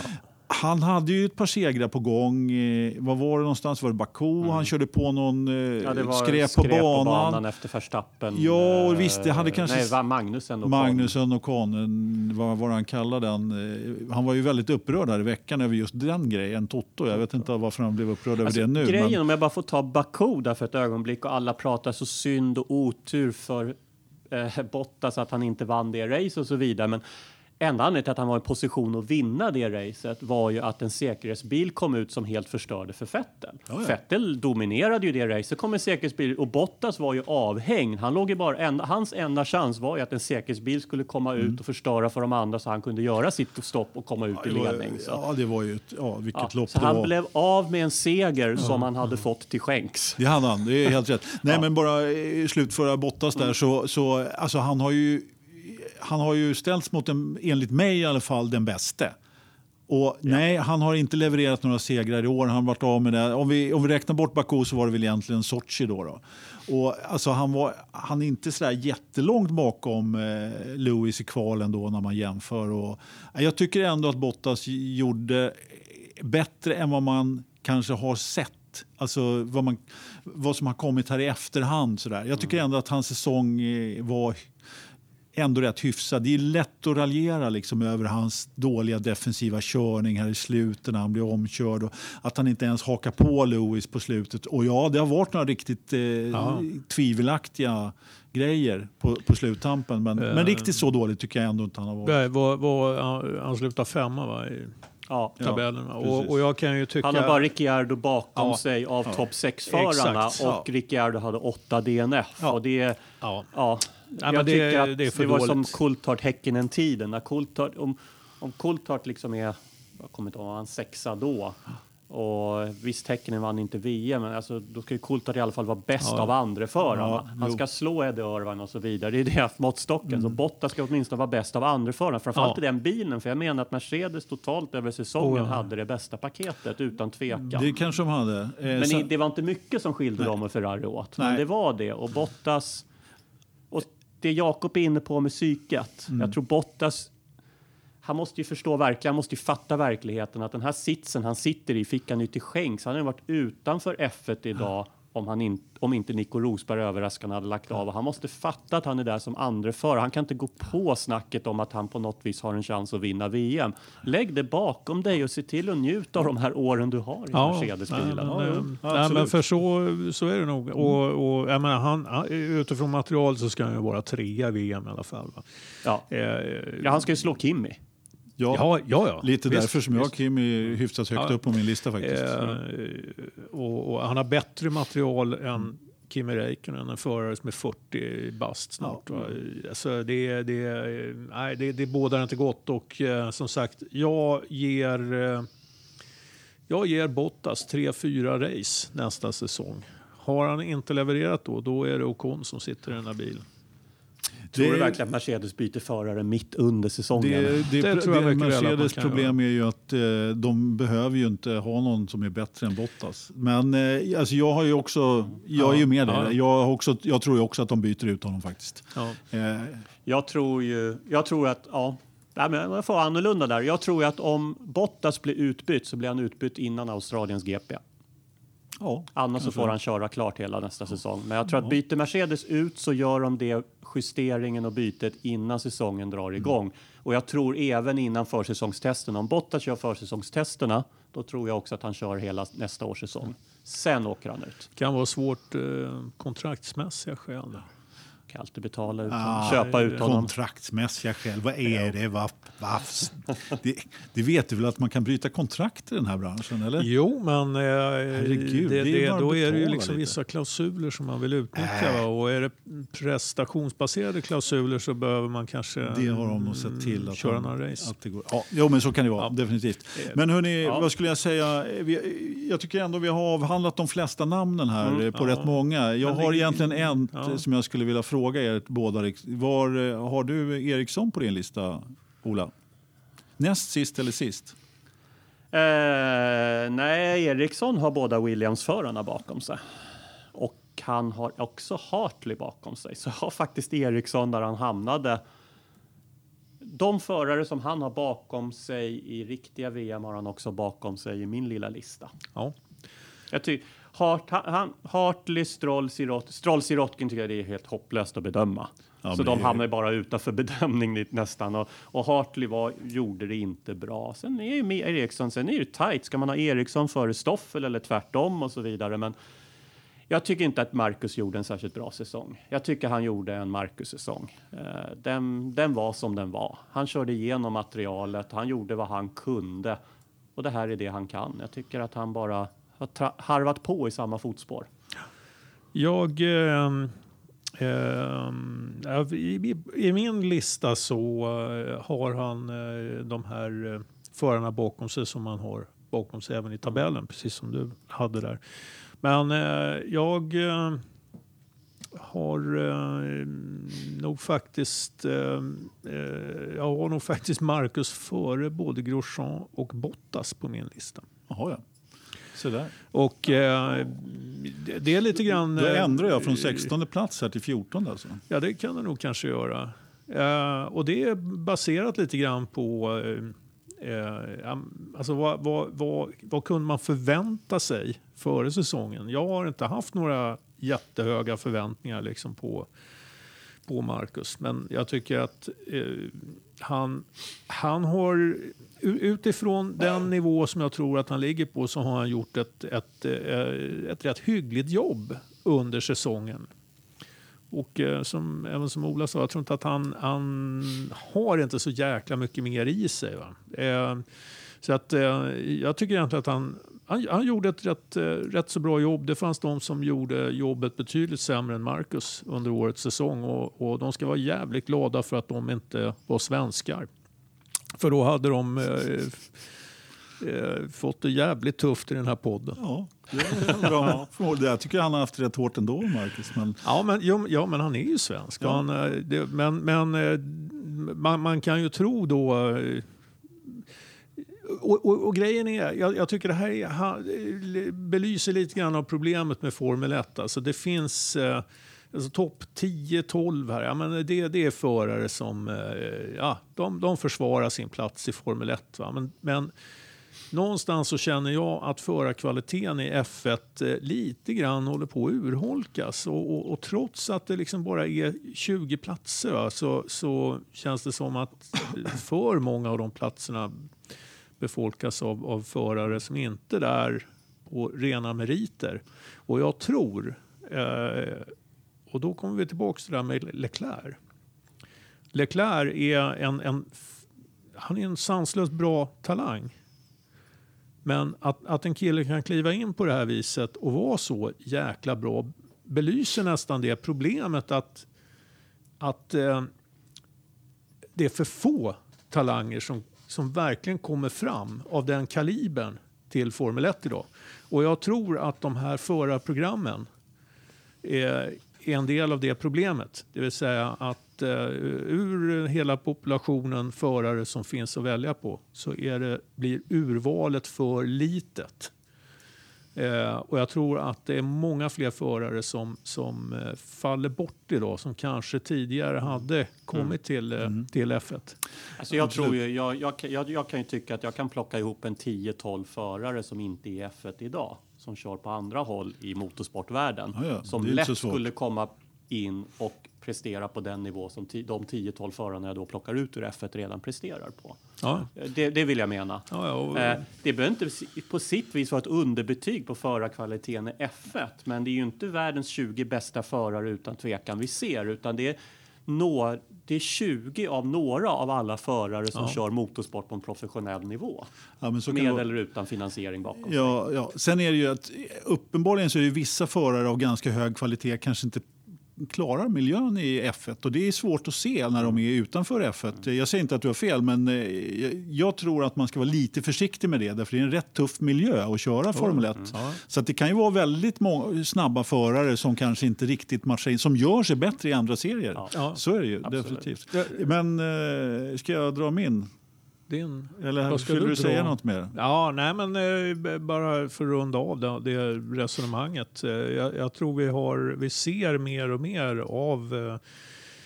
Han hade ju ett par segrar på gång. Var var det någonstans? Var det Baku? Han körde på någon skräp på banan efter Verstappen. Ja, och visst, det hade kanske... Nej, var Magnussen och Kanen, vad han kallade den. Han var ju väldigt upprörd här i veckan över just den grejen, Toto. Jag vet inte varför han blev upprörd över det nu. Grejen, om jag bara får ta Baku där för ett ögonblick och alla pratar så synd och otur för Bottas att han inte vann det race och så vidare. Men enda anledningen till att han var i position att vinna det racet var ju att en säkerhetsbil kom ut som helt förstörde för Vettel. Ja. Vettel dominerade ju det racet, kom en säkerhetsbil och Bottas var ju avhängd. Han låg ju bara hans enda chans var ju att en säkerhetsbil skulle komma ut och förstöra för de andra så han kunde göra sitt stopp och komma ut i ledning. Ja, det var ju vilket lopp så det han var. blev av med en seger som han hade fått till skänks. Det hade han, det är helt rätt. Nej, men bara slutföra Bottas där så alltså han har ju ställts mot enligt mig i alla fall, den bästa. Och nej, han har inte levererat några segrar i år. Han har varit av med det. Om vi räknar bort Baku så var det väl egentligen Sochi då. Och alltså han är inte så där jättelångt bakom Lewis i kvalen då när man jämför. Och jag tycker ändå att Bottas gjorde bättre än vad man kanske har sett. Alltså vad som har kommit här i efterhand. Så där. Jag tycker ändå att hans säsong var ändå rätt hyfsad. Det är lätt att raljera liksom över hans dåliga defensiva körning här i slutet när han blir omkörd och att han inte ens hakar på Lewis på slutet. Och ja, det har varit några riktigt tvivelaktiga grejer på sluttampen. Men riktigt så dåligt tycker jag ändå inte han har varit. Han slutade 5:a va? I tabellen. Och jag kan ju tycka... Han har bara Ricciardo bakom sig av topp 6-förarna och Ricciardo hade 8 DNF. Och det... Jag tycker att det var dåligt. Som Coulthard-Häkkinen-tiden. När Coulthard, om Coulthard liksom är... Jag kommer inte ihåg, han 6:a då. Och visst, Häkkinen vann inte VM, men alltså, då ska ju Coulthard i alla fall vara bäst av andra förarna. Han ska slå Eddie Irvine och så vidare. Det är det måttstocken. Så Bottas ska åtminstone vara bäst av andra förarna. Framförallt i den bilen. För jag menar att Mercedes totalt över säsongen hade det bästa paketet, utan tvekan. Det kanske de hade. Men det var inte mycket som skilde dem och Ferrari åt. Men det var det. Och Bottas... Och det Jakob är inne på med psyket. Jag tror Bottas... Han måste ju förstå verkligen, han måste ju fatta verkligheten att den här sitsen han sitter i fick han ju till skänks. Han har ju varit utanför F1 idag om inte Nico Rosberg överraskande hade lagt av. Och han måste fatta att han är där som andra förare. Han kan inte gå på snacket om att han på något vis har en chans att vinna VM. Lägg det bakom dig och se till att njuta av de här åren du har i Mercedes-bilen. Men för så är det nog. Och jag menar, han, utifrån material så ska han ju vara 3 i VM i alla fall. Va? Han ska ju slå Kimi. Ja. Lite därför som jag och Kim är hyfsat högt upp på min lista faktiskt. Och han har bättre material än Kimi Räikkönen, en förare som är 40 bast snart. Alltså det bådar inte gott. Och som sagt, jag ger Bottas 3-4 race nästa säsong. Har han inte levererat då är det Ocon som sitter i den här bilen. Tror du verkligen att Mercedes byter förare mitt under säsongen? Det tror jag Mercedes problem är ju att de behöver ju inte ha någon som är bättre än Bottas. Men alltså jag har ju också, jag är ju med där. Jag tror ju också att de byter ut honom faktiskt. Jag tror att men jag får annorlunda där. Jag tror att om Bottas blir utbytt så blir han utbytt innan Australiens GP. Annars så får han köra klart hela nästa säsong. Men jag tror att byter Mercedes ut så gör de det justeringen och bytet innan säsongen drar igång. Och jag tror även innan försäsongstesterna. Om Bottas kör försäsongstesterna, då tror jag också att han kör hela nästa års säsong. Sen åker han ut. Kan vara svårt kontraktsmässiga skäl där. Kan alltid betala ut honom, köpa ut honom. Kontraktsmässiga skäl, vad är det? Det vet du väl att man kan bryta kontrakt i den här branschen, eller? Jo, men herregud, då är det ju liksom vissa klausuler som man vill utnyttja. Och är det prestationsbaserade klausuler så behöver man kanske det har de nog sett till att köra några race. Att det går. Jo, men så kan det vara, definitivt. Men hörni, vad skulle jag säga? Jag tycker ändå vi har avhandlat de flesta namnen här på rätt många. Jag har egentligen en som jag skulle vilja fråga er båda. Var har du Eriksson på din lista, Ola? Näst sist eller sist? Nej, Eriksson har båda Williams-förarna bakom sig. Och han har också Hartley bakom sig. Så jag har faktiskt Eriksson där han hamnade. de förare som han har bakom sig i riktiga VM har han också bakom sig i min lilla lista. Ja. Jag tycker Hartley, Stroll, Sirotkin tycker jag det är helt hopplöst att bedöma. Ja, så de hamnar bara utanför bedömning nästan. Och Hartley gjorde det inte bra. Sen är ju med Eriksson, sen är det tajt. Ska man ha Eriksson före Stoffel eller tvärtom och så vidare. Men jag tycker inte att Marcus gjorde en särskilt bra säsong. Jag tycker han gjorde en Marcus-säsong. Den var som den var. Han körde igenom materialet. Han gjorde vad han kunde. Och det här är det han kan. Jag tycker att han bara har harvat på i samma fotspår. I min lista så har han de här förarna bakom sig som man har bakom sig även i tabellen, precis som du hade där. Men jag har nog faktiskt Marcus före både Grosjean och Bottas på min lista. Jaha, ja. Så där. Och det är lite grann... Då ändrar jag från 16:e plats här till 14:e alltså. Ja, det kan det nog kanske göra. Och det är baserat lite grann på... alltså vad kunde man förvänta sig före säsongen? Jag har inte haft några jättehöga förväntningar liksom på Marcus. Men jag tycker att han har... Utifrån den nivå som jag tror att han ligger på så har han gjort ett rätt hyggligt jobb under säsongen. Och även som Ola sa, jag tror inte att han har inte så jäkla mycket mer i sig. Va? Så att jag tycker egentligen att han gjorde ett rätt så bra jobb. Det fanns de som gjorde jobbet betydligt sämre än Marcus under årets säsong. Och de ska vara jävligt glada för att de inte var svenskar. För då hade de fått det jävligt tufft i den här podden. Ja, det är bra. Jag tycker han har haft rätt hårt ändå, Marcus. Men... Ja, men han är ju svensk. Ja. Man kan ju tro då... Och grejen är, jag tycker det här belyser lite grann av problemet med Formel 1. Alltså det finns... Alltså topp 10-12 här, men det är förare som de försvarar sin plats i Formel 1. Va? Men någonstans så känner jag att förarkvaliteten i F1 lite grann håller på att urholkas. Och trots att det liksom bara är 20 platser va, så känns det som att för många av de platserna befolkas av förare som inte är där på rena meriter. Och jag tror... Och då kommer vi tillbaka till det där med Leclerc. Leclerc är han är en sanslöst bra talang. Men att en kille kan kliva in på det här viset och vara så jäkla bra belyser nästan det problemet att det är för få talanger som verkligen kommer fram av den kalibern till Formel 1 idag. Och jag tror att de här förarprogrammen är en del av det problemet. Det vill säga att ur hela populationen förare som finns att välja på så blir urvalet för litet. Och jag tror att det är många fler förare som faller bort idag som kanske tidigare hade kommit till F1. Alltså jag kan ju tycka att jag kan plocka ihop en 10-12 förare som inte är F1 idag. Som kör på andra håll i motorsportvärlden. Som lätt skulle komma in och prestera på den nivå som de 10-12 förarna jag då plockar ut ur F1 redan presterar på. Ja. Det vill jag mena. Det behöver inte på sitt vis vara ett underbetyg på förarkvaliteten i F1. Men det är ju inte världens 20 bästa förare utan tvekan vi ser. Utan det är 20 av några av alla förare som kör motorsport på en professionell nivå. Ja, men så med eller utan finansiering bakom sig. Ja. Sen är det ju att uppenbarligen så är det vissa förare av ganska hög kvalitet kanske inte klarar miljön i F1 och det är svårt att se när de är utanför F1. Jag säger inte att du har fel, men jag tror att man ska vara lite försiktig med det, därför det är en rätt tuff miljö att köra Formel 1. Så att det kan ju vara väldigt snabba förare som kanske inte riktigt matchar in, som gör sig bättre i andra serier. Ja. Så är det ju, definitivt. Men ska jag dra min? Eller skulle du säga något mer? Ja, nej, men bara för att runda av det resonemanget. Jag tror vi ser mer och mer av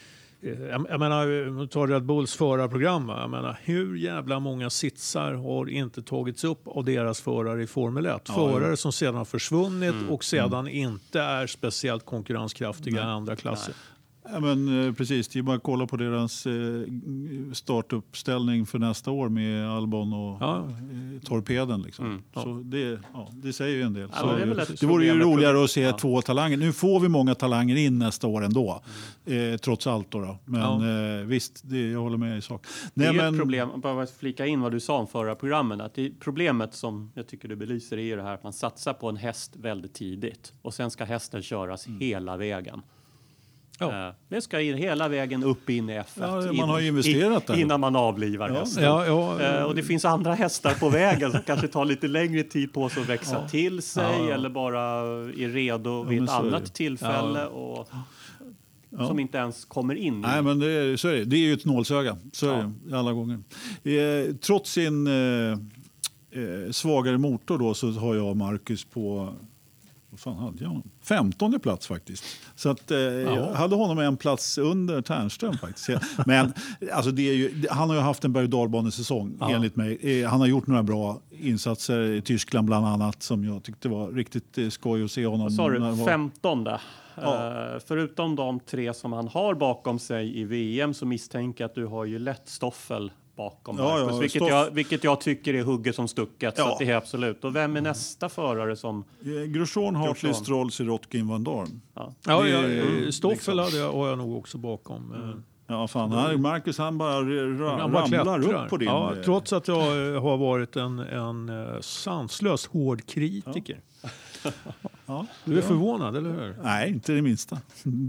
Jag menar, ta Red Bulls förarprogram. Jag menar, hur jävla många sitsar har inte tagits upp av deras förare i Formel 1? Förare som sedan har försvunnit och sedan inte är speciellt konkurrenskraftiga i andra klasser. Ja, men precis, det är bara att kolla på deras startuppställning för nästa år med Albon och Torpeden. Liksom. Så det säger ju en del. Ja, det vore ju roligare att se 2 talanger. Nu får vi många talanger in nästa år ändå, trots allt. Då. Men visst, jag håller med i sak. Det är ett problem, bara att flika in vad du sa om förra programmen. Att problemet som jag tycker du belyser är det här att man satsar på en häst väldigt tidigt. Och sen ska hästen köras hela vägen. Ja. Det ska in hela vägen upp in i F1 man har ju investerat där. Innan man avlivar hästen. Och det finns andra hästar på vägen som kanske tar lite längre tid på sig att växa till sig eller bara är redo vid ett annat tillfälle och som inte ens kommer in. Nej, men så är det. Det är ju ett nålsöga. Så är det alla gånger. Trots sin svagare motor då, så har jag Marcus på... Vad fan hade jag honom? 15:e plats faktiskt. Så att, jag hade honom en plats under Ternström faktiskt. Men alltså, han har ju haft en berg- och dalbanesäsong enligt mig. Han har gjort några bra insatser i Tyskland bland annat som jag tyckte var riktigt skoj att se honom. Vad sa du? 15:e? Förutom de 3 som han har bakom sig i VM så misstänker jag att du har ju lätt Stoffel bakom Marcus, vilket jag tycker är hugget som stucket. Så att det är absolut. Och vem är nästa förare som... Grosjean, Hartley, Stroll, Sirotkin, Van Dorn. Stoffel har jag nog också bakom. Ja, fan. Marcus han bara ramlar upp på din... Ja, trots att jag har varit en sanslös hård kritiker. Du är förvånad, eller hur? Nej, inte det minsta.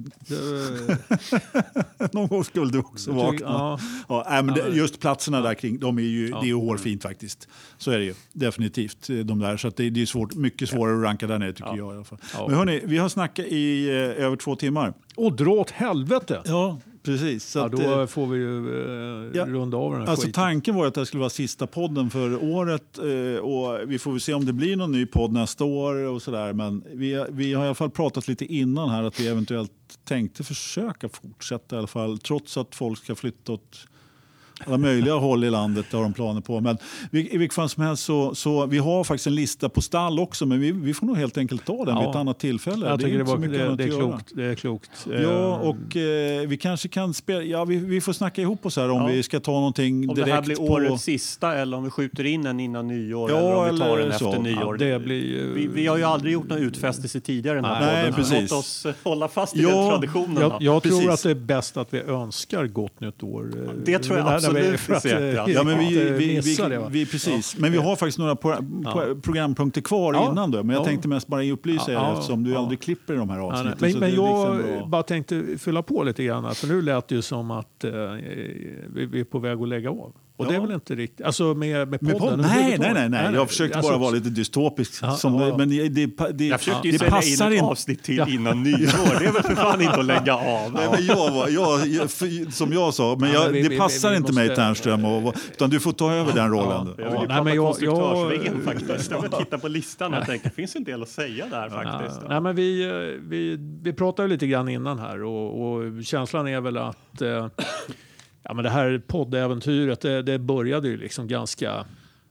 Någon gång skulle du också vakna. Men just platserna där kring, de är ju, det är ju hårfint faktiskt. Så är det ju, definitivt. De där, så att det är svårt, mycket svårare att ranka där nere tycker jag i alla fall. Men hörni, vi har snackat i över 2 timmar. Och dra åt helvete! Ja, precis. Så att, då får vi ju runda av den här skiten. Tanken var att det skulle vara sista podden för året och vi får väl se om det blir någon ny podd nästa år och sådär. Men vi har i alla fall pratat lite innan här att vi eventuellt tänkte försöka fortsätta i alla fall, trots att folk ska flytta åt alla möjliga håll i landet, har de planer på. Men i vilket fall som helst så vi har faktiskt en lista på stall också, men vi får nog helt enkelt ta den vid ett annat tillfälle. Jag tycker det är klokt. Ja, och vi kanske kan spela, vi får snacka ihop oss här om vi ska ta någonting direkt. Om det här blir årets sista eller om vi skjuter in den innan nyår eller om vi tar den efter nyår. Det blir, vi har ju aldrig gjort någon utfästelse tidigare i den här podden. Låt oss hålla fast i den traditionen. Jag tror att det är bäst att vi önskar gott nytt år. Det tror jag absolut säkert. Ja, men vi precis. Men vi har faktiskt några programpunkter kvar innan då. Men jag tänkte mest bara upplysa er eftersom du aldrig klipper i de här avsnitten. Men jag bara tänkte fylla på lite grann. För nu lät det ju som att vi är på väg att lägga av. Och det är väl inte riktigt... Alltså med podden? Nej. Jag försökte bara vara lite dystopisk. Men jag försökte ju sälja in ett avsnitt till innan nyår. Det är väl för fan inte att lägga av. Nej, men som jag sa, men det passar inte mig Ternström. Utan du får ta över den rollen. Jag vill ju prata konstruktörsväggen faktiskt. Jag vill titta på listan och tänka, det finns en del att säga där faktiskt. Nej, men vi pratade lite grann innan här och känslan är väl att... Ja, men det här poddäventyret det började ju liksom ganska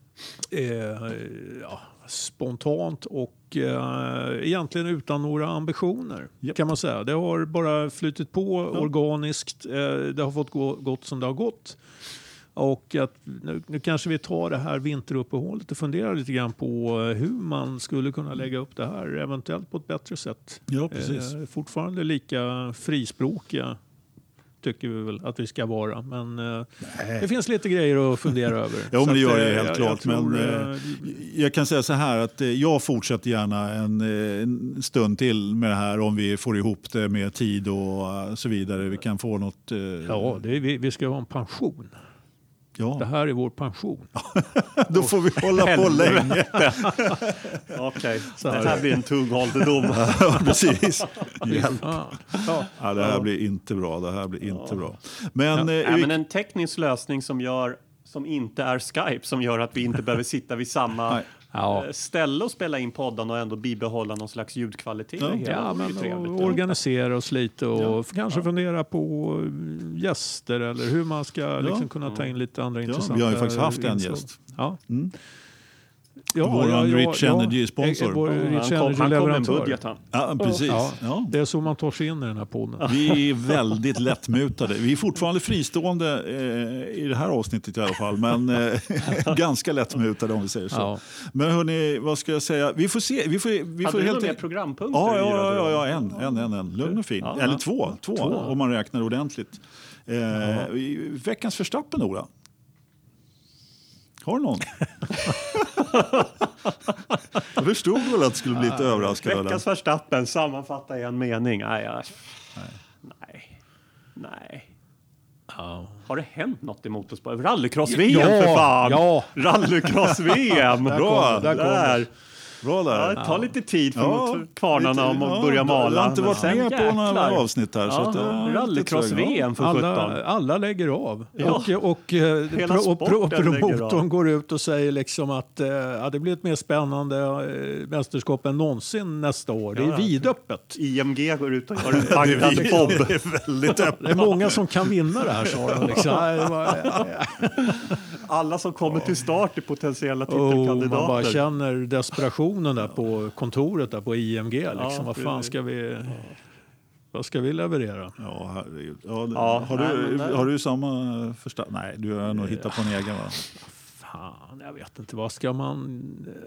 spontant och egentligen utan några ambitioner kan man säga. Det har bara flyttit på organiskt. Det har fått gått som det har gått. Och att nu kanske vi tar det här vinteruppehållet och funderar lite grann på hur man skulle kunna lägga upp det här eventuellt på ett bättre sätt. Ja, precis. Fortfarande lika frispråkiga tycker vi väl att vi ska vara. Men det finns lite grejer att fundera över. Ja, men det gör det helt klart. Men jag kan säga så här att jag fortsätter gärna en stund till med det här om vi får ihop det med tid och så vidare. Vi kan få något... vi ska ha en pension. Ja. Det här är vår pension. Då får vi hålla på länge. Okej, det här blir en tung ålderdom. Ja, precis. Ja, det här blir inte bra. Men en teknisk lösning som inte är Skype som gör att vi inte behöver sitta vid samma ställe att spela in podden och ändå bibehålla någon slags ljudkvalitet. Organisera oss lite och kanske fundera på gäster eller hur man ska liksom kunna ta in lite andra intressanta. Vi har ju faktiskt haft en gäst. Ja. Vår Rich Energy-sponsor. Rich Han kom med en budget. Ja, precis. Ja. Det är så man tar sig in i den här podden. Vi är väldigt lättmutade. Vi är fortfarande fristående i det här avsnittet i alla fall. Men ganska lättmutade om vi säger så. Ja. Men hörni, vad ska jag säga? Vi får se. Vi får helt mer programpunkter? Ja, en. Lugn och fin. Ja. Eller två om man räknar ordentligt. Veckans Verstappen, Ola. Har du någon? Jag förstod väl att det skulle bli lite överraskad. Veckans Verstappen, sammanfatta i en mening. Nej. Har det hänt något i motorsport? Rallycross-VM för fan! Ja. Rallycross-VM! Bra! Där. Bra där. Ja, ta lite tid för kvarnarna om att börja mala. Jag har inte varit med på några avsnitt här. Rallycross-VM för 17. Alla lägger av. Ja. Och promotorn går ut och säger liksom att det blir ett mer spännande mästerskap än någonsin nästa år. Det är vidöppet. IMG går ut och gör en taggad podd. Det är väldigt öppet. Det är många som kan vinna det här, sa de. Liksom. Alla som kommer till start är potentiella titelkandidater. Man bara känner desperationen där på kontoret där på IMG. Liksom. Vad fan ska vi... Vad ska vi leverera? Ja, herregud. Har du samma förstånd? Nej, du har nog hittat på en egen, va? Fan, jag vet inte. Vad ska man...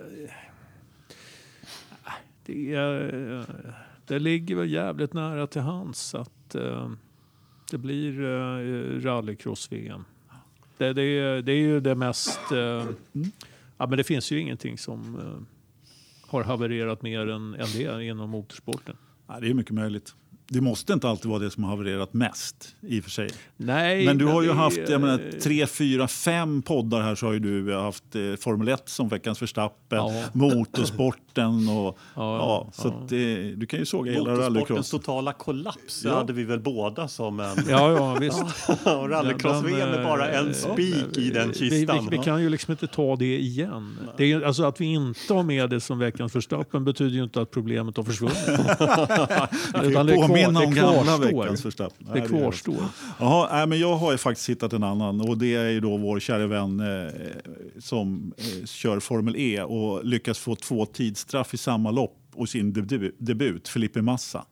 Det ligger väl jävligt nära till hands att det blir rallycross-VM. Det är ju det mest... men det finns ju ingenting som har havererat mer än det inom motorsporten. Ja, det är mycket möjligt. Det måste inte alltid vara det som har havererat mest i och för sig. Nej, men du har ju haft 3, 4, 5 poddar här, så har ju du haft Formel 1 som Veckans Verstappen, motorsporten och så att du kan ju såga hela rallycross. Motorsportens totala kollaps hade vi väl båda som en... Ja, visst. Och rallycross-VM är bara en spik i den kistan. Vi kan ju liksom inte ta det igen. Det är, alltså att vi inte har med det som Veckans Verstappen betyder ju inte att problemet har försvunnit. Utan det kvarstår. Det kvarstår. Jaha, men jag har ju faktiskt hittat en annan, och det är ju då vår kära vän som kör Formel E och lyckas få 2 tidsstraff i samma lopp och sin debut, Felipe Massa.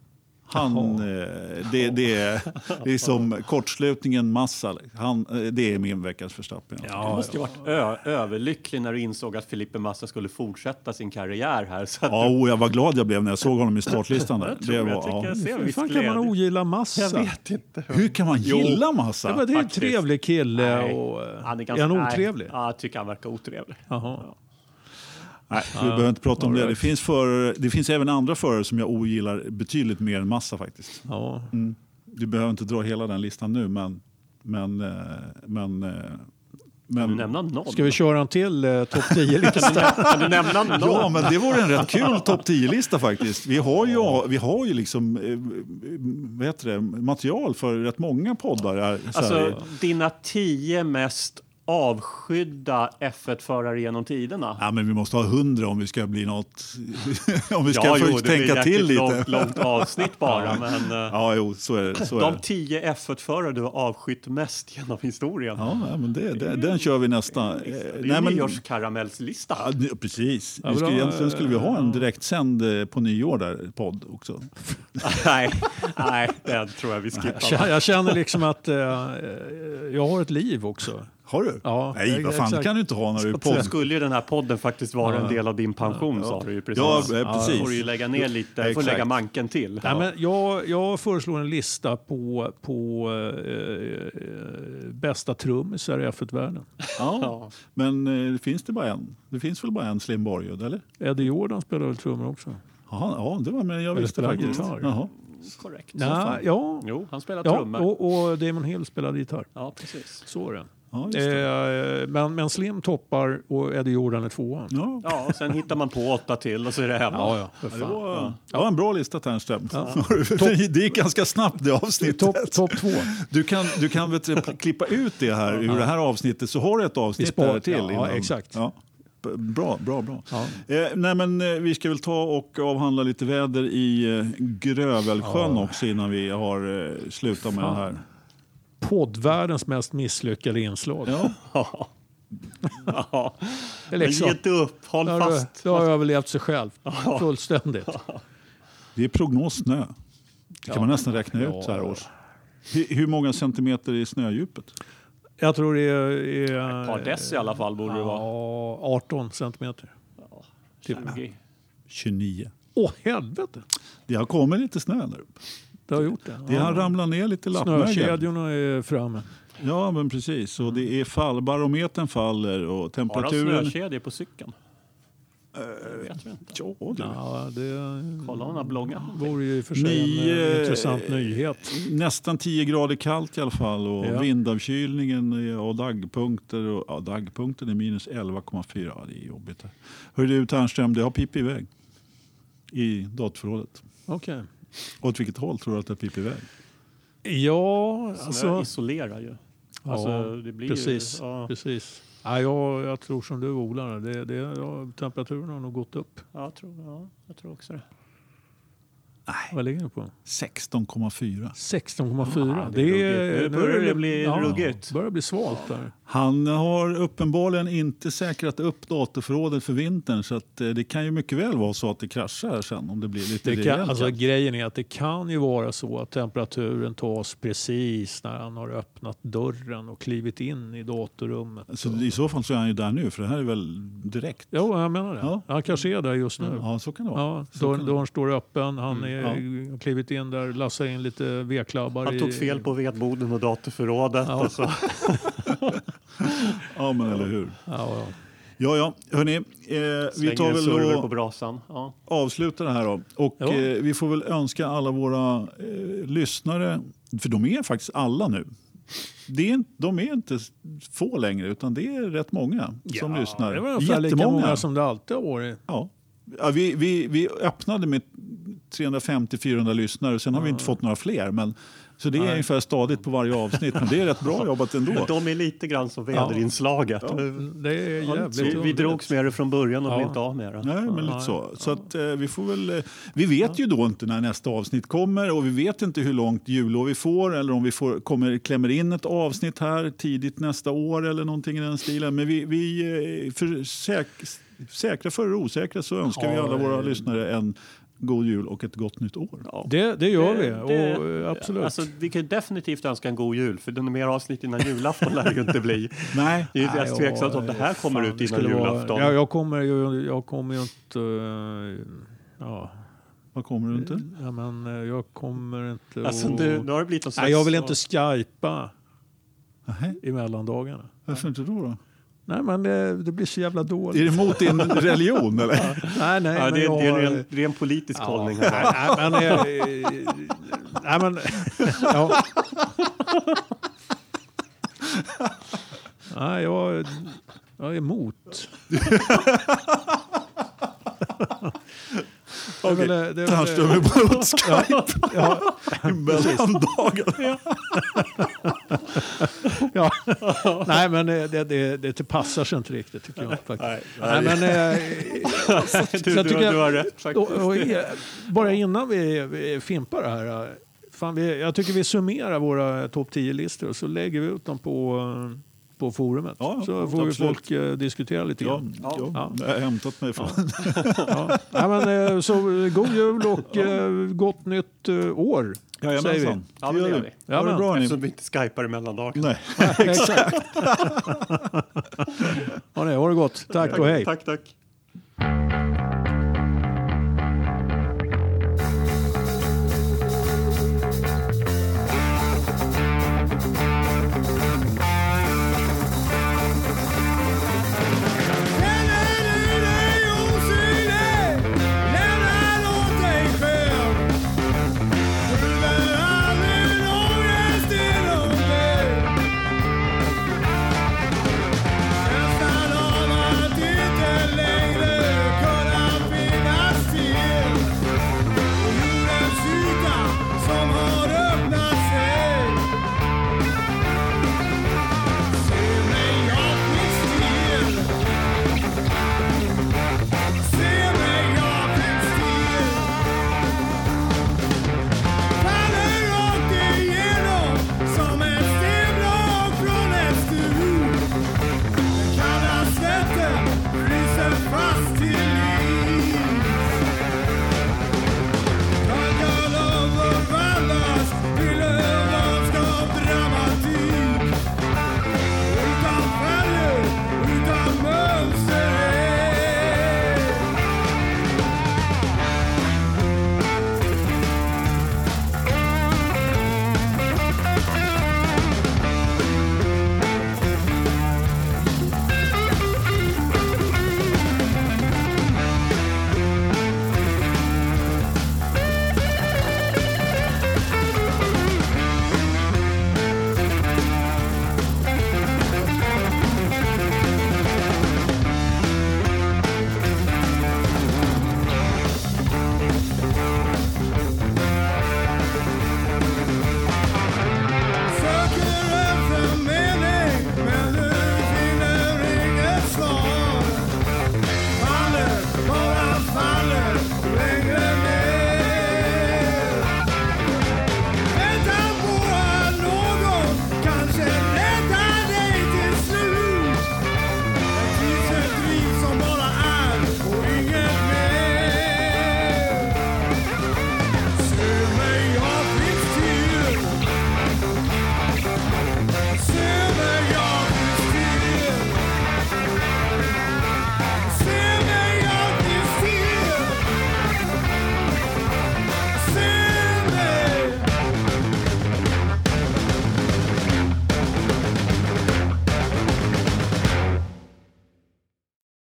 Det är som kortslutningen Massa. Det är min Veckans Verstappen. Du måste ju varit överlycklig när du insåg att Felipe Massa skulle fortsätta sin karriär här. Så att jag var glad jag blev när jag såg honom i startlistan. Hur fan kan man ogilla Massa? Jag vet inte. Hur kan man gilla Massa? Det är en trevlig kille. Och är han otrevlig? Ja, jag tycker han verkar otrevlig. Jaha. Nej, vi behöver inte prata om det. Det finns även andra förare som jag ogillar betydligt mer än Massa faktiskt. Ja. Du behöver inte dra hela den listan nu, men kan du nämna någon? Ska vi köra en till topp 10-lista? Kan du nämna någon? Ja, men det vore en rätt kul topp 10-lista faktiskt. Vi har ju liksom material för rätt många poddar här. Alltså, dina 10 mest avskydda F1-förare genom tiderna. Ja, men vi måste ha 100 om vi ska bli något. Om vi ska tänka till lite. Långt avsnitt bara. Men, så är det. De 10 F1-förare du har avskytt mest genom historien. Ja, men den kör vi nästa. Det är en nyårskaramellslista. Ja, precis. Egentligen skulle vi ha en direktsänd på nyår där, podd också. Nej, det tror jag vi skippar. Jag känner liksom att jag har ett liv också. Har du? Ja, nej, vad fan kan du inte ha när du är podd? Skulle ju den här podden faktiskt vara en del av din pension, sa du ju precis. Ja, precis. Får du ju lägga ner lite, får lägga manken till. Nej, men jag föreslår en lista på bästa trummisar i F1-världen. Ja, men finns det bara en? Det finns väl bara en Slim Borgud, eller? Eddie Jordan spelar väl trummor också? Ja, det var men jag visste faktiskt. Gitarr. Korrekt. Jo, han spelar trummor. Och Damon Hill spelade gitarr. Ja, precis. Så är det. Ja, men Slim toppar och Eddie Jordan är 2. Ja, och sen hittar man på 8 till och så är det hemma. Det var en bra lista, Ternström. Ja. Det gick ganska snabbt det avsnittet. Topp 2. Du kan klippa ut det här ur det här avsnittet, så har du ett avsnitt där till. Ja, exakt. Ja. Bra. Ja. Nej, men vi ska väl ta och avhandla lite väder i Grövelsjön också innan vi har slutat med det här. Poddvärldens mest misslyckade inslag. Ja. Ja. Det är Men liksom, ge inte upp, håll fast. det har överlevt sig själv. Fullständigt. Det är prognossnö. Det kan man nästan räkna ut så här års. Hur många centimeter är snödjupet? Jag tror det är... Ett par dess i alla fall borde det vara. 18 centimeter. 20. 29. Åh, helvete! Det har kommit lite snö där uppe. Det har gjort det. Det har ramlat ner lite lappmögel. Snökedjorna är framme. Ja, men precis. Och det är barometern faller och Bara temperaturen... snökedjor på cykeln. Det vet vi inte. Ja, du. Ja, det Kolla hon har bloggat. vore ju i och för sig en intressant nyhet. Nästan 10 grader kallt i alla fall och Ja. vindavkylningen och dagpunkter. Och, ja, dagpunkten är minus 11,4. Ja, det är jobbigt. Hör du Tärnström, det har pipit iväg i datorförrådet. Okej. Åt vilket håll tror du att det har pipit iväg? Ja, Snö alltså... isolerar ju. Ja, Alltså, det blir precis. Ju, ja. Precis. Ja, jag tror som du odlar. Temperaturen har nog gått upp. Jag tror också det. Vad ligger det på? 16,4. 16,4. Ja, det är ruggigt. Nu börjar det bli ruggigt. Börjar bli svalt där. Han har uppenbarligen inte säkrat upp datorförrådet för vintern så att det kan ju mycket väl vara så att det kraschar sen om det blir lite rejält. Alltså, grejen är att det kan ju vara så att temperaturen tas precis när han har öppnat dörren och klivit in i datorrummet. Så i så fall så är han ju där nu för det här är väl direkt. Jo, jag menar det. Ja. Han kanske är där just nu. Ja, så kan det vara. Ja, Så kan det dörren står öppen. Han har klivit in där, lassar in lite vedklabbar. Han tog fel på vedboden och datorförrådet. Ja. Och så. Ja, men eller hur. Ja. Ja, hörni. Vi tar väl server på då brasan. Ja. avsluta det här då. Och Ja. vi får väl önska alla våra lyssnare, för de är faktiskt alla nu. De är inte få längre utan det är rätt många som lyssnar. Det var ungefär lika många som det alltid har varit. Ja. Ja, vi öppnade med 350-400 lyssnare. Sen har vi inte fått några fler. Men, så det är ungefär stadigt på varje avsnitt. Men det är rätt bra jobbat ändå. Men de är lite grann som väderinslaget. Det är jävligt Vi drogs med det från början och blev inte av med det. Nej, men lite så. Så att vi får väl... Vi vet ju då inte när nästa avsnitt kommer och vi vet inte hur långt jullov vi får eller om vi klämmer in ett avsnitt här tidigt nästa år eller någonting i den stilen. Men vi för säkra för osäkra så önskar vi alla våra lyssnare en god jul och ett gott nytt år. Ja. Det gör vi. Och, absolut. Alltså, vi kan definitivt önska en god jul för den är mer avsnitt innan julafton lär det ju inte bli. Nej. Det är ju tveksamt om det här kommer ut innan julafton. Jag kommer ju inte... ja. Vad kommer du inte? Ja, men jag kommer inte... Alltså, nu har det blivit något slags... Nej, jag vill inte skypa Nej. i mellandagarna. Varför inte då? Nej, men det blir så jävla dåligt. Är det mot din religion eller? Nej, Ja, men det är en ren politisk hållning här. Nej, men... Ja. Nej, jag är emot. Tärnström är mot Skype i mellandagarna. Ja. Nej, men det passar sig inte riktigt tycker jag faktiskt. Nej, men Du har rätt faktiskt. Bara innan vi fimpar det här. Jag tycker vi summerar våra topp 10-listor och så lägger vi ut dem på forumet. Ja, så får vi absolut. folk diskutera lite grann. Ja. Jag har hämtat mig från. Ja. Ja, men, så god jul och gott nytt år. Säger vi. Ja, men det gör vi. Ja, det bra, eftersom vi inte skypar i mellandagarna. Nej. Exakt. Ha det gott. Tack och hej. Tack.